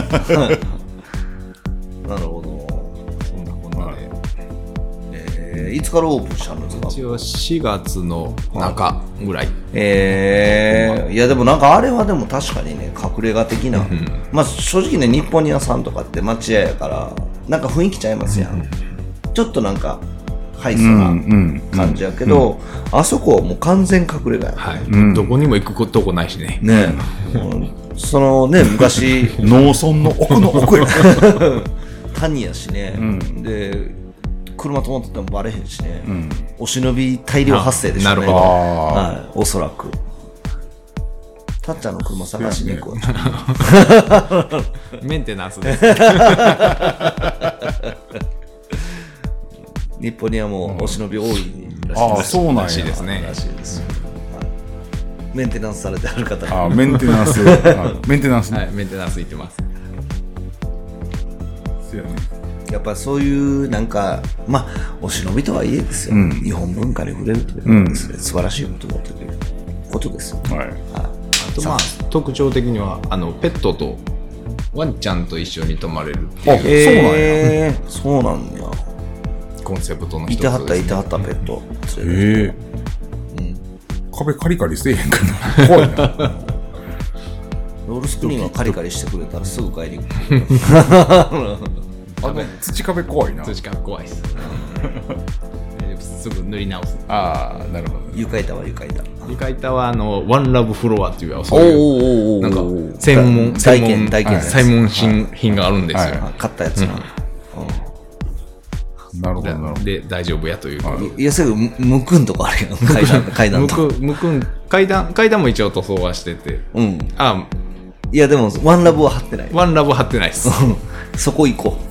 るほど。 そんなこんなでいつからオープンしたんですか？ 一応4月の中ぐらい。 いやでもなんかあれはでも確かにね、隠れ家的な、まあ正直ね、日本屋さんとかって町屋やからなんか雰囲気ちゃいますやん、ちょっとなんかハイソな感じやけど、あそこはもう完全隠れ家や、 どこにも行くとこないしね。 そのね、昔農村の奥の奥や谷やしね、で車止まっててもバレへんしね、お忍び大量発生でしょうね。おそらくたっちゃんの車探しに行こう。 メンテナンスです。 日本にはもうお忍び多いらしい。そうなんらしいですね。 メンテナンスされてある方。 メンテナンスメンテナンス行ってます。 やっぱそういうなんかまあお忍びとはいえですよ、日本文化に触れるというのはですね、素晴らしいことだということですよ。 あとまあ特徴的にはペットとワンちゃんと一緒に泊まれるっていうそうなんや。 コンセプトの一ついてはったですね。 いてはったペット。 壁カリカリせえへんかな。怖いな。 ロールスクリーンはカリカリしてくれたらすぐ帰り。 土壁怖いな。 土壁怖いですすぐ塗り直す。 ああ、なるほど。 床板は床板。 床板はワンラブフロアっていうそういうなんか専門品があるんですよ。 買ったやつな。 なるほど。 で大丈夫やというか。 いやすぐむくんとかあるやん。階段と。 むくん階段も一応塗装はしてて。 いやでもワンラブは貼ってない。 ワンラブ貼ってないです。 そこ行こう。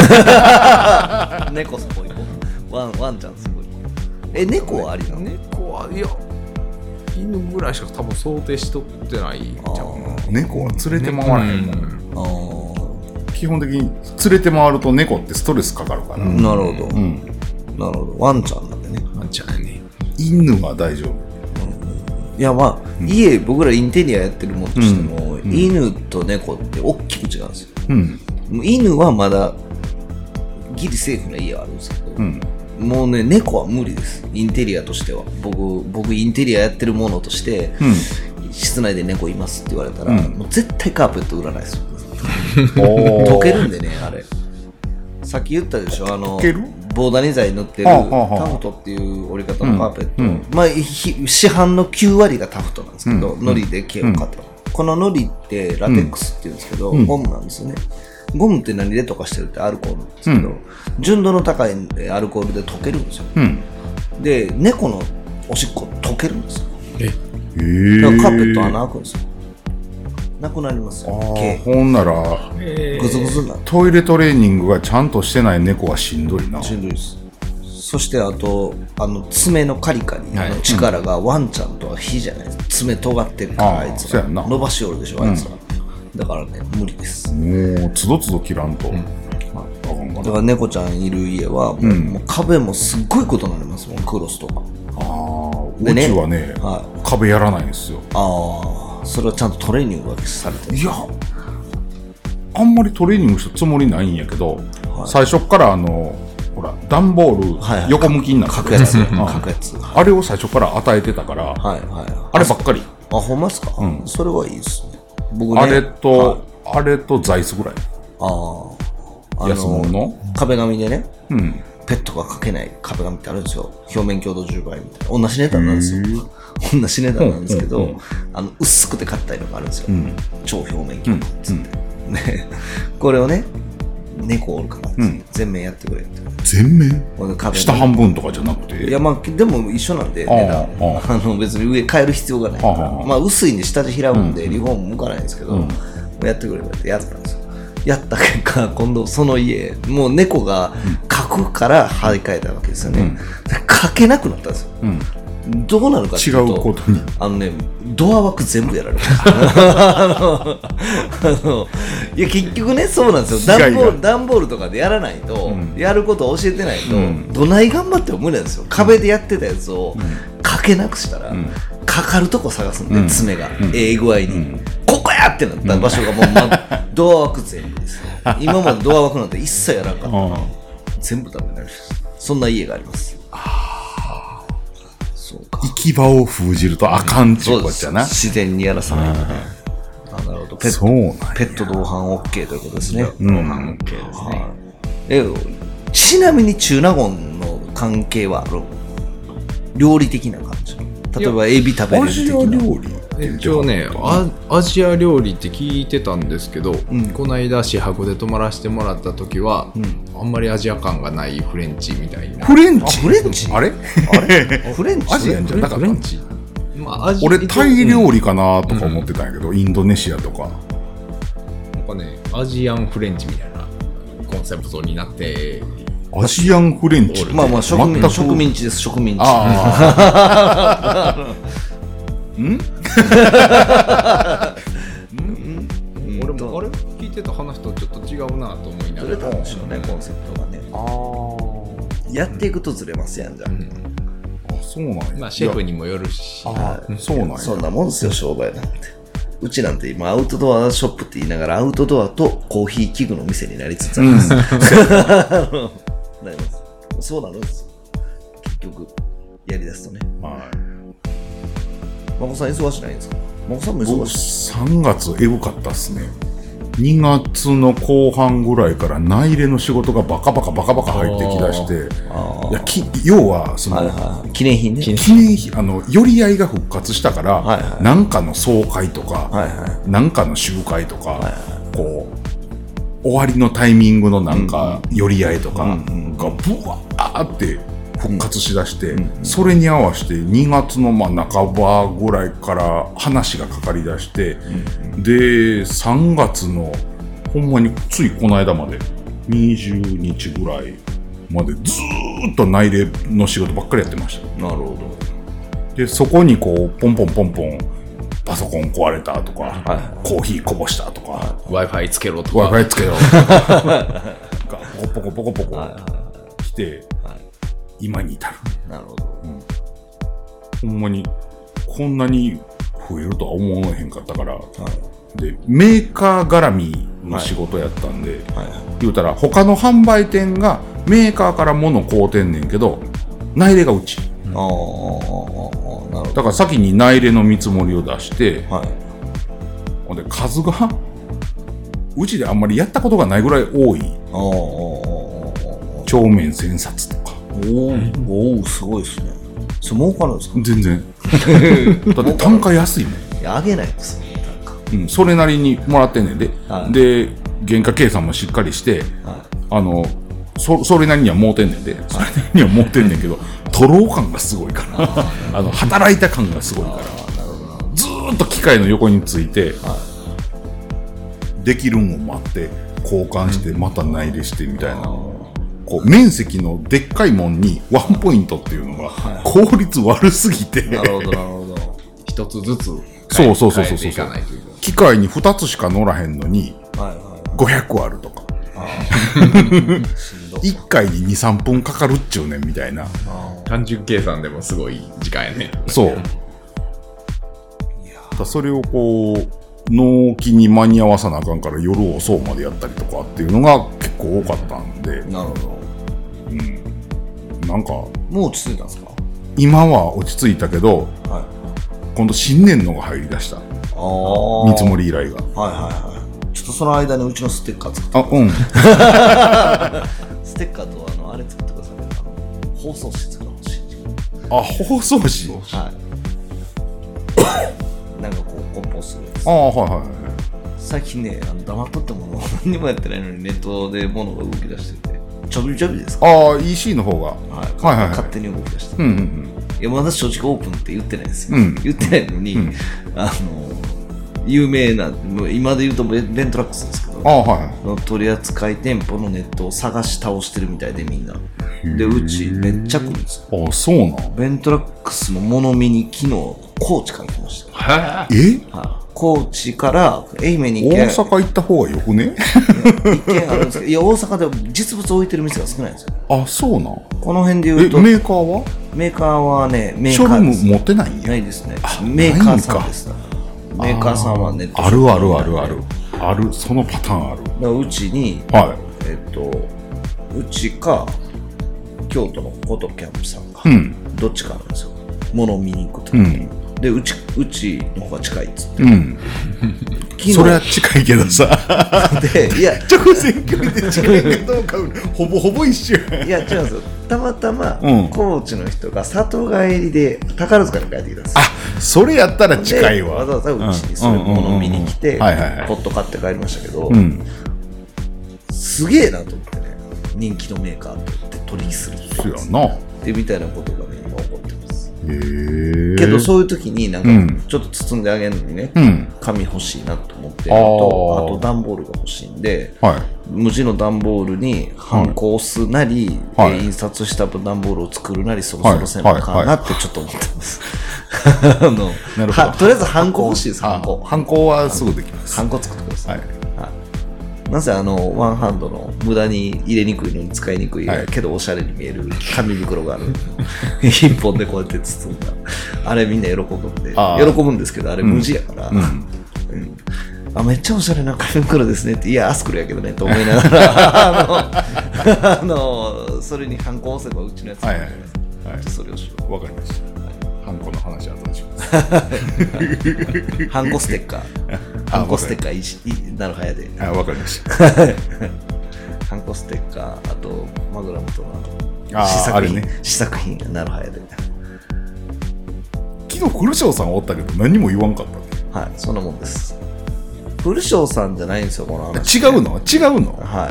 猫そこ行こう。ワンちゃんそこ行こう。猫はありなの？ 猫はいや犬ぐらいしか多分想定しとってないんちゃうな。 猫は連れて回らへんから。基本的に連れて回ると猫ってストレスかかるから。 なるほど。なるほど。ワンちゃんなんでね。 ワンちゃんやね。 犬は大丈夫。 いやまあ、家僕らインテリアやってるもんとしても、犬と猫って大きく違うんですよ。犬はまだギリセーフな家はあるんですけど、もうね猫は無理です。インテリアとしては僕インテリアやってるものとして、室内で猫いますって言われたら、もう絶対カーペット売らないですよ。溶けるんでねあれ。さっき言ったでしょボーダニ材塗ってるタフトっていう折り方のカーペット、まあ市販の9割がタフトなんですけど、ノリで毛を買った、このノリってラテックスっていうんですけど、ゴムなんですよね。ゴムって何で溶かしてるってアルコールなんですけど、純度の高いアルコールで溶けるんですよ、で猫のおしっこ溶けるんですよ。だからカーペット穴開くんですよ。なくなりますよ。 ほんならグズグズになる。 トイレトレーニングがちゃんとしてない猫はしんどいな。 しんどいです。そしてあと爪のカリカリの力がワンちゃんとは比じゃないです。爪尖ってるからあいつが伸ばしおるでしょあいつは、だからね無理です。 もうつどつど切らんと、だから猫ちゃんいる家はもう壁もすっごいことになりますもん。クロスとか。 うちはね、壁やらないんですよ。 それはちゃんとトレーニングがされてる。 いやあんまりトレーニングしたつもりないんやけど、最初からほら段ボール横向きになって書くやつあれを最初から与えてたから、あればっかり。 ほんまですか。それはいいですね。僕ねあれと座椅子ぐらい。安物の壁紙でね、ペットが描けない壁紙ってあるんですよ。表面強度10倍みたいな同じ値段なんですよ。同じ値段なんですけど、薄くて硬いのがあるんですよ、超表面強度っつって、これをね猫おるから全面やってくれって。 全面下半分とかじゃなくて。 いやまあでも一緒なんで値段別に上変える必要がないから、まあ薄いんで下地開くんでリフォーム向かないんですけど、やってくれってやったんですよ。やった結果今度その家もう猫が描くから張り替えたわけですよね。描けなくなったんですよ。どうなるかっていうと、 違うことにドア枠全部やられる。いや結局ねそうなんですよ。段ボールとかでやらないと、やることを教えてないと、どない頑張っても無理なんですよ。壁でやってたやつをかけなくしたら、かかるとこ探すんで、爪が具合に、ここやってなった場所がもう、ドア枠全部です。今までドア枠なんて一切やらんかった。全部ダメになる。そんな家があります。 行き場を封じるとあかんっていうことじゃな。 自然にやらさないとね。なるほど。ペット同伴 OK ということですね。 同伴 OK ですね。 ちなみに中納言の関係はある？料理的な感じ。例えばエビ食べれる的な。 アジア料理。 一応ねアジア料理って聞いてたんですけど、この間私泊で泊まらせてもらった時は、あんまりアジア感がないフレンチみたいな。 フレンチあれフレンチアジアンじゃなかった。 俺タイ料理かなとか思ってたんやけど、インドネシアとかなんかねアジアンフレンチみたいなコンセプトになって。 アジアンフレンチまあ植民地です。植民地。 俺もあれ聞いてた話とちょっと違うなと思いながら。 ずれたんでしょうねコンセプトがね。やっていくとずれますやんじゃん。 そうなんや。 まあシェフにもよるし。 そうなんや。 そんなもんですよ商売なんて。 うちなんて今アウトドアショップって言いながらアウトドアとコーヒー器具の店になりつつあります。なります。そうなるんですよ。結局、やりだすとね。孫さん忙しないんですか？孫さんも忙しい。 3月エグかったっすね。2月の後半ぐらいから内入れの仕事がバカバカ入ってきだして、要はその、 記念品ね。 記念品、寄り合いが復活したから、なんかの総会とか、なんかの集会とか、こう終わりのタイミングのなんか寄り合いとかがブワーって復活しだして、それに合わせて2月の半ばぐらいから話がかかりだして、で3月のほんまについこの間まで20日ぐらいまでずーっと内入れの仕事ばっかりやってました。 なるほど。 でそこにこうポンポンパソコン壊れたとか、コーヒーこぼしたとか、 Wi-Fi つけろとか Wi-Fi つけろとかがポコポコ来て、今に至る。 なるほど。 ほんまにこんなに増えるとは思わへんかったから、でメーカー絡みの仕事やったんで、言うたら他の販売店がメーカーから物買うてんねんけど内入れがうち。だから先に内入れの見積もりを出して、ほんで数がうちであんまりやったことがないぐらい多い。帳面千冊とか。 おお、すごいですね。それ儲かるんですか？ 全然。だって単価安いもん。 いや、上げないですよ、単価。 それなりにもらってんねんで。で、原価計算もしっかりして、それなりには儲てんねんで。それなりには儲てんねんけど、とろう感がすごいから。働いた感がすごいから。ずーっと機械の横について、できるんを待って、交換して、また内入れしてみたいな。こう面積のでっかいもんにワンポイントっていうのが効率悪すぎて、 なるほど。 一つずつそう変えていかないというか。 機械に2つしか乗らへんのに500あるとか1回に 2,3 分かかるっちゅうねんみたいな。 単純計算でもすごい時間やね。 そうだ、それをこう納期に間に合わさなあかんから夜遅うまでやったりとかっていうのが結構多かったんで。 なるほど。 なんかもう落ち着いたんですか？ 今は落ち着いたけど、今度新年のが入りだした。見積もり依頼が。ちょっとその間にうちのステッカー作ってステッカーとあれ作ってください。包装紙作ってほしい。 包装紙。 なんかこう梱包するやつ。最近ね、黙っとっても何にもやってないのにネットで物が動き出してて、ちょびちょびですか？ EC の方が。 勝手に動き出してて。いや、まだ正直オープンって言ってないですよ。言ってないのに、有名な、今で言うとベントラックスですけど、の取扱店舗のネットを探し倒してるみたいで、みんな。で、うちめっちゃ来るんですよ。 そうなん？ ベントラックスの物見に昨日、高知から来ました。高知から愛媛に大阪行った方がよくね？ 一軒あるんですけど、いや、大阪では実物置いてる店が少ないんですよ。 そうなん？ この辺で言うと。 メーカーは？ メーカーはね、 ショールーム持ってないんや。 ないですね。メーカーさんです。メーカーさんはネット。 ある、そのパターンある。 うちに、うちか、京都のフォトキャンプさんか、どっちかなんですよ。物を見に行くときに。で、うちの方が近いっつって。 それは近いけどさ。 で、いや、 直線距離で近いかどうか、ほぼ一緒や。 いや、違うんですよ。たまたま、高知の人が里帰りで宝塚に帰ってきたんですよ。 それやったら近いわ。 わざわざうちにそういうものを見に来て、ポット買って帰りましたけど、すげえなと思ってね、人気のメーカーと取引するってみたいなことがね、今起こってます。けどそういう時になんかちょっと包んであげるのにね、紙欲しいなと思ってあと段ボールが欲しいんで、無地の段ボールにハンコを押すなり、印刷した段ボールを作るなり、そろそろせなあかんなってちょっと思ってます。 なるほど。 とりあえずハンコ欲しいです。ハンコはすぐできます。 ハンコ作ってください。なぜワンハンドの無駄に入れにくいのに使いにくい、けどおしゃれに見える紙袋がある一本でこうやって包んだあれみんな喜ぶんで喜ぶんですけど、あれ無地やから、 めっちゃおしゃれな紙袋ですねって、いやアスクルやけどねと思いながらそれにハンコ押せばうちのやつ、 はいはいはい、 それをしよわかりました。ハンコの話は後でします。 う。ハンコステッカーハンコステッカーなるはやで、 はい、わかりました。 ハンコステッカー、あとマグラムとあーあれね、 試作品がなるはやで、 昨日古翔さんおったけど何も言わんかったね。 はい、そんなもんです。古翔さんじゃないんですよこの話。 違うのはい、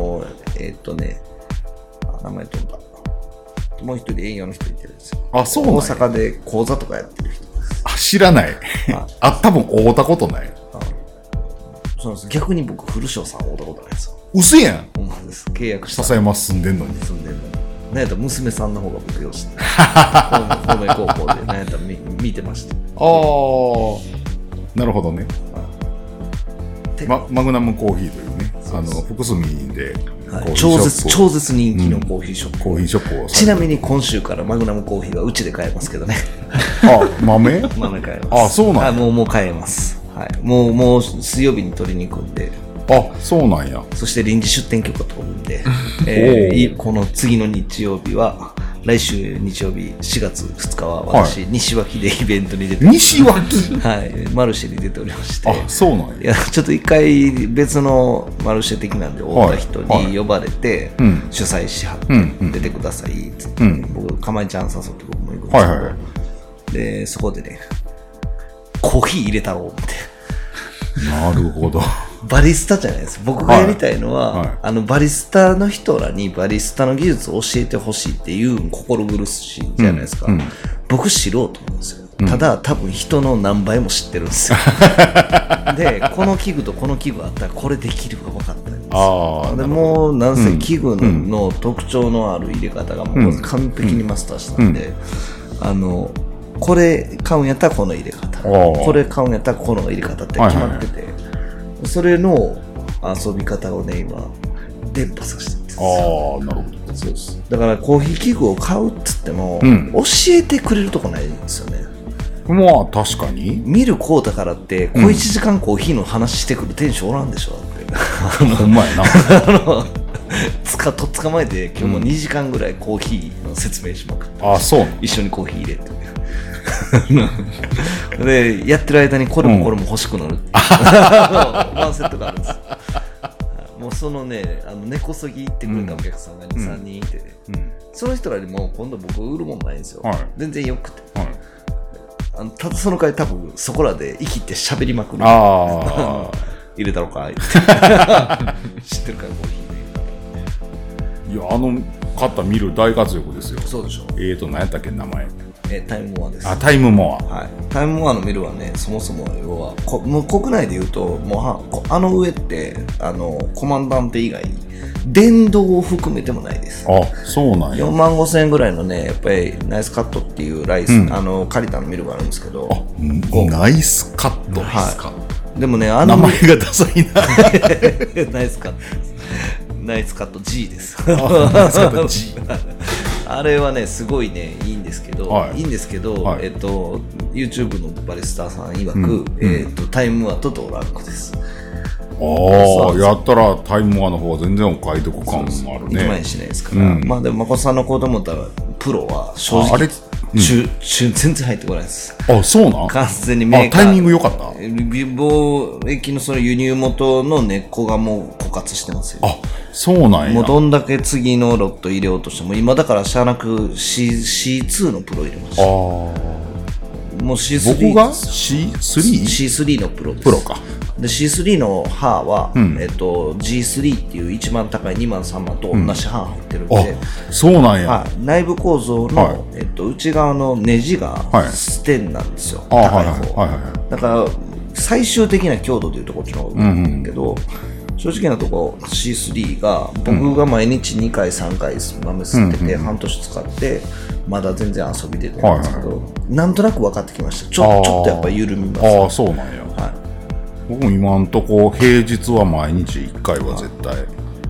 名前飛んだ。もう一人営業の人いてるんですよ。 あ、そうなんや。 大阪で講座とかやってる人です。 あ、知らない。多分会うたことない。 そうです。逆に僕古翔さん会うたことないですよ。 嘘やん。 ほんまです。契約した。 笹山住んでんのに。 住んでんのに。なんやったら娘さんの方が僕よし。方面高校でなんやったら見てました。 ああ、なるほどね。マグナムコーヒーというね、福住で超絶人気のコーヒーショップ。 コーヒーショップを。 ちなみに今週からマグナムコーヒーはうちで買えますけどね。 あ、豆買えます。 あ、そうなんや。 もう買えます。はい。もう水曜日に取りに行くんで。 あ、そうなんや。 そして臨時出店許可取るんで、この次の日曜日は、来週日曜日4月2日は私、西脇でイベントに出て西脇はい、マルシェに出ておりまして。 あ、そうなんや。 いや、ちょっと一回別のマルシェ的なんで会った人に呼ばれて、主催しはって出てくださいって、僕、かまいちゃん誘って僕も行くんですけど、で、そこでね、コーヒー入れたろうって。 なるほど。 バリスタじゃないです。僕がやりたいのは、バリスタの人らにバリスタの技術を教えてほしいっていう心苦しいじゃないですか。僕素人なんですよ。ただ多分人の何倍も知ってるんですよ。で、この器具とこの器具あったらこれできるか分かったんですよ。でもうなんせ器具の特徴のある入れ方がもう完璧にマスターしたんで、これ買うんやったらこの入れ方、これ買うんやったらこの入れ方って決まってて、それの遊び方をね今伝播させてるんですよ。 ああ、なるほど。 そうです。だからコーヒー器具を買うっつっても、教えてくれるとこないんですよね。 まあ確かに見るこうだからって小1時間コーヒーの話してくる店主おらんでしょって。 ほんまやな。 とっ捕まえて今日も2時間ぐらいコーヒーの説明しまくって、 あ、そう。 一緒にコーヒー入れてでやってる間にこれもこれも欲しくなるっていう、ワンセットがあるんです。もうそのね、根こそぎ行ってくれたお客さんが 2,3 人いて、その人らにも今度僕売るもんないんですよ、全然よくて、ただその回多分そこらで生きて喋りまくる。入れたのかって知ってるからコーヒーね。いや、買った見る大活躍ですよ。 そうでしょ。 何やったっけ名前。 タイムモアです。 タイムモア。 はい。タイムモアのミルはね、そもそも要はもう国内で言うともう上ってコマンダンテ以外電動を含めてもないです。 あ、そうなんや。 45,000円ぐらいのね、やっぱりナイスカットっていうライス、借りたのミルがあるんですけど。 ナイスカット。 はい。でもね、 名前がダサいな。 ナイスカット。ナイスカット G です。 ナイスカット G。 あれはね、すごいね、いいんですけど、YouTube のバリスタさん曰く、タイムモアと同ランクです。 やったらタイムモアの方が全然お買い得感もあるね。 1万円しないですから。まあでも、誠さんの子供だったら、プロは正直、全然入ってこないです。 あ、そうなん？ 完全にメーカー。 タイミング良かった？ 貿易のその輸入元の根っこがもう枯渇してますよ。 あ、そうなんや。 もうどんだけ次のロット入れようとしても、今だからしゃあなく C2 のプロ入れました。もう C3。 僕が C3？C3 のプロです。 プロか。 で C3 の刃は、G3 っていう一番高い2万3万と同じ刃入ってるんで、 そうなんや。 内部構造の、内側のネジがステンなんですよ、高い方。だから最終的な強度でいうとこっちの方なんだけど、正直なとこ C3 が僕が毎日2回3回豆吸ってて、半年使ってまだ全然遊び出てないんですけど、なんとなく分かってきました。ちょっとやっぱ緩みます。 ああ、そうなんや。僕も今んとこ平日は毎日1回は絶対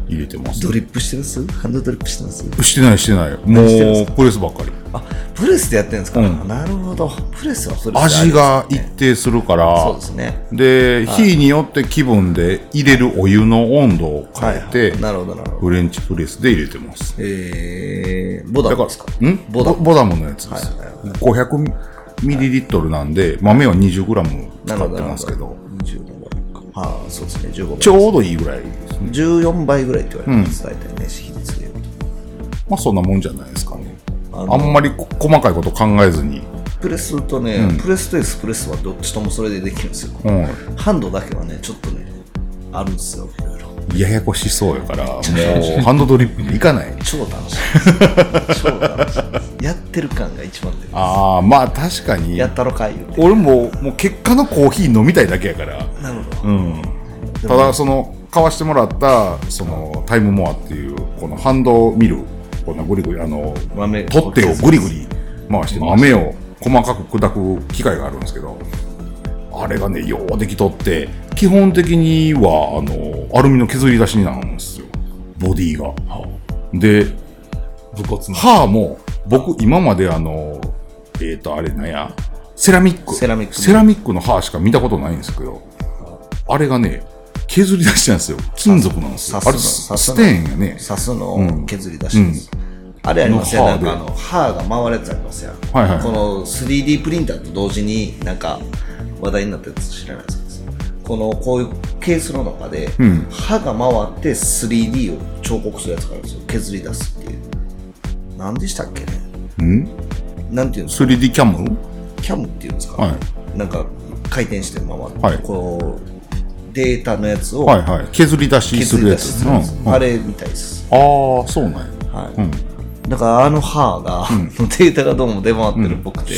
入れてます。 ドリップしてます？ハンドドリップしてます？ してない。もうプレスばっかり。 あ、プレスでやってるんですか？なるほど。プレスはプレスで味が一定するから、 そうですね。 で、日によって気分で入れるお湯の温度を変えて、 なるほど。 フレンチプレスで入れてます。 ボダムですか？ ボダムのやつです。500ミリリットルなんで、豆は 20g 使ってますけど。 そうですね、15倍。 ちょうどいいぐらいですね。 14倍ぐらいって言われてます、大体ね、比率で言うと。 まあそんなもんじゃないですかね。あんまり細かいこと考えずに。 プレスとね、プレスとエスプレッソはどっちともそれでできるんですよ。ハンドだけはね、ちょっとね、あるんですよ、いろいろ。 ややこしそうやから、もうハンドドリップにいかない。 超楽しいです。超楽しいです。やってる感が一番出る。 ああ、まあ確かに。 やったろかい言うて。 俺もう結果のコーヒー飲みたいだけやから。 なるほど。 ただ買わしてもらったタイムモアっていうこのハンドミル、こんなグリグリ取っ手をグリグリ回して豆を細かく砕く機械があるんですけど、あれがねようできとって、基本的にはアルミの削り出しになるんですよ、ボディが。で、刃も僕今まであれなんや、セラミックの刃しか見たことないんですけど、あれがね削り出しなんですよ。金属なんですよ。あれステーンやね。 刺すの削り出しです。あれありますよ、なんか刃が回るやつありますよ。この 3D プリンターと同時になんか話題になったやつ知らないですか？こういうケースの中で刃が回って 3D を彫刻するやつがあるんですよ。削り出すっていう。何でしたっけね。なんていうんですか？ 3D キャム？ キャムっていうんですか？なんか回転してるままこうデータのやつを削り出しするやつ。 あれみたいです。 ああ、そうなんや。 だから刃がデータがどうも出回ってるっぽくて、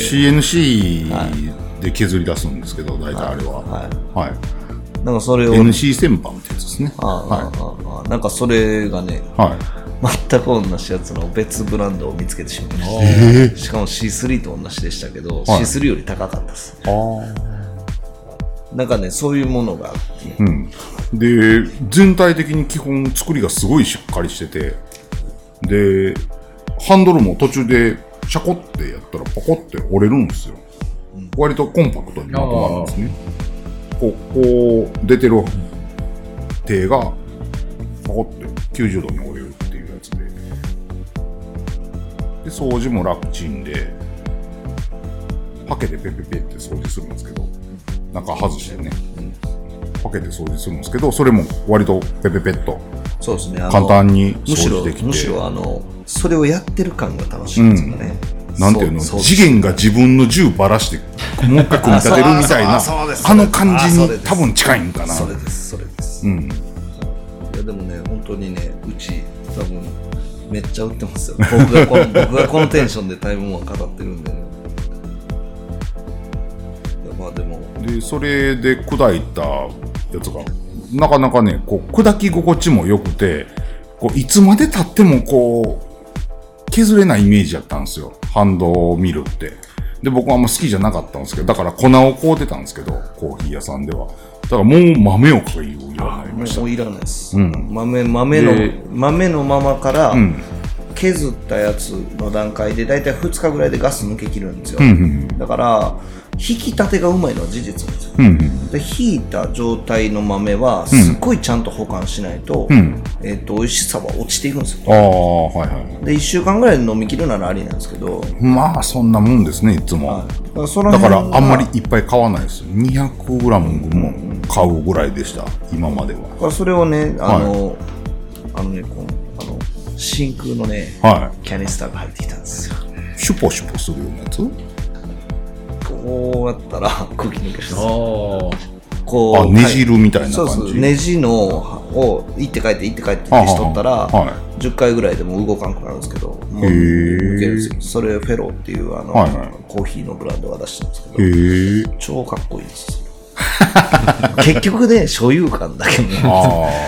CNC で削り出すんですけど、大体あれは。 なんかそれを NC 旋盤ってやつですね。 なんかそれがね、全く同じやつの別ブランドを見つけてしまいました。しかも C3 と同じでしたけど、C3 より高かったです。なんかね、そういうものがあって、 で、全体的に基本作りがすごいしっかりしてて、で、ハンドルも途中でシャコってやったらパコって折れるんですよ。割とコンパクトにまとまるんですね。こう出てる手がパコって90度に折れるっていうやつで、掃除も楽ちんで、ハケでペペペって掃除するんですけど、中外してね、ハケで掃除するんですけど、それも割とペペペッとそうですね、 簡単に掃除できて、 むしろそれをやってる感が楽しいんですよね。 なんていうの、次元が自分の銃ばらしてもう一回組み立てるみたいな感じに多分近いんかな。 それです。いやでもね、本当にね、うち多分めっちゃ売ってますよ。僕がこのテンションでタイムモア語ってるんでね。まあでもで、それで砕いたやつがなかなかね、こう砕き心地も良くて、こういつまで経ってもこう削れないイメージやったんですよ、ハンドミルって。で、僕はあんま好きじゃなかったんですけど、だから粉を買うてたんですけど、コーヒー屋さんでは。だからもう豆を買うようになりました。 もういらないです。豆のままから、削ったやつの段階でだいたい2日ぐらいでガス抜け切るんですよ。だから引き立てがうまいのは事実なんですよ。で、引いた状態の豆はすっごいちゃんと保管しないと、美味しさは落ちていくんですよ。で、1週間ぐらいで飲み切るならありなんですけど、 まあそんなもんですね、いつも。だからあんまりいっぱい買わないです。200g も買うぐらいでした、今までは。 それをね、真空のね、キャニスターが入ってきたんですよ。 シュポシュポするようなやつ。 こうやったら空気抜けしてこうねじるみたいな感じ。 そう、ネジのを行って帰ってしとったら、10回ぐらいでも動かんくなるんですけど、もう抜けるんですよ。それフェローっていうコーヒーのブランドが出してるんですけど、超かっこいいです。結局ね、所有感だけも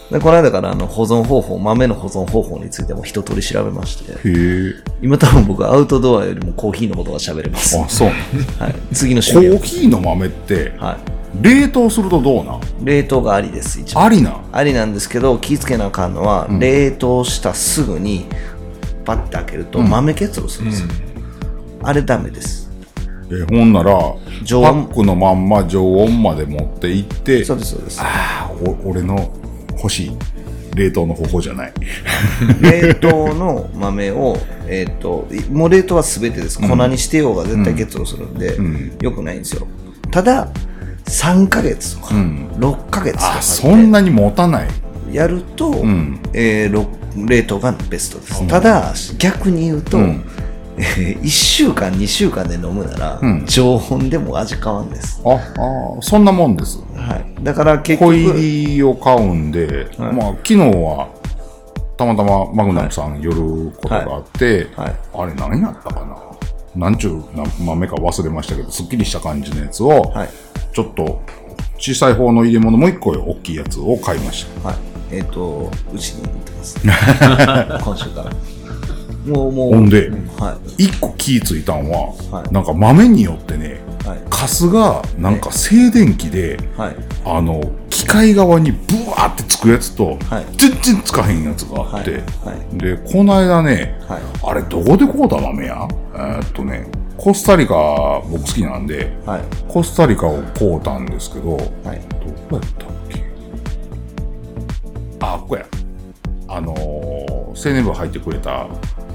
でこの間から保存方法、豆の保存方法についても一通り調べまして、 へえ。 今多分僕はアウトドアよりもコーヒーのことが喋れます。 あ、そう。 はい、次のコ趣味ーヒーの豆っては冷凍するとどうなん？ 冷凍がありです。一番ありなん？ ありなんですけど、気ぃつけなあかんのは、冷凍したすぐにパッて開けると豆結露するんですよ。あれダメです。 ほんならパ常温ックのまんま常温まで持って行って、 そうですそうです。 ああ、俺の欲しい冷凍の方法じゃない。 冷凍の豆をもう冷凍は全てです。粉にしてようが絶対結露するんで、良くないんですよ。ただ3ヶ月とか、6ヶ月とかそんなに持たない。 やると、冷凍がベストです。ただ逆に言うと、1週間2週間で飲むなら、常温でも味変わんです。 そんなもんです。 はい、だから結小局入りを買うんで、まあ昨日はたまたまマグナムさん寄ることがあって、あれ何やったかな、なんちゅう豆か忘れましたけど、すっきりした感じのやつを、ちょっと小さい方の入れ物もう一個大きいやつを買いました。 うちに持ってます今週からもうほんで、一個気ぃついたんは、なんか豆によってね、カスがなんか静電気で、機械側にブワーってつくやつと、全然つかへんやつがあって、でこの間ね、あれどこで買うた豆や、コスタリカ僕好きなんで、コスタリカを買うたんですけど、どこやったっけ、ここや、青年部入ってくれた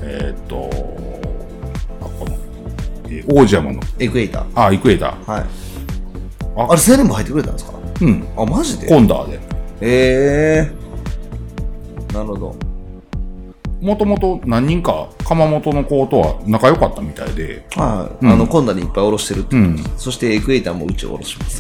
この、王子山のエクエイター。 エクエイター。 あれ青年部入ってくれたんですか？マジで？ コンダーで。なるほど。 もともと何人か窯元の子とは仲良かったみたいで、 コンダにいっぱいおろしてるって、そしてエクエイターもうちおろします。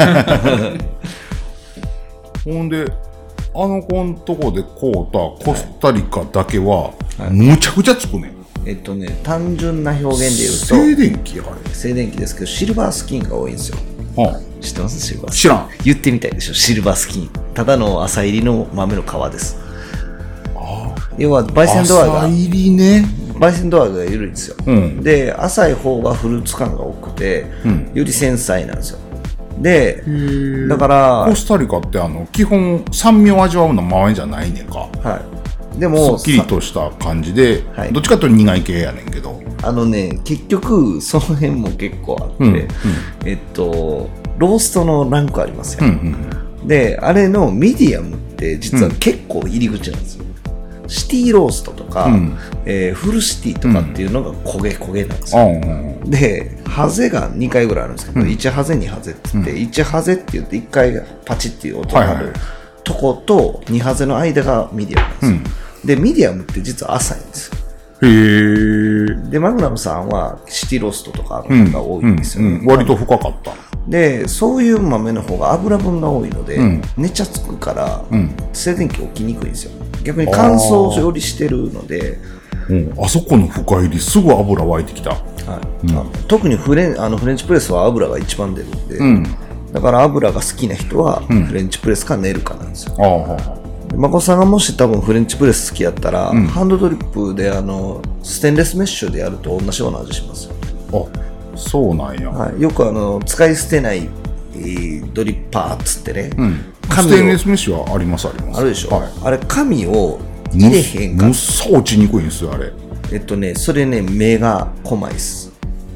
ほんで子んとこで買うたコスタリカだけはむちゃくちゃつくねん。 単純な表現で言うと静電気、あれ静電気ですけど、シルバースキンが多いんですよ。知ってます？シルバースキン。 知らん。 言ってみたいでしょ、シルバースキン。ただの浅入りの豆の皮です。要は焙煎ドアが、 浅入りね、 焙煎ドアが緩いんですよ。で浅い方がフルーツ感が多くて、より繊細なんですよ。でだからコスタリカって基本酸味を味わうの豆じゃないねんか。 でもすっきりとした感じで、どっちかというと苦い系やねんけど、 結局その辺も結構あって、ローストのランクありますよ、であれのミディアムって実は結構入り口なんですよ。シティローストとか、フルシティとかっていうのが焦げなんですよ。でハゼが2回ぐらいあるんですけど、1ハゼ2ハゼって言って、1ハゼって言って1回パチっていう音があるとこと2ハゼの間がミディアムなんですよ。でミディアムって実は浅いんですよ。でマグナムさんはシティローストとかのが多いんですよ、 割と深かった。 でそういう豆の方が油分が多いので、寝ちゃつくから、静電気起きにくいんですよ。逆に乾燥よりしてるので、 あそこの深入りすぐ油湧いてきた。 特にフレンチプレスは油が一番出るんで、だから油が好きな人はフレンチプレスかネルかなんですよ。まこさんがもし多分フレンチプレス好きやったら、ハンドドリップでステンレスメッシュでやると同じような味しますよ。 そうなんや。 よく使い捨てないドリッパーっつってね、 ステンレスメッシュはありますあります。 あるでしょ、あれ紙を入れへんかむっさ落ちにくいんですよあれ。 それね、目が細いっす。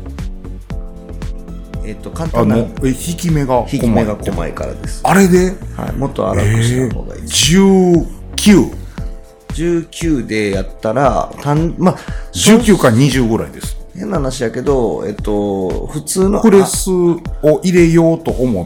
簡単な引き目が細いからです。 あれで、 もっと粗くした方がいいです。19でやったら 19か20ぐらいです。 変な話やけど、普通のプレスを入れようと思って、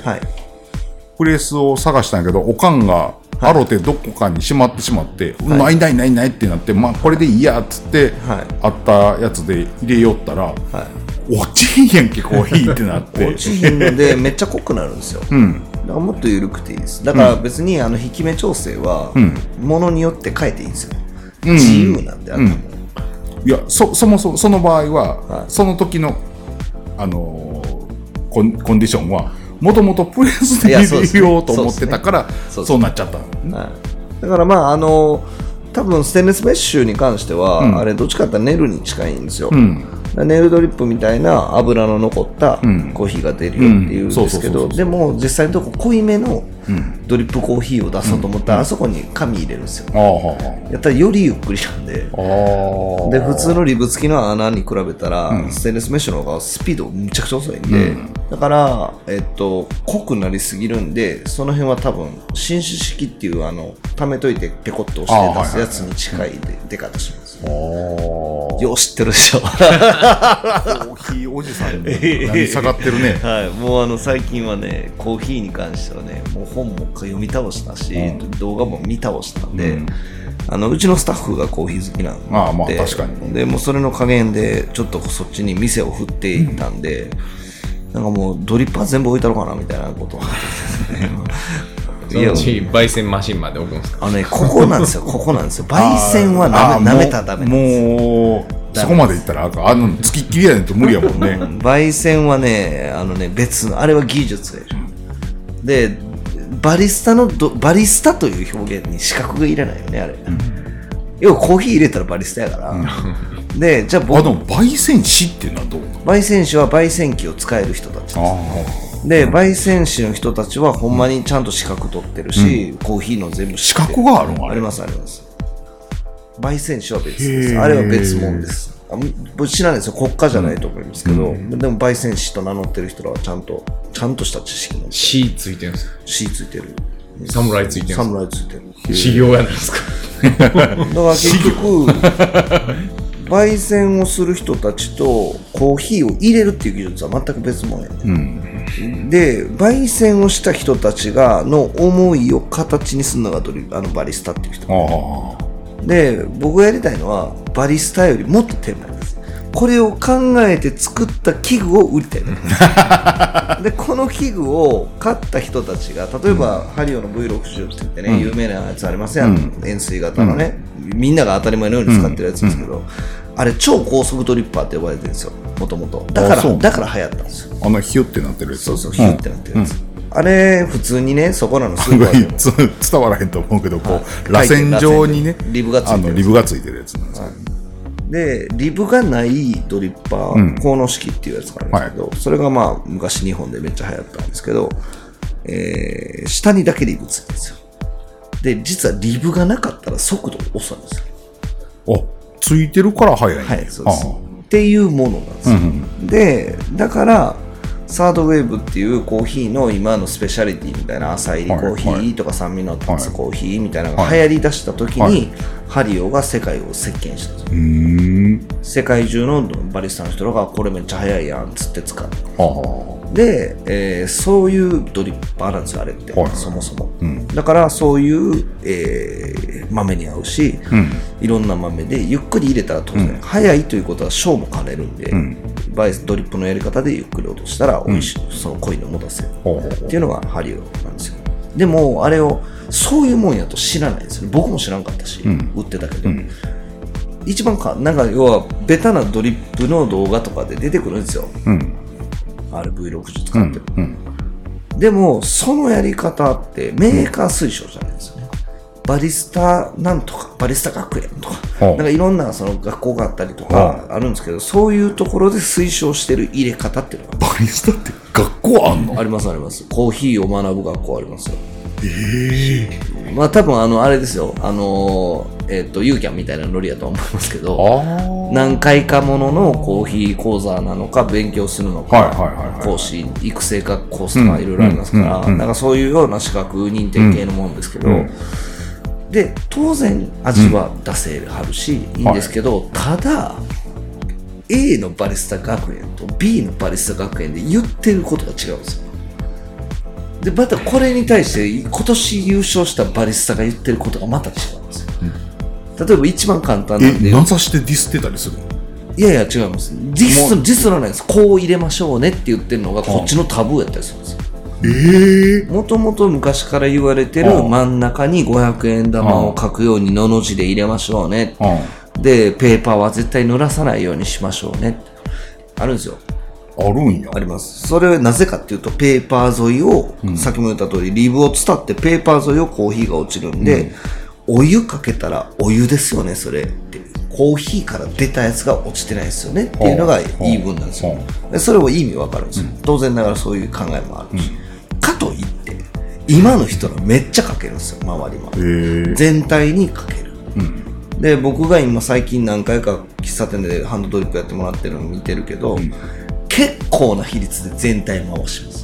プレスを探したんやけど、おかんがアロテどこかにしまってしまって、ないってなって、これでいいやっつって、あったやつで入れよったら、落ちひんやんけコーヒーってなって落ちひんのでめっちゃ濃くなるんですよ。だからもっと緩くていいです。だから別に引き目調整はものによって変えていいんですよ。自由なんであると思う。 いや、そもそもその場合は、その時のコンディションはもともとプレスで入れようと思ってたからそうなっちゃったの、 はい、だからまあ多分ステンレスメッシュに関しては、あれどっちかっていうとネルに近いんですよ、ネルドリップみたいな油の残ったコーヒーが出るよっていうんですけど、でも実際のとこ濃いめのドリップコーヒーを出そうと思ったら、あそこに紙入れるんですよ、やったらよりゆっくりなんで、で普通のリブ付きの穴に比べたら、ステンレスメッシュの方がスピードむちゃくちゃ遅いんで、だから濃くなりすぎるんで、その辺は多分浸酒式っていう溜めといてペコッと押して出すやつに近い出方します。よう知ってるでしょ。コーヒーおじさんに何下がってるね。 はい、もう最近はね、コーヒーに関してはね、もう本も読み倒したし、動画も見倒したんで、うちのスタッフがコーヒー好きなんで、 まあ確かに。 でもうそれの加減でちょっとそっちに店を振っていったんで、なんかもうドリッパー全部置いたろうかなみたいなことを思ってですね。 そのうち焙煎マシンまで置くんですか？ ここなんですよ、ここなんですよ。焙煎はなめたらダメなんですよ。 もうそこまでいったらつきっきりやねんと無理やもんね。 焙煎はね、別のあれは技術でバリスタという表現に資格がいらないよね、あれ。要はコーヒー入れたらバリスタやから。で、じゃあ僕焙煎士っていうのはどう？ 焙煎士は焙煎機を使える人たちです。で、焙煎士の人たちはほんまにちゃんと資格取ってるし、コーヒーの全部資格があるの？ ありますあります。焙煎士は別です。あれは別物です。知らないですよ、国家じゃないと思いますけど、でも焙煎士と名乗ってる人らはちゃんとした知識なんです。 C ついてるんですか？ C ついてる。 侍ついてる。 侍ついてる。 修行やないですか。だから結局焙煎をする人たちとコーヒーを入れるっていう技術は全く別物やね、で焙煎をした人たちの思いを形にするのがバリスタっていう人で、僕がやりたいのはバリスタよりもっと手前です。これを考えて作った器具を売りたいでこの器具を買った人たちが例えば、ハリオの V60 って言ってね、有名なやつありますやん、円錐型のね、みんなが当たり前のように使ってるやつですけど、あれ超高速ドリッパーって呼ばれてるんですよ、もともと。だから流行ったんですよ。 ヒュってなってるやつ。 そうそう、ヒュってなってるやつ、あれ普通にね、そこらのスーパーで伝わらへんと思うけど、螺旋状にねリブがついてるやつなんですよ。 でリブがないドリッパー、コーノ式っていうやつがあるんですけど、それがまあ昔日本でめっちゃ流行ったんですけど、下にだけリブついてるんですよ。で実はリブがなかったら速度が遅いんですよ。 ついてるから速い、ね。 はい、そうです。っていうものなんですよ。でだからサードウェーブっていうコーヒーの今のスペシャリティみたいな浅入りコーヒーとか酸味の立つコーヒーみたいなのが流行り出した時に、ハリオが世界を席巻したんですよ。世界中のバリスタの人がこれめっちゃ早いやんっつって使う。で、そういうドリッパーなんですよ、あれって、そもそも。だからそういう、豆に合うし、いろんな豆でゆっくり入れたら当然、早いということは小も兼ねるんで、ドリップのやり方でゆっくり落としたら美味しい、その濃いのを持たせるっていうのがハリオなんですよ。でもあれをそういうもんやと知らないですよね。僕も知らんかったし、売ってたけど、一番なんか要はベタなドリップの動画とかで出てくるんですよ、RV60 使ってる、でもそのやり方ってメーカー推奨じゃないですよね。バリスタなんとかバリスタ学園とか、なんかいろんなその学校があったりとかあるんですけど、そういうところで推奨してる入れ方っていうのがバリスタって学校あんの？ ありますあります。コーヒーを学ぶ学校ありますよ。まあ多分あれですよ、ユーキャンみたいなノリやと思いますけど、何回かもののコーヒー講座なのか勉強するのか、講師育成かコースとかいろいろありますから、なんかそういうような資格認定系のものですけど、で当然味は出せはるし、いいんですけど、ただ A のバリスタ学園と B のバリスタ学園で言ってることが違うんですよ。でまたこれに対して今年優勝したバリスタが言ってることがまた違うんですよ、例えば一番簡単なんで、 名指しでディスってたりするの？ いやいや違います。ディスらないです。こう入れましょうねって言ってるのがこっちのタブーやったりするんですよ。もともと昔から言われてる真ん中に500円玉を書くようにのの字で入れましょうね、でペーパーは絶対濡らさないようにしましょうねあるんですよ。 あるんや。 あります。それはなぜかっていうと、ペーパー沿いを、さっきも言った通り、リブを伝ってペーパー沿いをコーヒーが落ちるんで、お湯かけたらお湯ですよね、それって。コーヒーから出たやつが落ちてないですよねっていうのが言い分なんですよ。でそれを意味わかるんですよ。当然ながらそういう考えもあるし。かといって、今の人らめっちゃかけるんですよ、周りは。全体にかける。で、僕が今最近何回か喫茶店でハンドドリップやってもらってるのを見てるけど、結構な比率で全体回します。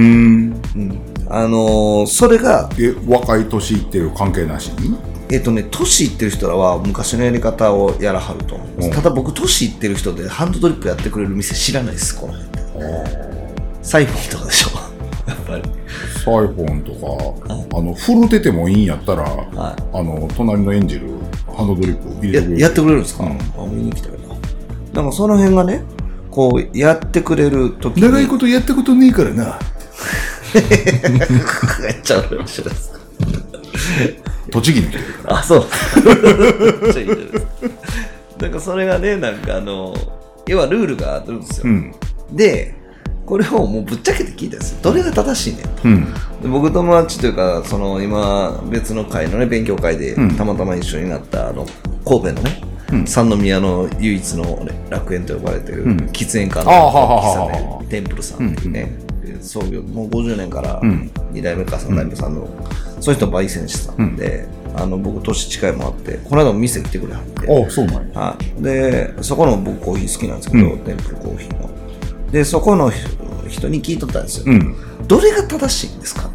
それが若い年いってる関係なしに年いってる人らは昔のやり方をやらはると思います。ただ僕、年いってる人でハンドドリップやってくれる店知らないです、この辺で。サイフォンとかでしょやっぱり。 サイフォンとか、振るててもいいんやったら、隣のエンジェル、ハンドドリップ入れてくれる。 やってくれるんですか？見に来たよな。なんかその辺がね、こう、やってくれるときに。 長いことやったことねえからな。 めっちゃあるらしいです。 栃木に来てるから。 あ、そう。めっちゃいいじゃないですか。なんかそれがね、なんか要はルールがあるんですよ。で、これをもうぶっちゃけて聞いたんですよ。どれが正しいねんと。で僕友達というか、今別の会のね、勉強会でたまたま一緒になった神戸のね、三宮の唯一の楽園と呼ばれてる喫煙家の喫茶店、テンプルさんっていうね、創業もう50年から2代目か3代目さんの、そういう人焙煎師さんで、僕年近いもあって、この間も店来てくれはって。 そうなんや。 で、そこの僕コーヒー好きなんですけど、テンプルコーヒーの。で、そこの人に聞いとったんですよ。どれが正しいんですかって。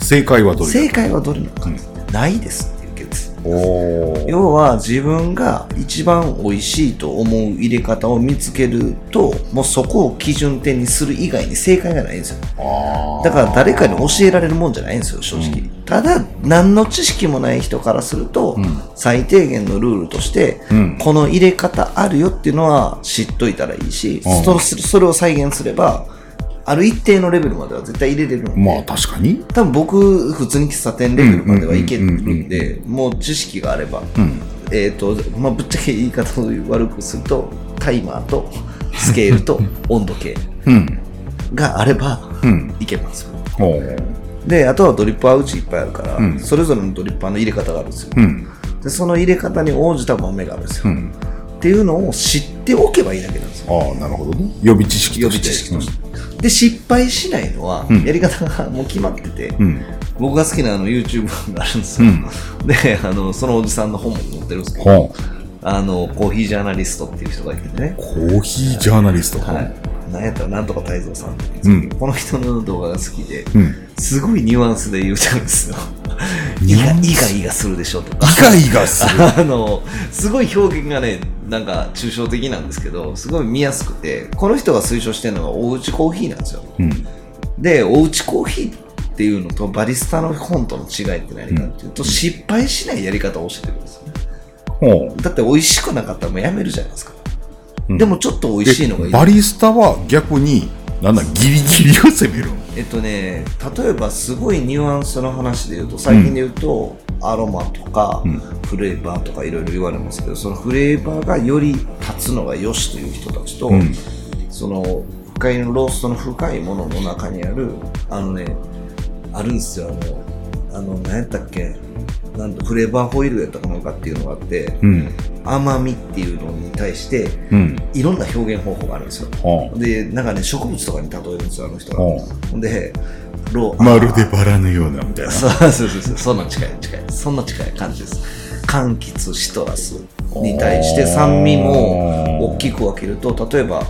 正解はどれ？ 正解はどれなのかって。ないですっていうケツ。要は自分が一番美味しいと思う入れ方を見つけると、もうそこを基準点にする以外に正解がないんですよ。だから誰かに教えられるもんじゃないんですよ、正直。ただ、何の知識もない人からすると、最低限のルールとして、この入れ方あるよっていうのは知っといたらいいし、それを再現すれば、ある一定のレベルまでは絶対入れれるんで。 まあ確かに。 多分僕、普通に喫茶店レベルまではいけるんで、もう知識があれば、まあぶっちゃけ言い方を悪くすると、タイマーとスケールと温度計があれば、いけますよ。で、あとはドリッパーはうちいっぱいあるから、それぞれのドリッパーの入れ方があるんですよ。で、その入れ方に応じた豆があるんですよ。っていうのを知っておけばいいだけなんですよ。 なるほどね。予備知識として。 予備知識として。で、失敗しないのは、やり方がもう決まってて、僕が好きなYouTube があるんですよ。で、そのおじさんの本も載ってるんですけど、コーヒージャーナリストっていう人がいてね。 コーヒージャーナリスト。 はい。なんやったらなんとか泰造さんって言うんですけど、この人の動画が好きで、すごいニュアンスで言うてるんですよ。イガするでしょとか。 イガする。 すごい表現がね、なんか抽象的なんですけど、すごい見やすくて、この人が推奨してるのがおうちコーヒーなんですよ。で、おうちコーヒーっていうのとバリスタの本との違いって何かっていうと、失敗しないやり方を教えてくるんですよね。だって美味しくなかったらもうやめるじゃないですか。でもちょっと美味しいのがいい。 バリスタは逆にギリギリを攻める。 例えばすごいニュアンスの話で言うと、最近で言うと、アロマとか、フレーバーとかいろいろ言われますけど、そのフレーバーがより立つのが良しという人たちと、その深いローストの深いものの中にあるあるんですよ。何やったっけ、なんとフレーバーホイールやったかなんかっていうのがあって、甘みっていうのに対して、いろんな表現方法があるんですよ。で、なんかね、植物とかに例えるんですよ、あの人が。で、 まるでバラのようなみたいな。 そう、そんな近い。そんな近い感じです。柑橘、シトラスに対して酸味も大きく分けると、例えば、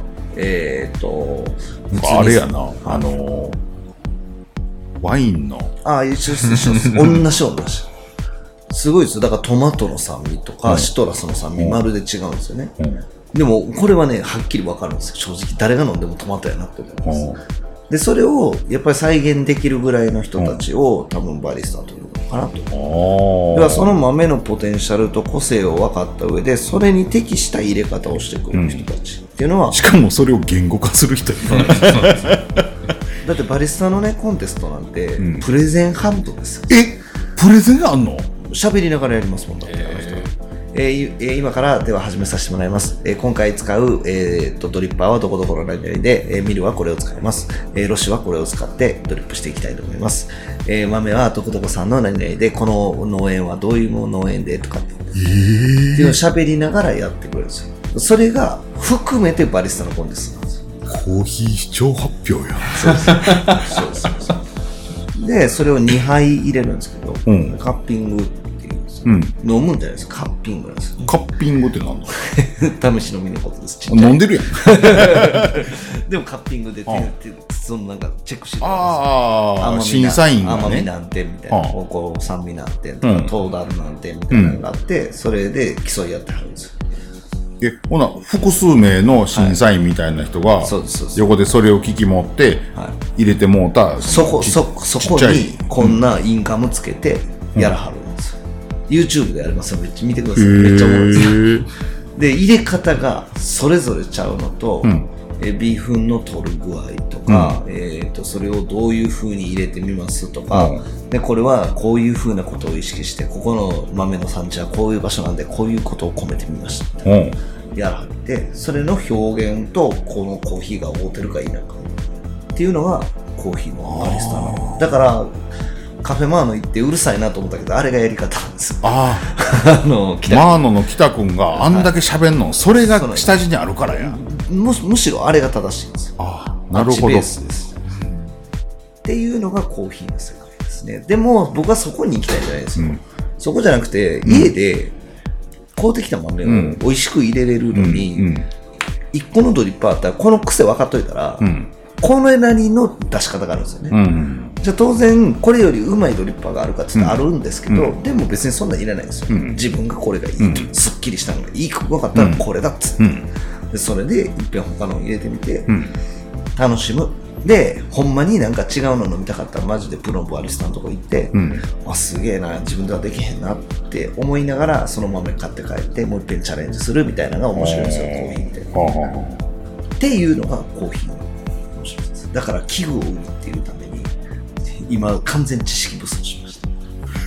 あれやな、ワインの。 一緒です。同じ。すごいですよ。だからトマトの酸味とか、シトラスの酸味、まるで違うんですよね。でも、これはね、はっきり分かるんですよ。正直、誰が飲んでもトマトやなって思います。で、それを、やっぱり再現できるぐらいの人たちを、多分バリスタというのかなと。では、その豆のポテンシャルと個性を分かった上で、それに適した入れ方をしてくれる人たちっていうのは、 しかもそれを言語化する人だってバリスタのね、コンテストなんて、プレゼンハンドですよ。 プレゼンあんの？ 喋りながらやりますもんだって、 今からでは始めさせてもらいます。今回使う、ドリッパーはどこどこの何々で、ミルはこれを使います。ロッシュはこれを使ってドリップしていきたいと思います。豆はどこどこさんの何々で、この農園はどういう農園でとかって、っていうのを喋りながらやってくれるんですよ。それが含めてバリスタのコンテストなんですよ。 コーヒー視聴発表や。 そうで、それを2杯入れるんですけど、カッピングっていうんですよ。飲むんじゃないですか、カッピングなんですよ、ね。 カッピングって何試し飲みのことです。 飲んでるやん。 でもカッピングでそのなんかチェックして審査員がね。 甘み何点みたいな、酸味何点とか、糖度何点みたいなのがあって、それで競い合ってはるんですよ。 ほな複数名の審査員みたいな人が横でそれを聞き持って入れてもうた、 そこにこんなインカムつけてやらはるんですよ。YouTube でやりますよ。めっちゃ見てください。めっちゃおもろいですよ。で入れ方がそれぞれちゃうのと、微粉の取る具合とか、それをどういう風に入れてみますとか、でこれはこういう風なことを意識して、ここの豆の産地はこういう場所なんでこういうことを込めてみましたみたいな、やらはって、それの表現とこのコーヒーが合うてるか否かっていうのがコーヒーのバリスタなの。だからカフェマーノ行ってうるさいなと思ったけど、あれがやり方なんですよ。マーノの北くんがあんだけ喋んの、それが下地にあるからや。 むしろあれが正しいんですよ。 なるほど。 ベースです。っていうのがコーヒーの世界ですね。でも僕はそこに行きたいんじゃないですよ。そこじゃなくて、家で買うてきた豆を美味しく入れれるのに、1個のドリッパーあったらこの癖分かっといたら、これなりの出し方があるんですよね。じゃあ当然これよりうまいドリッパーがあるかって言ったらあるんですけど、でも別にそんなんいらないんですよ。自分がこれがいい、すっきりしたのがいいか分かったらこれだっつって、でそれでいっぺん他のを入れてみて、楽しむ。でほんまになんか違うの飲みたかったらマジでプロのバリスタのとこ行って、すげえな、自分ではできへんなって思いながらその豆買って帰ってもう一遍チャレンジするみたいなのが面白いんですよ、コーヒーって。っていうのがコーヒーの面白いです。だから器具を売るっていうために今完全知識不足しました。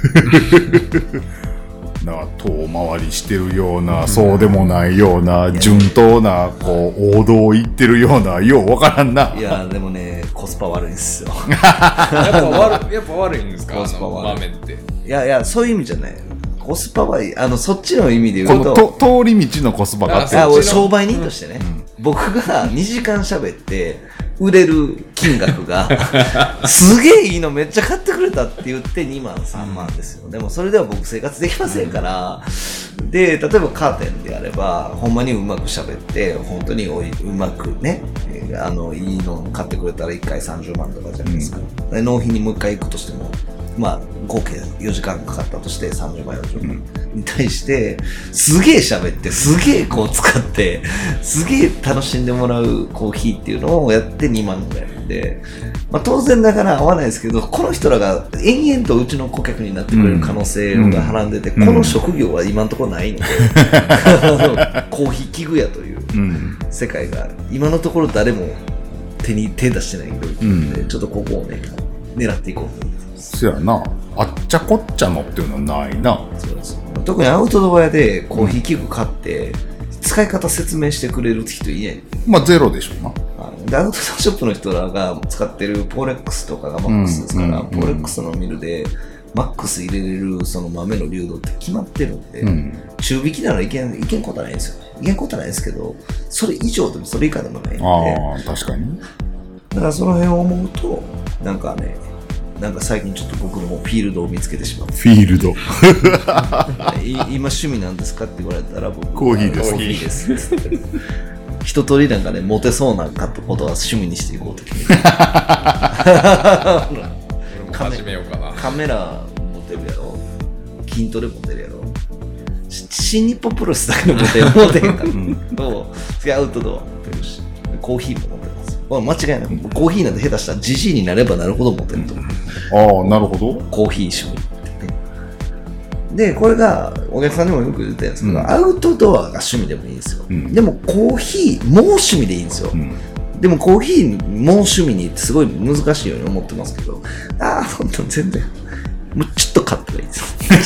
遠回りしてるような、そうでもないような、順当なこう王道を行ってるような、ようわからんな。 いやでもね、コスパ悪いんですよ。 やっぱ悪いんですか、 コスパ悪い。 豆って。 いやそういう意味じゃない。コスパはいい。そっちの意味で言うと、 この通り道のコスパがあって、 商売人としてね、僕が2時間喋って売れる金額がすげえいいのめっちゃ買ってくれたって言って2万3万ですよ。でもそれでは僕生活できませんから、で例えばカーテンであればほんまにうまく喋って本当にうまくね、いいの買ってくれたら1回30万とかじゃないですか。納品にもう1回行くとしても合計4時間かかったとして30万40万に対してすげえ喋ってすげえこう使ってすげえ楽しんでもらうコーヒーっていうのをやって2万ぐらいなんで、当然ながら合わないですけど、この人らが延々とうちの顧客になってくれる可能性がはらんでて、この職業は今のところないので、コーヒー器具屋という世界が今のところ誰も手出してないので、ちょっとここをね狙っていこうと思います。 そやな、あっちゃこっちゃのっていうのはないな。 そうです。特にアウトドア屋でコーヒー器具買って使い方説明してくれる人いない。 ゼロでしょうな。 でアウトドアショップの人らが使ってるポーレックスとかがマックスですから、ポーレックスのミルでマックス入れれるその豆の流動って決まってるんで、中引きならいけんことはないんですよね。いけんことはないですけど、それ以上でもそれ以下でもないので。 確かに。 だからその辺を思うとなんか最近ちょっと僕のフィールドを見つけてしまう。 フィールド今趣味なんですかって言われたら僕コーヒーです。 コーヒーです一通りモテそうなことは趣味にしていこうと決めて始めようかな。 カメラ持てるやろ、筋トレ持てるやろ、新日本プロレスだけの持てへんからと次アウトドア持てるし、コーヒーも持てます。間違いない。コーヒーなんて下手したらジジイになればなるほど持てると思う。 なるほど。 コーヒー趣味ってね。でこれがお客さんにもよく言ってるんですけど、アウトドアが趣味でもいいんですよ。でもコーヒーも趣味でいいんですよ。でもコーヒーも趣味にってすごい難しいように思ってますけど、本当全然もうちょっと買ったらいいです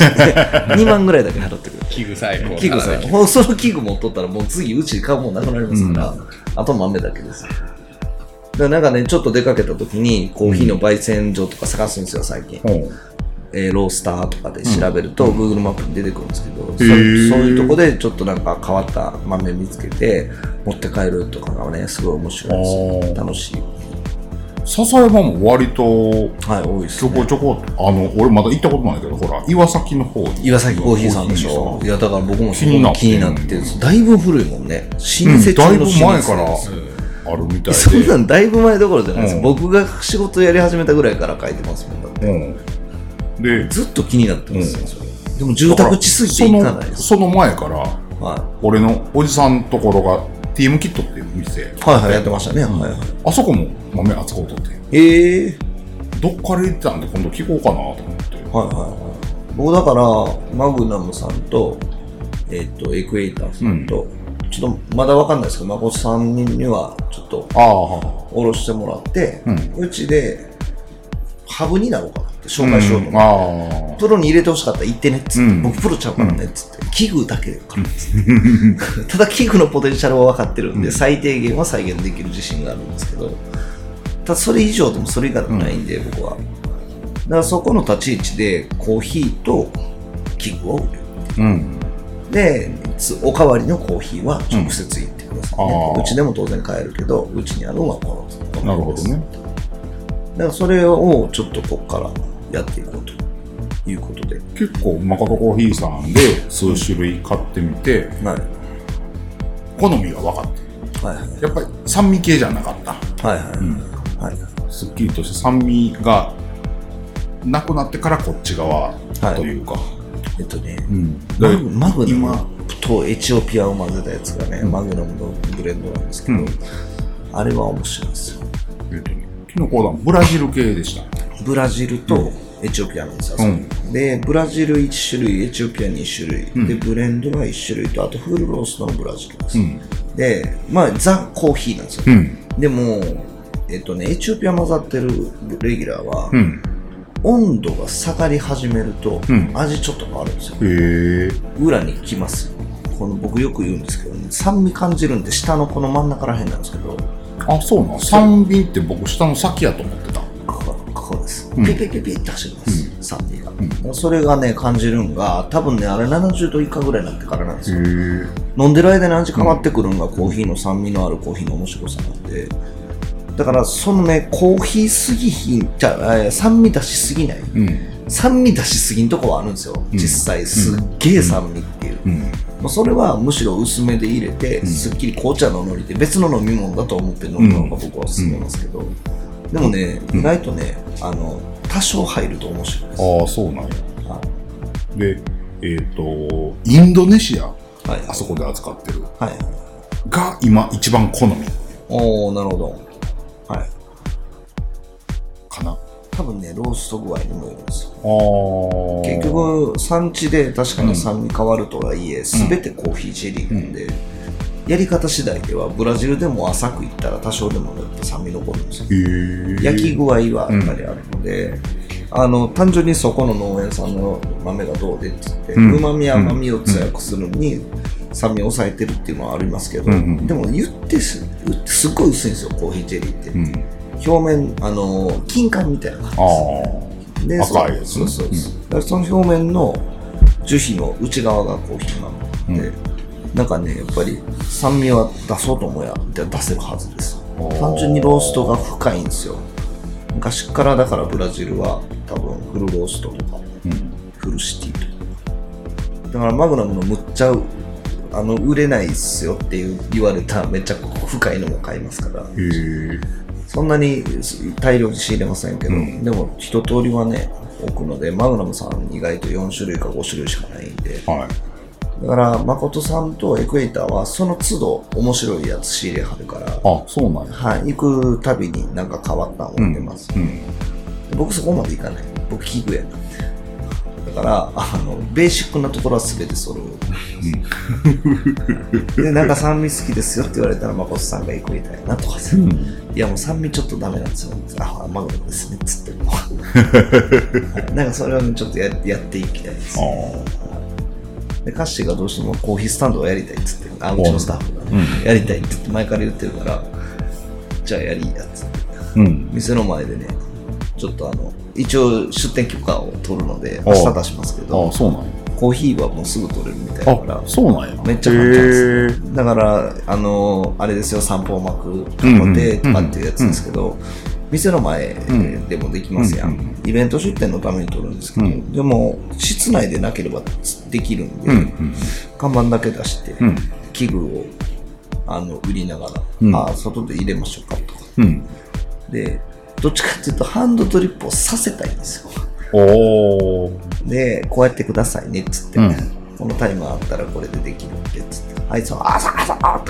2万ぐらいだけ払ってくれ器具さえこう器具さえその器具持っとったらもう次うちで買うもんなくなりますから、あと豆だけです。だからなんかねちょっと出かけた時にコーヒーの焙煎所とか探すんですよ最近、ロースターとかで調べると、Google マップに出てくるんですけど、そういうとこでちょっとなんか変わった豆見つけて持って帰るとかがねすごい面白いですよ。楽しい。 笹山も割と多いですちょこちょこ、俺まだ行ったことないけど、ほら岩崎の方に岩崎コーヒーさんでしょ。いやだから僕もすごい気になってる。だいぶ古いもんね。老舗中の老舗、 だいぶ前からあるみたいで。 そんなんだいぶ前どころじゃないです。僕が仕事やり始めたぐらいから書いてますもんだって。でずっと気になってますよ、それ。でも住宅地すぎて行かないです。 その前から、俺のおじさんのところが TM キットっていう店やってましたね。 あそこも豆扱うとって。どっから行ってたんで今度聞こうかなと思って。 僕だからマグナムさんとエクエイターさんと、ちょっとまだわかんないですけど誠さんにはちょっとおろしてもらって、うちでハブになろうかなって紹介しようと思って、プロに入れてほしかったら言ってねっつって、僕プロちゃうからねっつって、器具だけからっつってただ器具のポテンシャルは分かってるんで、最低限は再現できる自信があるんですけど、ただそれ以上でもそれ以下でもないんで、僕はだからそこの立ち位置でコーヒーと器具を売る、でおかわりのコーヒーは直接言ってくださいね、うちでも当然買えるけどうちにあるのはこのなるほどね。 だからそれをちょっとここからやっていこうということで、 結構誠コーヒーさんで数種類買ってみて、好みが分かって、やっぱり酸味系じゃなかった。すっきりとした酸味がなくなってからこっち側というか、 マグナムとエチオピアを混ぜたやつがね、マグナムのブレンドなんですけど、あれは面白いですよ。 昨日こうだブラジル系でした。 ブラジルとエチオピアなんですよ、でブラジル1種類エチオピア2種類、でブレンドが1種類とあとフルローストのブラジルです、でザ・コーヒーなんですよ、でもエチオピア混ざってるレギュラーは、温度が下がり始めると、味ちょっと変わるんですよ。裏に来ます。この僕よく言うんですけど、酸味感じるんで下のこの真ん中らへんなんですけど。 そうなん。酸味って僕下の先やと思ってた。 ここです。ピピピピって走ります、酸味が。それがね感じるんが多分ねあれ70度以下ぐらいになってからなんですよ。飲んでる間に味変わってくるのがコーヒーの酸味のあるコーヒーの面白さなんで。だからそのねコーヒーすぎひんじゃ酸味出しすぎない、酸味出しすぎんとこはあるんですよ、実際すっげえ酸味っていう、それはむしろ薄めで入れて、すっきり紅茶の海苔で別の飲み物だと思って飲むのが僕は勧めますけど、でもね意外とね多少入ると面白いです。 そうなんや。でインドネシア、あそこで扱ってる、が今一番好み。 なるほど。 かな。 多分ねロースト具合にもよるんですよ。結局産地で確かに酸味変わるとはいえ、全てコーヒージェリーなんで、やり方次第ではブラジルでも浅くいったら多少でもやっぱ酸味残るんですよ。焼き具合はやっぱりあるので、単純にそこの農園さんの豆がどうでって言って、旨味甘みを強くするのに酸味を抑えてるっていうのはありますけど、でも言ってすっごい薄いんですよコーヒージェリーって、表面金柑みたいな感じです。 赤いやつ。 その表面の樹皮の内側がコーヒー豆で、なんかねやっぱり酸味は出そうと思えば出せるはずです。単純にローストが深いんですよ。昔からだからブラジルは多分フルローストとか、フルシティとかだからマグナムのむっちゃ売れないっすよって言われためっちゃ深いのも買いますから、そんなに大量に仕入れませんけど、でも一通りはね置くので、マグナムさん意外と4種類か5種類しかないんで、だから誠さんとエクエイターはその都度面白いやつ仕入れはるから、 そうなんや。 行くたびになんか変わったのを見てます、僕そこまでいかない。僕器具やなんで、だからベーシックなところは全て揃う、でなんか酸味好きですよって言われたら誠さんがエクエイターやなとかさ、 いやもう酸味ちょっとダメなんですよ。あ、マグロですねっつっても、なんかそれはちょっと やっていきたいです、ね。でカッシーがどうしてもコーヒースタンドをやりたいっつって、うちのスタッフが、ね、やりたいって言って前から言ってるから、じゃあやりやっつって、店の前でね、ちょっと一応出店許可を取るので明日出しますけど、 そうなんや。 コーヒーはもうすぐ取れるみたいだから、 そうなんや。 めっちゃ簡単です。だからあれですよ、散歩を巻く箱でとかっていうやつですけど、店の前でもできますやん。イベント出店のために取るんですけど、でも室内でなければできるんで、看板だけ出して、器具を売りながら、外で入れましょうかとか。で、どっちかっていうとハンドドリップをさせたいんですよ。で、こうやってくださいねっつって、このタイマーあったらこれでできるってっつって、あいつは朝とか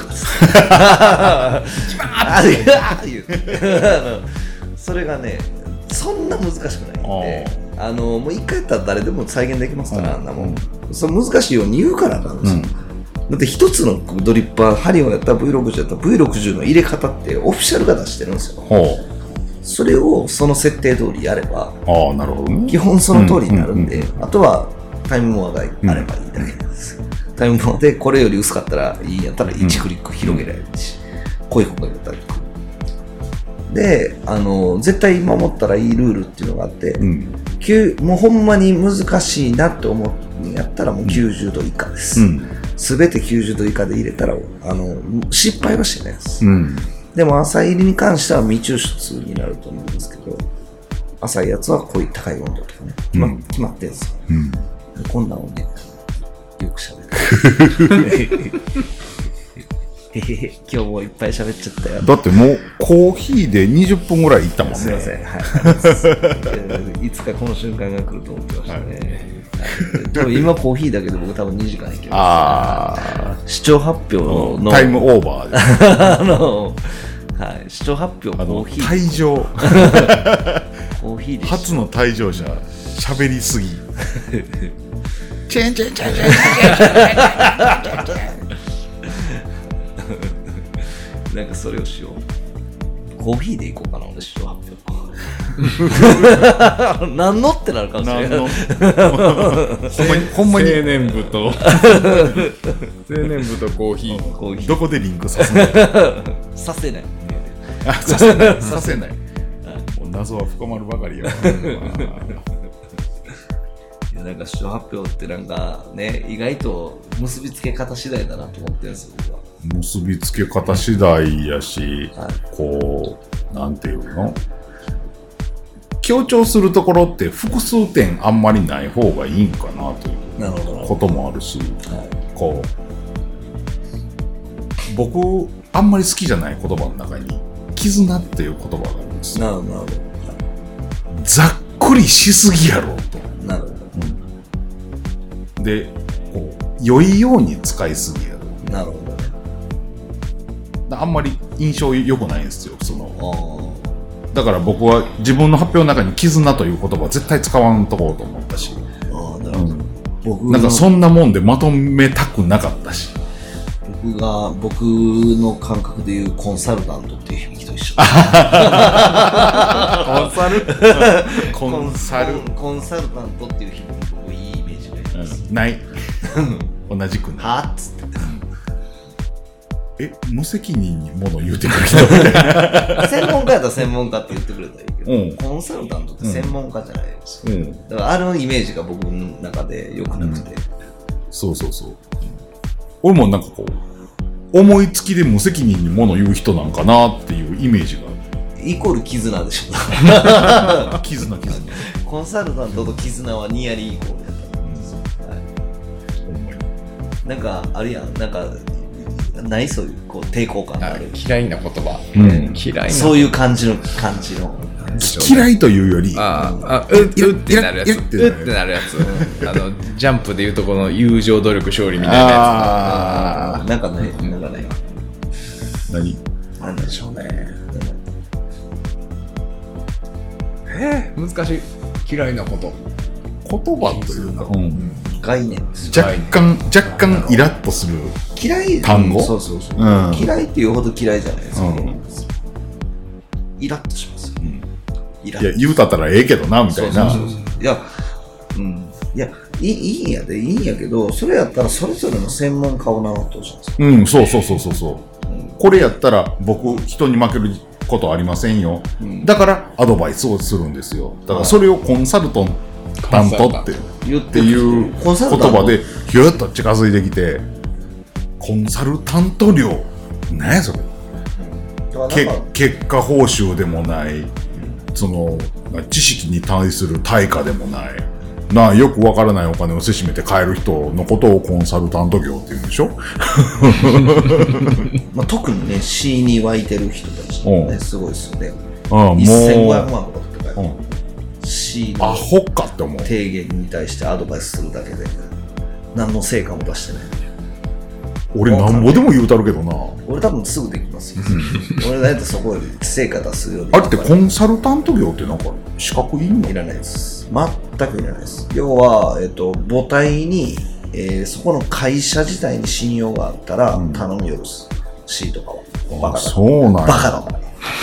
言うそれがね、そんな難しくないんで、もう一回やったら誰でも再現できますから、もうそれ難しいように言うからなんですよ。だって一つのドリッパー、ハリオやったら V60 やったら V60 の入れ方ってオフィシャルが出してるんですよ。それをその設定通りやれば、 なるほどね、 基本その通りになるんで、あとはタイムモアがあればいいだけなんです。タイムモアでこれより薄かったらいいんやったら1クリック広げられるし、濃い方がやったりとか。で、絶対守ったらいいルールっていうのがあって、もうほんまに難しいなって思うんやったらもう90度以下です。すべて90度以下で入れたら、失敗はしてないです。でも浅い入りに関しては未抽出になると思うんですけど、浅いやつは濃い高い温度とかね、決まってるんですよ。こんなのね、よく喋る。今日もいっぱい喋っちゃったよ。 だってもうコーヒーで20分ぐらいいったもんね。 すいません。いつかこの瞬間が来ると思ってましたね。多分今コーヒーだけで僕多分2時間いけます。視聴発表のタイムオーバーで視聴発表コーヒー退場コーヒーで初の退場者喋りすぎチェンチェンチェンチェンチェンチェンチェンチェンなんかそれをしよう。コーヒーでいこうかな、俺視聴発表何のってなるかもしれない。 ほんまに青年部と青年部とコーヒーどこでリンクさせないさせないさせない謎は深まるばかりよ。 なんか視聴発表ってなんかね、意外と結びつけ方次第だなと思ってるんですよ。僕は結びつけ方次第やし、こうなんていうの、強調するところって複数点あんまりない方がいいんかなということもあるし、こう僕あんまり好きじゃない言葉の中に絆っていう言葉があるんですよ。 なるほど。 ざっくりしすぎやろと。 なるほど。で、こう良いように使いすぎやろ。 なるほどね。 あんまり印象良くないんですよ。だから僕は自分の発表の中に絆という言葉は絶対使わんとこうと思ったし、 なるほど。 なんかそんなもんでまとめたくなかったし、 僕の感覚でいうコンサルタントっていう響きと一緒。コンサルタントっていう響き、僕いいイメージがあります。 ない同じくない。 はっつって無責任に物を言うてくる人みたいな。 専門家やったら専門家って言ってくれたらいいけど、コンサルタントって専門家じゃないですよ。だからあるイメージが僕の中で良くなくて。 そう。俺もなんかこう、思いつきで無責任に物を言う人なんかなっていうイメージが。 イコール絆でしょ。 絆。 コンサルタントと絆はニアリーイコールやった。なんかあるやん、なんかないそういうこう抵抗感がある。 嫌いな言葉。嫌いな。 そういう感じの。 嫌いというより、 ってなるやつ。ってなるやつ。ジャンプでいうとこの友情努力勝利みたいなやつ。 なんかね。 何でしょうね。 難しい。嫌いなこと。 言葉というか、 概念です。 若干イラッとする嫌い単語。 そう。嫌いっていうほど嫌いじゃないですか。 イラッとしますよ、イラッいや言うたったらええけどなみたいな。 そういや、いやいいんやけど、それやったらそれぞれの専門家を名乗ってほしいんですよ。 そう、これやったら僕人に負けることありませんよ、だからアドバイスをするんですよ。だからそれをコンサルタントっていう言葉でひゅっと近づいてきて、コンサルタント料何やそれ、結果報酬でもない、その知識に対する対価でもないよくわからないお金をせしめて買える人のことをコンサルタント業って言うんでしょ特にね C に湧いてる人たちね、すごいですよね。 もう 1500万とかって書いて C のアホかって思う。 提言に対してアドバイスするだけで何の成果も出してない。 俺なんぼでも言うたるけどな。 俺多分すぐできますよ俺だってそこで成果出すように。 あれってコンサルタント業ってなんか資格いんの？ いらないです。全くいらないです。要は、母体に、そこの会社自体に信用があったら頼むようです、C とかは。バカだ。 そうなんや。 バカだから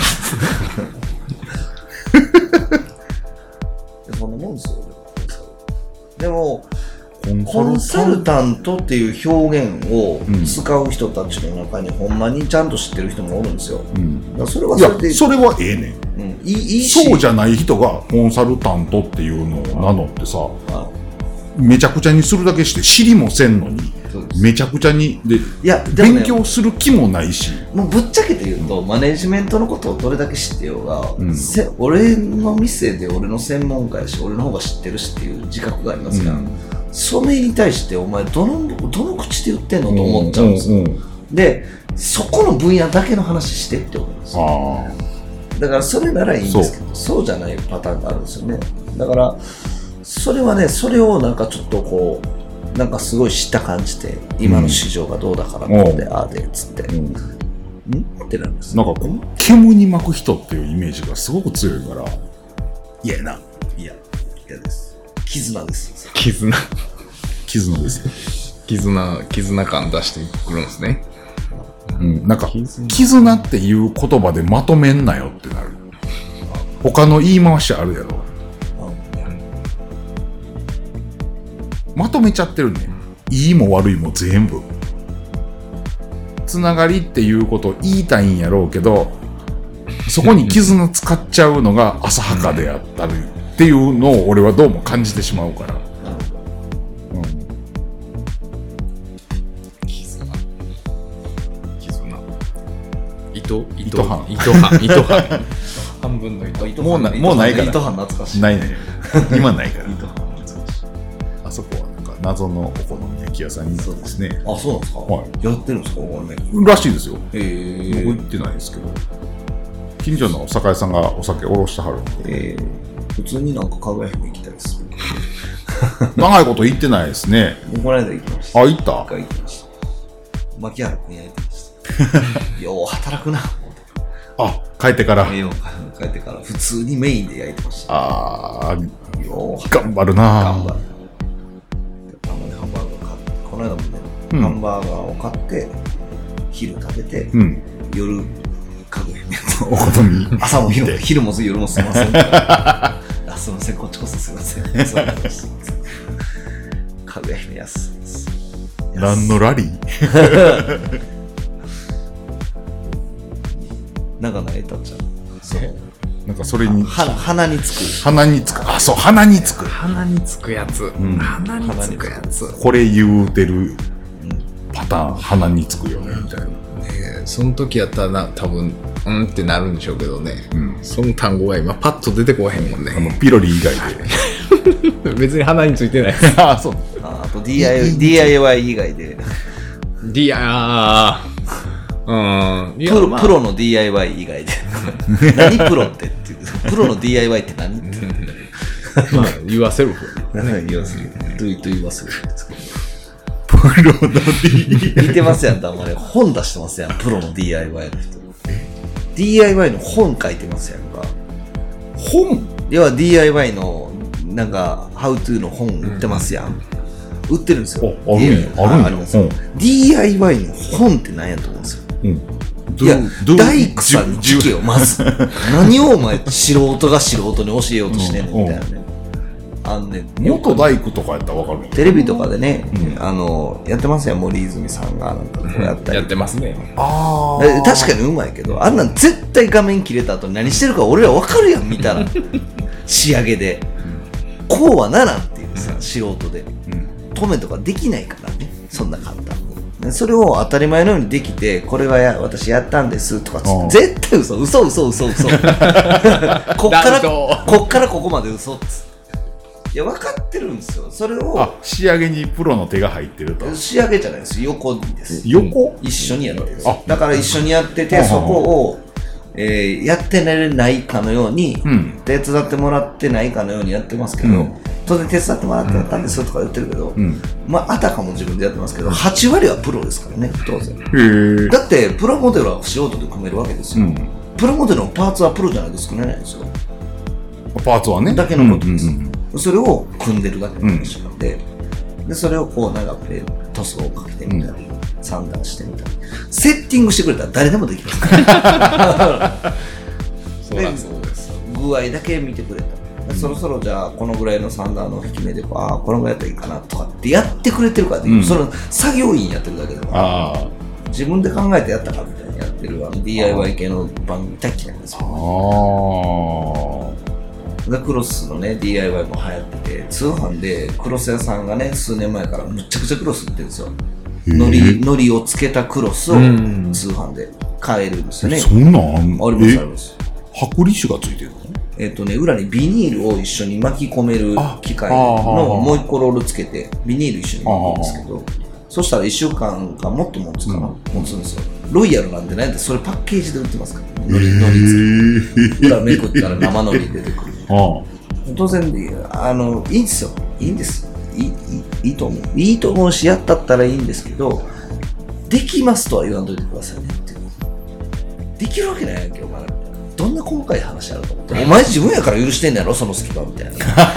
そんなもんですよ。でもコンサルタントっていう表現を使う人たちの中にほんまにちゃんと知ってる人もおるんですよ、だからそれはそれで、 いやそれはええねん、 いいし、 そうじゃない人がコンサルタントっていうのを名乗ってさ、めちゃくちゃにするだけして知りもせんのにめちゃくちゃにで、勉強する気もないし、 もうぶっちゃけて言うと、マネジメントのことをどれだけ知ってようが、俺の店で俺の専門家やし俺の方が知ってるしっていう自覚がありますから、それに対してお前どの口で言ってんのと思っちゃうんですよ、でそこの分野だけの話してって思うんですよ。だからそれならいいんですけど、そうじゃないパターンがあるんですよね。だからそれはね、それをなんかちょっとこうなんかすごい知った感じで、今の市場がどうだからこうで、ああでっつって、ってなるんです。 なんかこう煙に巻く人っていうイメージがすごく強いから嫌やな。 嫌です。絆です。 絆ですよ。 絆感出してくるんですね。 なんか絆っていう言葉でまとめんなよってなる。他の言い回しあるやろ。まとめちゃってるね。いいも悪いも全部。つながりっていうことを言いたいんやろうけど、そこに絆使っちゃうのが浅はかであったりっていうのを俺はどうも感じてしまうから。 糸半分の糸もうないから。 糸半懐かしい。 ないね。今ないから。あそこはなんか謎のお好み焼き屋さんにそうですね。 あ、そうなんですか。やってるんですか、お好み焼き。 らしいですよ。僕行ってないですけど。近所の酒屋さんがお酒おろしてはるんで。 普通になんかかぐや姫行きたいです。 長いこと行ってないですね。 この間行きました。 あ、行った。 行きました。牧原君焼いてました。よう働くな。 あ、帰ってから。 帰ってから普通にメインで焼いてました。 頑張るな。 頑張る。ハンバーガー買って、この間もね、ハンバーガーを買って昼食べて、夜かぐや姫お好み朝も昼も夜もすいません。すいません、こっちこそすいません。かぐや姫安いです。 何のラリーなんかないたっちゃう。そう。 なんかそれに鼻につく。 あ、そう、鼻につく。 鼻につくやつ。鼻につくやつ。 これ言うてるパターン、鼻につくよねみたいな。 その時やったら多分ってなるんでしょうけどね。その単語が今パッと出てこへんもんね。 ピロリ以外で。別に鼻についてない。 あ、そう。 あと DIY 以外で。プロの DIY 以外で何プロってっていうプロの DIY って何ってまあ言わせる言わせる Do it 言わせるプロの DIY 似てますやん。たまに本出してますやん、プロの DIY の人。DIY の本書いてますやんか。 本？ 要は DIY のなんか How to の本売ってますやん。売ってるんですよ。 ありますよ。 DIY の本って何やと思うんですよ。 いや大工さんに聞けよまず何をお前素人が素人に教えようとしてんのみたいなねあんねん元大工とかやったら分かるよ。 テレビとかでね、やってますよ森泉さんがなんかこうやったりやってますね。 確かにうまいけどあんなん絶対画面切れた後に何してるか俺ら分かるやん見たら仕上げでこうはならんっていうさ素人で止めとかできないからねそんな簡単にそれを当たり前のようにできてこれは私やったんですとか絶対嘘こっからここまで嘘っついや分かってるんですよそれを仕上げにプロの手が入ってると。 仕上げじゃないです横にです横一緒にやってるだから一緒にやっててそこをやってないかのように、手伝ってもらってないかのようにやってますけど、当然手伝ってもらってやったんですとか言ってるけど、まああたかも自分でやってますけど8割はプロですからね当然。だってプロモデルは素人で組めるわけですよ、プロモデルのパーツはプロじゃないと作れないんですよ。 パーツはねだけのことです、それを組んでるだけの話なんで、でそれをこうなんか塗装をかけてみたり、サンダーしてみたりセッティングしてくれたら誰でもできますからそうだそうです。 具合だけ見てくれたら、そろそろじゃあこのぐらいのサンダーの引き目でこのぐらいやったらいいかなとかってやってくれてるからできる、その作業員やってるだけでも自分で考えてやったかみたいにやってるDIY 系の番組大嫌いなんですよ。クロスのね DIY も流行ってて通販でクロス屋さんがね数年前からむちゃくちゃクロス売ってるんですよ。のりをつけたクロスを通販で買えるんですよね。 そんなんあります。 剥離紙がついてるの？ 裏にビニールを一緒に巻き込める機械のもう一個ロールつけてビニール一緒に巻くんですけど、そしたら1週間かもっと持つかな、持つんですよ。ロイヤルなんでねそれパッケージで売ってますからね。のりつけて裏めくったら生のり出てくる。当然いいんですよ。いいんです。いいと思う。いいと思うしやったったらいいんですけど、できますとは言わんといてくださいねっていう。できるわけないやんけお前ら。どんな細かい話あると思って。お前自分やから許してんねやろその隙間みたいな。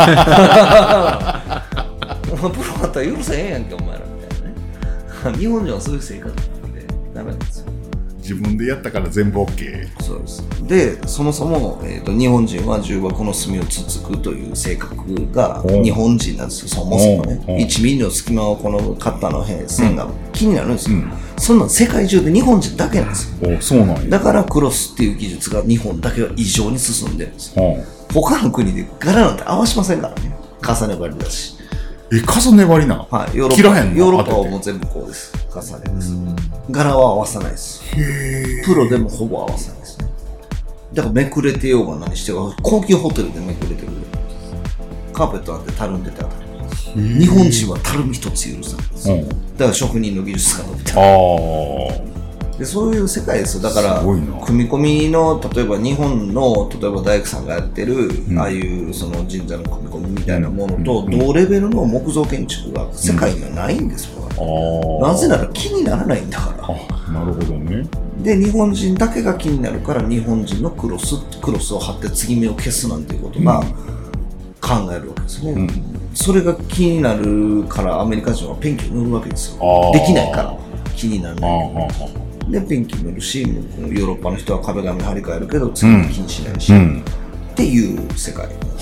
お前プロだったら許せへんやんけお前らみたいなね。日本人はそういう性格なんでダメなんですよ。 自分でやったから全部 OK。 そうです。でそもそも、日本人は重箱の隅をつつくという性格が日本人なんですよ。そもそもね1ミリの隙間をこのカッターの線が気になるんですよ、そんな世界中で日本人だけなんですよ。 そうなんや。 だからクロスっていう技術が日本だけは異常に進んでるんですよ、他の国で柄なんて合わしませんからね。重ね張りだし。 重ね張りな。 はい、 切らへんの？ ヨーロッパはもう全部こうです。重ねです。柄は合わさないです。プロでもほぼ合わさないですね。だからめくれてようが何してようが高級ホテルでめくれてるぐらい。カーペットなんてたるんでて当たり前です。日本人はたるみ一つ許さないです。だから職人の技術が伸びた。でそういう世界ですよ。だから組み込みの例えば日本の例えば大工さんがやってる、ああいうその神社の組み込みみたいなものと同レベルの木造建築が世界にはないんですよ。なぜなら気にならないんだから。 なるほどね。 で日本人だけが気になるから日本人のクロスを貼って継ぎ目を消すなんていうことが考えるわけですね、それが気になるからアメリカ人はペンキを塗るわけですよ。できないから気にならないでペンキ塗るし、ヨーロッパの人は壁紙張り替えるけど次は気にしないし、っていう世界。だから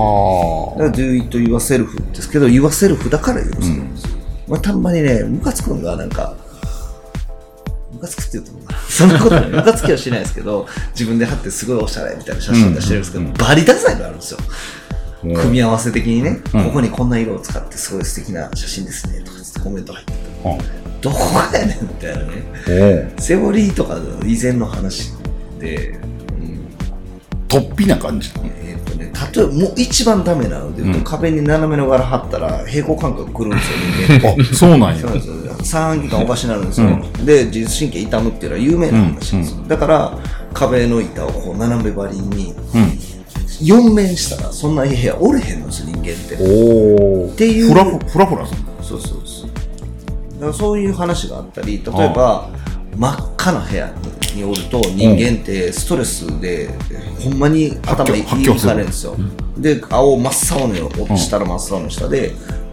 Do it yourself ですけど yourself だから許せるんですよ、たまにねムカつくのがなんかムカつくって言うと思うなそんなことないムカつきはしないですけど自分で貼ってすごいおしゃれみたいな写真出してるんですけど、バリダサいのあるんですよ。組み合わせ的にね、ここにこんな色を使ってすごい素敵な写真ですねとかコメント入ってた、どこがやねんみたいなね、セオリーとか以前の話で、 突飛な感じ。 例えばもう一番ダメなので言うと、壁に斜めの柄貼ったら平行感覚くるんですよ人間。 そうなんや。 そうなんですよ。三半規管おかしになるんですよ、で自律神経痛むっていうのは有名な話なんですよ、だから壁の板をこう斜め張りに、4面したらそんな部屋おれへんのですよ人間って。っていうフラフラする。 そうそうそう。だからそういう話があったり、例えば真っ赤な部屋におると人間ってストレスでほんまに頭いかれるんですよ。で青真っ青に落ちたら真っ青の下で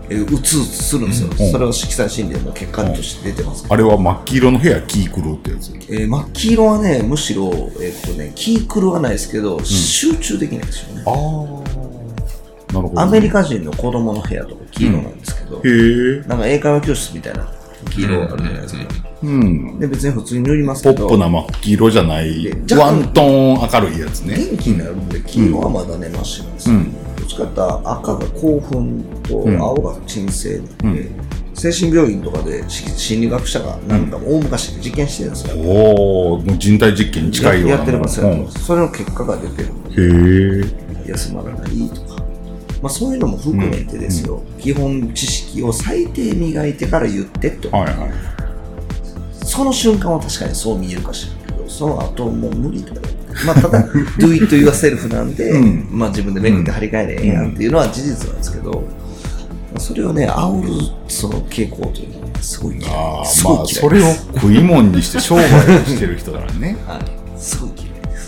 うつするんですよ。それは色彩心理でも結果として出てます。 あれは真っ黄色の部屋気狂うってやつ。 真っ黄色はね、むしろ、気狂わないですけど、集中できないですよね。 ああ。なるほど、ね。 アメリカ人の子供の部屋とか黄色なんですけど、なんか英会話教室みたいな黄色あるじゃないですか。で、別に普通に塗りますけど。 ポップな真っ黄色じゃない、ワントーン明るいやつね。 元気になるんで、黄色はまだね、マシなんですよ。どっちかって赤が興奮と青が鎮静なんで、精神病院とかで心理学者がなんか大昔実験してるんですよ。 おお、もう人体実験に近いような。 やってますよ。それの結果が出てるんで。 へえ。 休まらないとか。まあそういうのも含めてですよ。基本知識を最低磨いてから言ってと。その瞬間は確かにそう見えるかしらんけど、その後もう無理だよ。まあただ、do it yourself なんで、まあ自分でめくって張り替えれええやんっていうのは事実なんですけど、それをね、煽るその傾向というのはすごい嫌い。 まあそれを食い物にして商売をしてる人だからね。 はい。すごい嫌いです。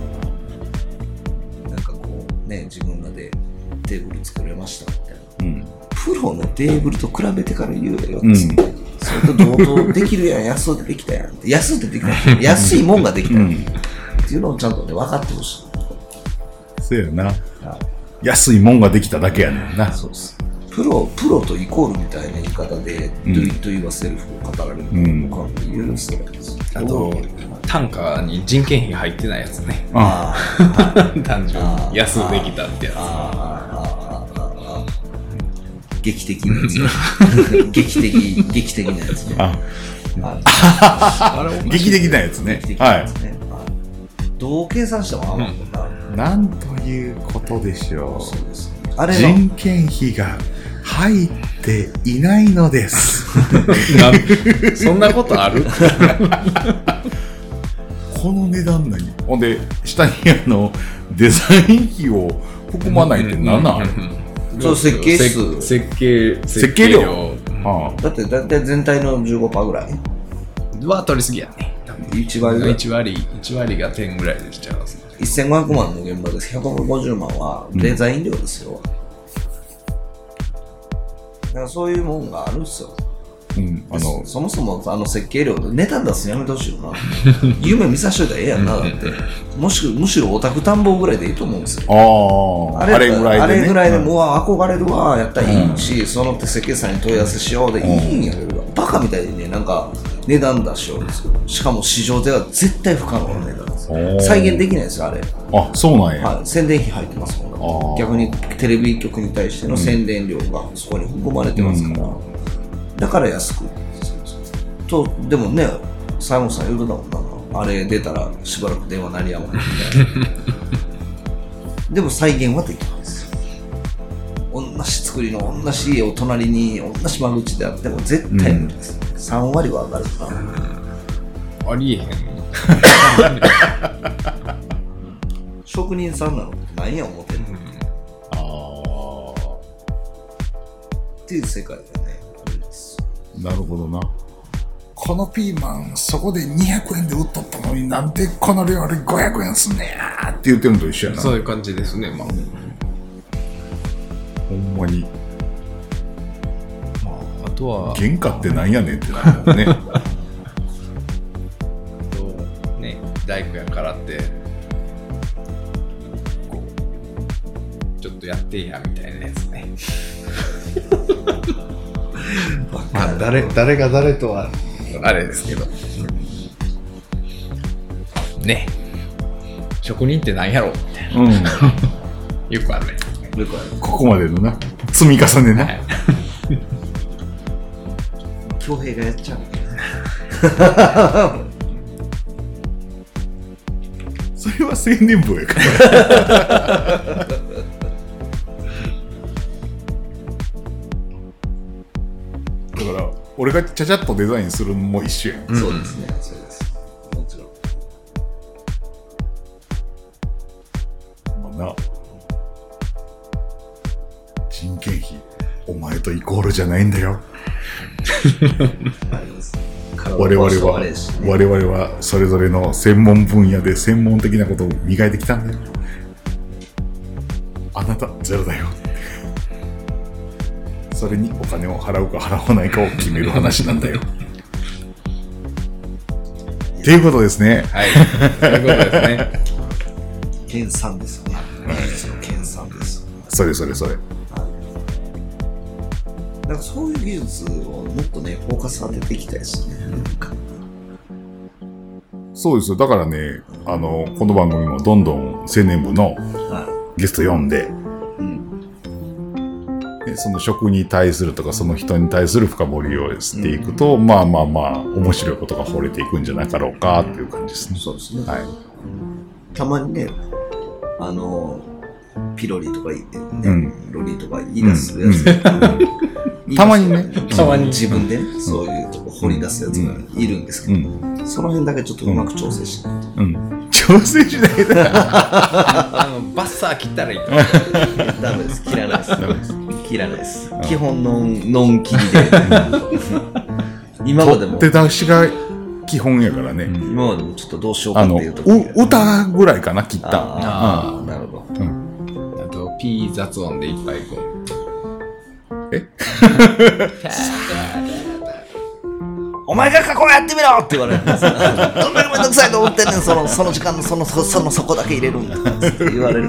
なんかこうね、自分らでテーブル作れましたみたいな。プロのテーブルと比べてから言うよって。それと同等できるやん、安うでできたやん。安うでできたやん。安いもんができたやん。っていうのをちゃんとね、分かってほしい。 そうやな。安いもんができただけやねんな。 そうです。プロとイコールみたいな言い方で、do it yourself を語られるのか許せないです。 あと、単価に人件費入ってないやつね。単純に安うできたってやつ。 劇的なやつ。劇的なやつね。 劇的なやつね。 どう計算してもなんということでしょう。 そうです。 人件費が入っていないのです。 そんなことある？ この値段何？ほんで下にデザイン費を含まないって何なの？ そう、設計数。 設計料。 だってだいたい全体の 15% ぐらいは取りすぎやね。 1割ぐらい。 1割が10ぐらいでしちゃいますね。 1500万の現場です。150万はデザイン料ですよ。だからそういうもんがあるんですよ。そもそも設計料で値段出すのやめてほしいよな。夢見さしといたらええやんな、だって。むしろオタク探訪ぐらいでいいと思うんですよ。あれぐらいでもう憧れるわ、やったらいいし、その手設計士さんに問い合わせしようでいいんやけど、バカみたいにね、なんか値段出しようんですよ。しかも市場では絶対不可能な値段です。再現できないですよ、あれ。 そうなんや。 宣伝費入ってますもん。逆にテレビ局に対しての宣伝料がそこに含まれてますから。だから安くと。でもね、西郷さん言うとだもんな、あれ出たらしばらく電話鳴りやまないみたいな。でも再現はできないですよ。同じ作りの同じ家を隣に同じ間口であっても絶対無理です。3割は上がるかな。ありえへん。 職人さんなのって何や思ってんの？っていう世界でね。 なるほどな。このピーマンそこで200円で売っとったのになんでこの料理500円すんねやって言ってるのと一緒やな。 そういう感じですね。まあ、 ほんまに。 まあ、あとは原価ってなんやねんってなるもんね。 ね、大工やからってこうちょっとやってやみたいなやつね。まあ誰が誰とはあれですけど、ね、職人って何やろみたいな、よくあるね。 ここまでのな積み重ねな。 恭平がやっちゃう。 それは青年部やから。だから俺がちゃちゃっとデザインするのも一緒やん。 そうですね、そうです。もちろん。 まあな、人件費お前とイコールじゃないんだよ。我々はそれぞれの専門分野で専門的なことを磨いてきたんだよ。あなたゼロだよ。 それにお金を払うか払わないかを決める話なんだよ。っていうことですね。 はい。そういうことですね。 研鑽ですよね。技術の研鑽です。 それ。 なんかそういう技術をもっとね、フォーカス当てていきたいですね。 そうですよ。だからね、この番組もどんどん青年部のゲスト呼んで、でその職に対するとかその人に対する深掘りをしていくと、まあ面白いことが掘れていくんじゃなかろうかっていう感じですね。 そうですね。 はい。 たまにね、ピロリとか言ってね、ロリとか言い出すやつ。 たまにね、 たまに自分でね、そういうとこ掘り出すやつがいるんですけど、その辺だけちょっとうまく調整しないと。 調整しないと。 バッサー切ったらいいと思う。 ダメです。切らないです。切らないです。基本ノン切りで。今までも。 手出しが基本やからね。 今までもちょっとどうしようかっていうとこ歌ぐらいかな、切った。 ああ、なるほど。 あと、P 雑音でいっぱいこう。 お前が過去やってみろって言われるんですよ。どんだけめんどくさいと思ってんねん、その時間のその底だけ入れるんだって言われる。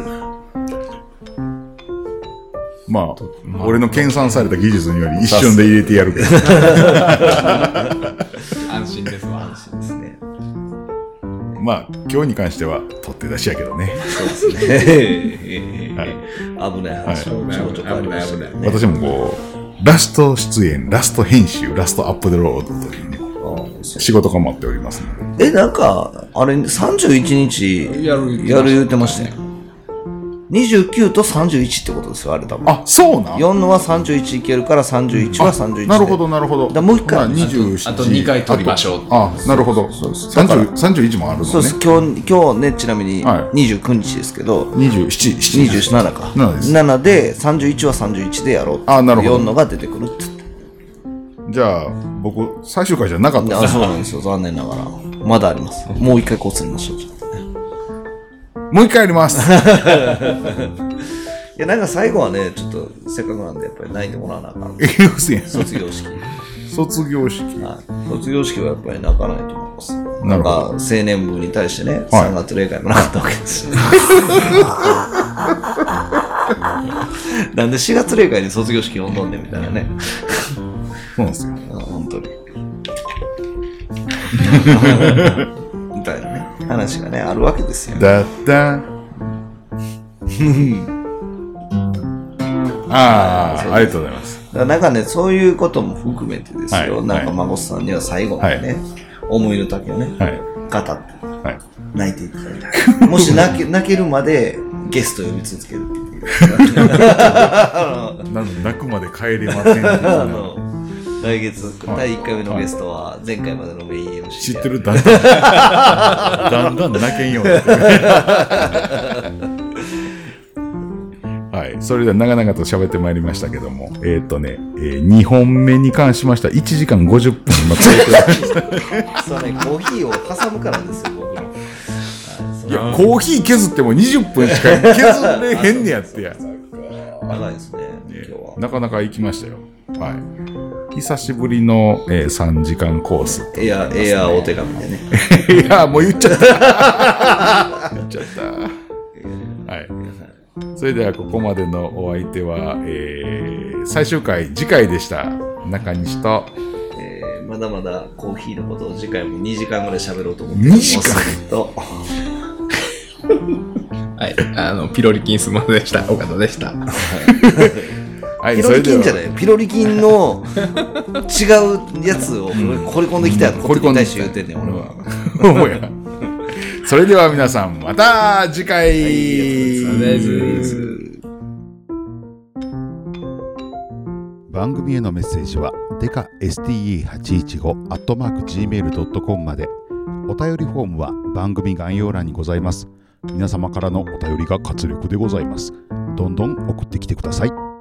まあ、俺の研鑽された技術により一瞬で入れてやるけど。 安心ですわ。 安心ですね。 まあ、今日に関しては取って出しやけどね。 そうですね。危ない話もちょこちょこありましたね。 私もこう、ラスト出演、ラスト編集、ラストアップデロードというね、仕事が待っておりますので。 なんか、あれ、31日やる言ってましたよ。29と31ってことですよ、あれ多分。 あ、そうなん ?4 のは31いけるから31は31で。 なるほど、なるほど。 もう一回。 27。 あと2回取りましょう。 あ、なるほど。31もあるのね。 そうです。今日ね、ちなみに29日ですけど、27か。7で、31は31でやろうって。 あ、なるほど。 4のが出てくるって。 じゃあ、僕、最終回じゃなかったです。そうなんですよ、残念ながら。まだあります。もう一回こうすりましょう。 もう一回やります。 いや、なんか最後はね、ちょっとせっかくなんで、やっぱり泣いてもらわなあかん。卒業式。 卒業式はやっぱり泣かないと思います。なんか、青年部に対してね、3月例会もなかったわけですよ。なんで4月例会に卒業式呼んどんねんみたいなね。 そうなんですよ。 本当に。みたいなね、話がね、あるわけですよ。 だったありがとうございます。 なんかね、そういうことも含めてですよ、なんか孫さんには最後までね、思いの丈をね、語って、泣いていただいた。もし泣けるまでゲスト呼び続けるっていう。 泣くまで帰れません。 来月、第1回目のゲストは、前回までのメイン MC。 知ってるだんだん泣けんようになってはい。それでは長々と喋ってまいりましたけども、2本目に関しましては1時間50分今続いてました。 そうね、コーヒーを挟むからですよ、僕の。 いや、コーヒー削っても20分しか削れへんねやってや。 長いですね、今日は。 なかなか行きましたよ。はい。久しぶりの、3時間コース。 エアーお手紙でね。 いや、もう言っちゃった。言っちゃった。はい。それではここまでのお相手は、最終回、次回でした。中西と、 まだまだコーヒーのことを次回も2時間ぐらい喋ろうと思ってます。 2時間と。 はい。ピロリ菌スマホでした。岡田でした。 はい、 ピロリ菌じゃないピロリ菌の違うやつを掘り込んできたことに対して言うてんねん、俺は。 それでは皆さん、また次回、番組へのメッセージは、デカ STE815@gmail.com まで。お便りフォームは番組概要欄にございます。皆様からのお便りが活力でございます。どんどん送ってきてください。